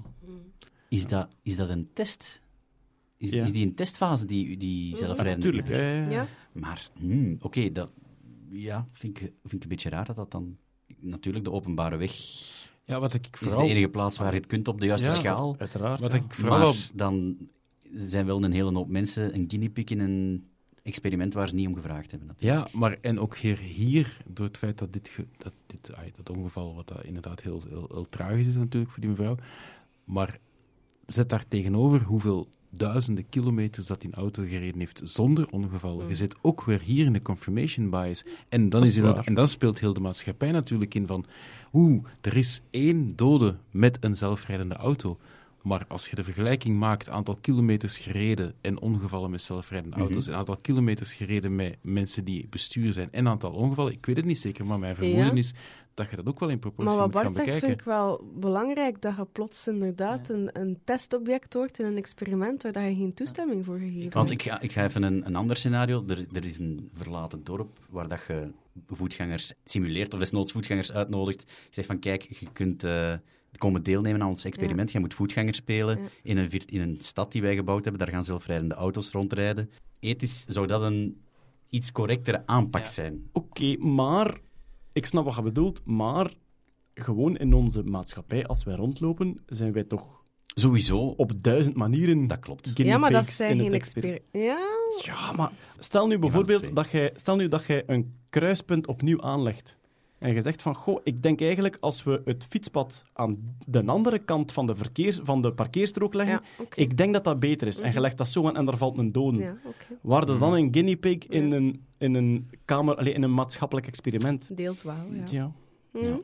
[SPEAKER 7] is dat, is dat een test? Is,
[SPEAKER 4] Ja.
[SPEAKER 7] is die een testfase, die, die zelfrijdende...
[SPEAKER 4] Natuurlijk. Ja, ja, ja.
[SPEAKER 5] Ja?
[SPEAKER 7] Maar, hmm, oké, dat ja, vind, ik, vind ik een beetje raar dat dat dan... Natuurlijk, de openbare weg
[SPEAKER 8] Ja, wat ik
[SPEAKER 7] is
[SPEAKER 8] vooral...
[SPEAKER 7] de enige plaats waar je het kunt op de juiste
[SPEAKER 4] Ja,
[SPEAKER 7] schaal.
[SPEAKER 4] Uiteraard.
[SPEAKER 8] Wat
[SPEAKER 4] ja.
[SPEAKER 8] ik vooral...
[SPEAKER 7] Maar
[SPEAKER 8] op-
[SPEAKER 7] dan zijn wel een hele hoop mensen een guinea pig in een experiment waar ze niet om gevraagd hebben.
[SPEAKER 8] Ja, maar en ook hier, hier door het feit dat dit, ge- dat, dit ai, dat ongeval, wat dat inderdaad heel, heel, heel tragisch is natuurlijk voor die mevrouw, maar zet daar tegenover hoeveel duizenden kilometers dat die auto gereden heeft zonder ongeval. Je zit ook weer hier in de confirmation bias. En dan,
[SPEAKER 4] Dat
[SPEAKER 8] is
[SPEAKER 4] is
[SPEAKER 8] inderdaad-
[SPEAKER 4] waar.
[SPEAKER 8] en dan speelt heel de maatschappij natuurlijk in van oeh, er is één dode met een zelfrijdende auto. Maar als je de vergelijking maakt, aantal kilometers gereden en ongevallen met zelfrijdende
[SPEAKER 7] Mhm.
[SPEAKER 8] auto's, en aantal kilometers gereden met mensen die bestuur zijn en aantal ongevallen, ik weet het niet zeker, maar mijn vermoeden
[SPEAKER 5] Ja.
[SPEAKER 8] is dat je dat ook wel in proportie
[SPEAKER 5] Maar wat
[SPEAKER 8] moet gaan
[SPEAKER 5] Bart zegt,
[SPEAKER 8] bekijken.
[SPEAKER 5] vind ik wel belangrijk dat je plots inderdaad een, een testobject wordt in een experiment waar dat je geen toestemming voor gegeven
[SPEAKER 7] Want
[SPEAKER 5] hebt.
[SPEAKER 7] ik ga, ik ga even een, een ander scenario. Er, er is een verlaten dorp waar dat je voetgangers simuleert of desnoods voetgangers uitnodigt. Je zegt van, kijk, je kunt eh, komen deelnemen aan ons experiment. Jij moet voetgangers spelen
[SPEAKER 5] Ja.
[SPEAKER 7] in, een, virt- in een stad die wij gebouwd hebben. Daar gaan zelfrijdende auto's rondrijden. Ethisch zou dat een iets correctere aanpak
[SPEAKER 6] Ja.
[SPEAKER 7] zijn.
[SPEAKER 4] Oké, maar... Ik snap wat je bedoelt, maar gewoon in onze maatschappij, als wij rondlopen, zijn wij toch
[SPEAKER 7] Sowieso,
[SPEAKER 4] op duizend manieren
[SPEAKER 7] dat klopt.
[SPEAKER 4] guinea
[SPEAKER 5] Ja, maar dat
[SPEAKER 4] pigs
[SPEAKER 5] zijn
[SPEAKER 4] in
[SPEAKER 5] geen
[SPEAKER 4] het experiment.
[SPEAKER 5] experimenten. Ja,
[SPEAKER 4] Ja, maar stel nu bijvoorbeeld
[SPEAKER 7] twee.
[SPEAKER 4] dat jij, stel nu dat jij een kruispunt opnieuw aanlegt. En je zegt van, goh, ik denk eigenlijk als we het fietspad aan de andere kant van de, verkeers, van de parkeerstrook leggen,
[SPEAKER 5] ja oké.
[SPEAKER 4] ik denk dat dat beter is. En je
[SPEAKER 5] Mhm.
[SPEAKER 4] legt dat zo aan en daar valt een doden.
[SPEAKER 5] Ja, oké.
[SPEAKER 4] Waarde dan een guinea pig in,
[SPEAKER 5] Ja.
[SPEAKER 4] een, in, een kamer, allee, in een maatschappelijk experiment?
[SPEAKER 5] Deels wel, ja.
[SPEAKER 4] Ja.
[SPEAKER 5] Mhm.
[SPEAKER 7] Ja.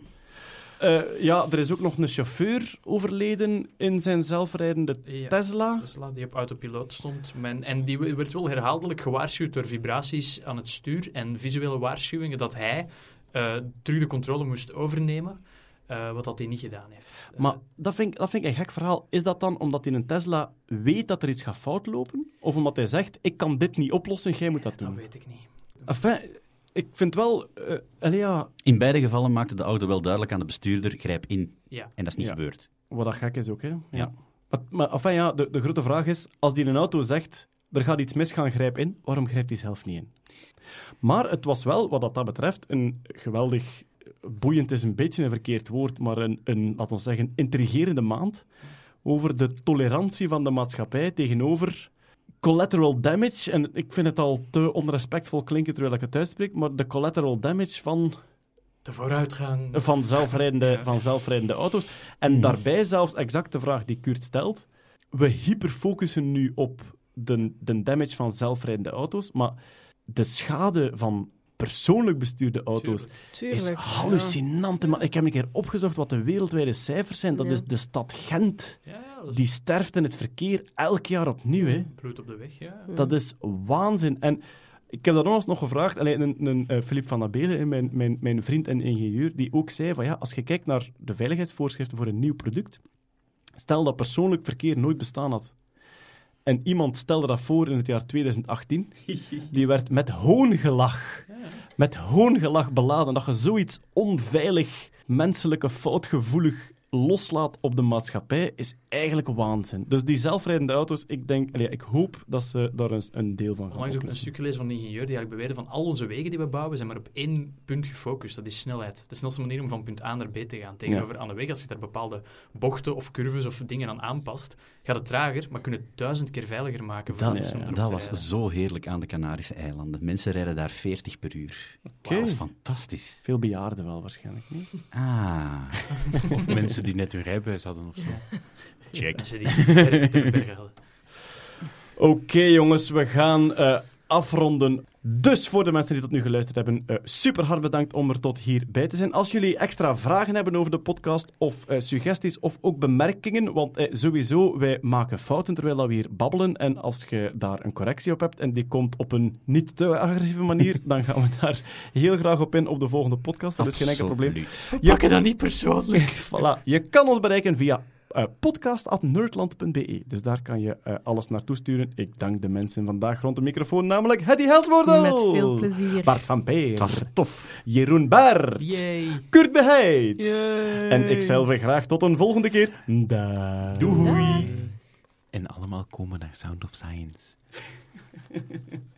[SPEAKER 4] Eh, ja, er is ook nog een chauffeur overleden in zijn zelfrijdende
[SPEAKER 6] Ja.
[SPEAKER 4] Tesla.
[SPEAKER 6] Tesla, die op autopiloot stond. Men, en die werd wel herhaaldelijk gewaarschuwd door vibraties aan het stuur en visuele waarschuwingen dat hij eh, terug de controle moest overnemen, eh, wat dat hij niet gedaan heeft. Eh,
[SPEAKER 4] Maar dat vind, ik, dat vind ik een gek verhaal. Is dat dan omdat hij in een Tesla weet dat er iets gaat fout lopen? Of omdat hij zegt, ik kan dit niet oplossen, jij moet dat
[SPEAKER 6] dat
[SPEAKER 4] doen?
[SPEAKER 6] weet ik niet.
[SPEAKER 4] Enfin, ik vind wel... eh allee, ja,
[SPEAKER 7] In beide gevallen maakte de auto wel duidelijk aan de bestuurder, grijp in.
[SPEAKER 6] Ja.
[SPEAKER 7] En dat is niet
[SPEAKER 4] Ja.
[SPEAKER 7] gebeurd.
[SPEAKER 4] wat dat gek is ook, hè. Ja.
[SPEAKER 7] Ja.
[SPEAKER 4] Maar, maar enfin, ja, de, de grote vraag is, als die in een auto zegt, er gaat iets misgaan, grijp in, waarom grijpt hij zelf niet in? Maar het was wel, wat dat, dat betreft, een geweldig boeiend is een beetje een verkeerd woord, maar een, een laten we zeggen, intrigerende maand over de tolerantie van de maatschappij tegenover collateral damage. En ik vind het al te onrespectvol klinken terwijl ik het uitspreek, maar de collateral damage van...
[SPEAKER 6] De vooruitgang.
[SPEAKER 4] Van zelfrijdende,
[SPEAKER 6] Ja.
[SPEAKER 4] van zelfrijdende auto's. En daarbij zelfs exact de vraag die Kurt stelt. We hyperfocussen nu op de, de damage van zelfrijdende auto's, maar de schade van persoonlijk bestuurde auto's
[SPEAKER 5] Tuurlijk.
[SPEAKER 4] is hallucinant. Man. Ik heb een keer opgezocht wat de wereldwijde cijfers zijn. Dat
[SPEAKER 5] Ja.
[SPEAKER 4] is de stad Gent.
[SPEAKER 6] Ja, dat is
[SPEAKER 4] Die sterft in het verkeer elk jaar opnieuw. Hè.
[SPEAKER 6] bloed op de weg, ja.
[SPEAKER 4] Dat is waanzin. En ik heb dat onlangs nog gevraagd. Alleen een, een uh, Philippe van Abelen, mijn, mijn, mijn vriend en ingenieur, die ook zei van ja, als je kijkt naar de veiligheidsvoorschriften voor een nieuw product, stel dat persoonlijk verkeer nooit bestaan had. En iemand stelde dat voor in het jaar tweeduizend achttien. Die werd met hoongelach, met hoongelach beladen. Dat je zoiets onveilig, menselijke, foutgevoelig loslaat op de maatschappij, is eigenlijk waanzin. Dus die zelfrijdende auto's, ik denk, allee, ik hoop dat ze daar een, een deel van gaan
[SPEAKER 6] Onlangs ook een
[SPEAKER 4] oplossen.
[SPEAKER 6] stuk gelezen van een ingenieur die eigenlijk beweerde van al onze wegen die we bouwen zijn maar op één punt gefocust. Dat is snelheid. De snelste manier om van punt A naar B te gaan. Tegenover aan de weg, als je daar bepaalde bochten of curves of dingen aan aanpast, gaat het trager, maar kun je het duizend keer veiliger maken voor
[SPEAKER 7] Dat,
[SPEAKER 6] mensen om erop
[SPEAKER 7] dat
[SPEAKER 6] te
[SPEAKER 7] was
[SPEAKER 6] rijden.
[SPEAKER 7] zo heerlijk aan de Canarische eilanden. Mensen rijden daar veertig per uur.
[SPEAKER 4] Oké.
[SPEAKER 7] Dat is fantastisch.
[SPEAKER 4] Veel bejaarden wel, waarschijnlijk. Niet?
[SPEAKER 7] Ah.
[SPEAKER 8] Of mensen die net hun rijbewijs hadden of zo. Check.
[SPEAKER 6] Mensen die het ver te verbergen hadden.
[SPEAKER 4] Oké, jongens, we gaan eh, afronden. Dus voor de mensen die tot nu geluisterd hebben, uh, super hard bedankt om er tot hierbij te zijn. Als jullie extra vragen hebben over de podcast, of uh, suggesties, of ook bemerkingen, want uh, sowieso, wij maken fouten terwijl dat we hier babbelen. En als je daar een correctie op hebt en die komt op een niet te agressieve manier, dan gaan we daar heel graag op in op de volgende podcast. Dat is geen enkel probleem.
[SPEAKER 7] Absoluut.
[SPEAKER 4] Je pak dat niet persoonlijk. Voilà. Je kan ons bereiken via uh, podcast at nerdland punt be. Dus daar kan je uh, alles naartoe sturen. Ik dank de mensen vandaag rond de microfoon, namelijk Hetty Helswoordel.
[SPEAKER 5] Met veel plezier.
[SPEAKER 4] Bart van Peer.
[SPEAKER 7] Het was tof.
[SPEAKER 4] Jeroen Baert.
[SPEAKER 6] Yay.
[SPEAKER 4] Kurt Beheid.
[SPEAKER 6] Yay.
[SPEAKER 4] En ikzelf graag tot een volgende keer. Dag.
[SPEAKER 8] Doei. En allemaal komen naar Sound of Science.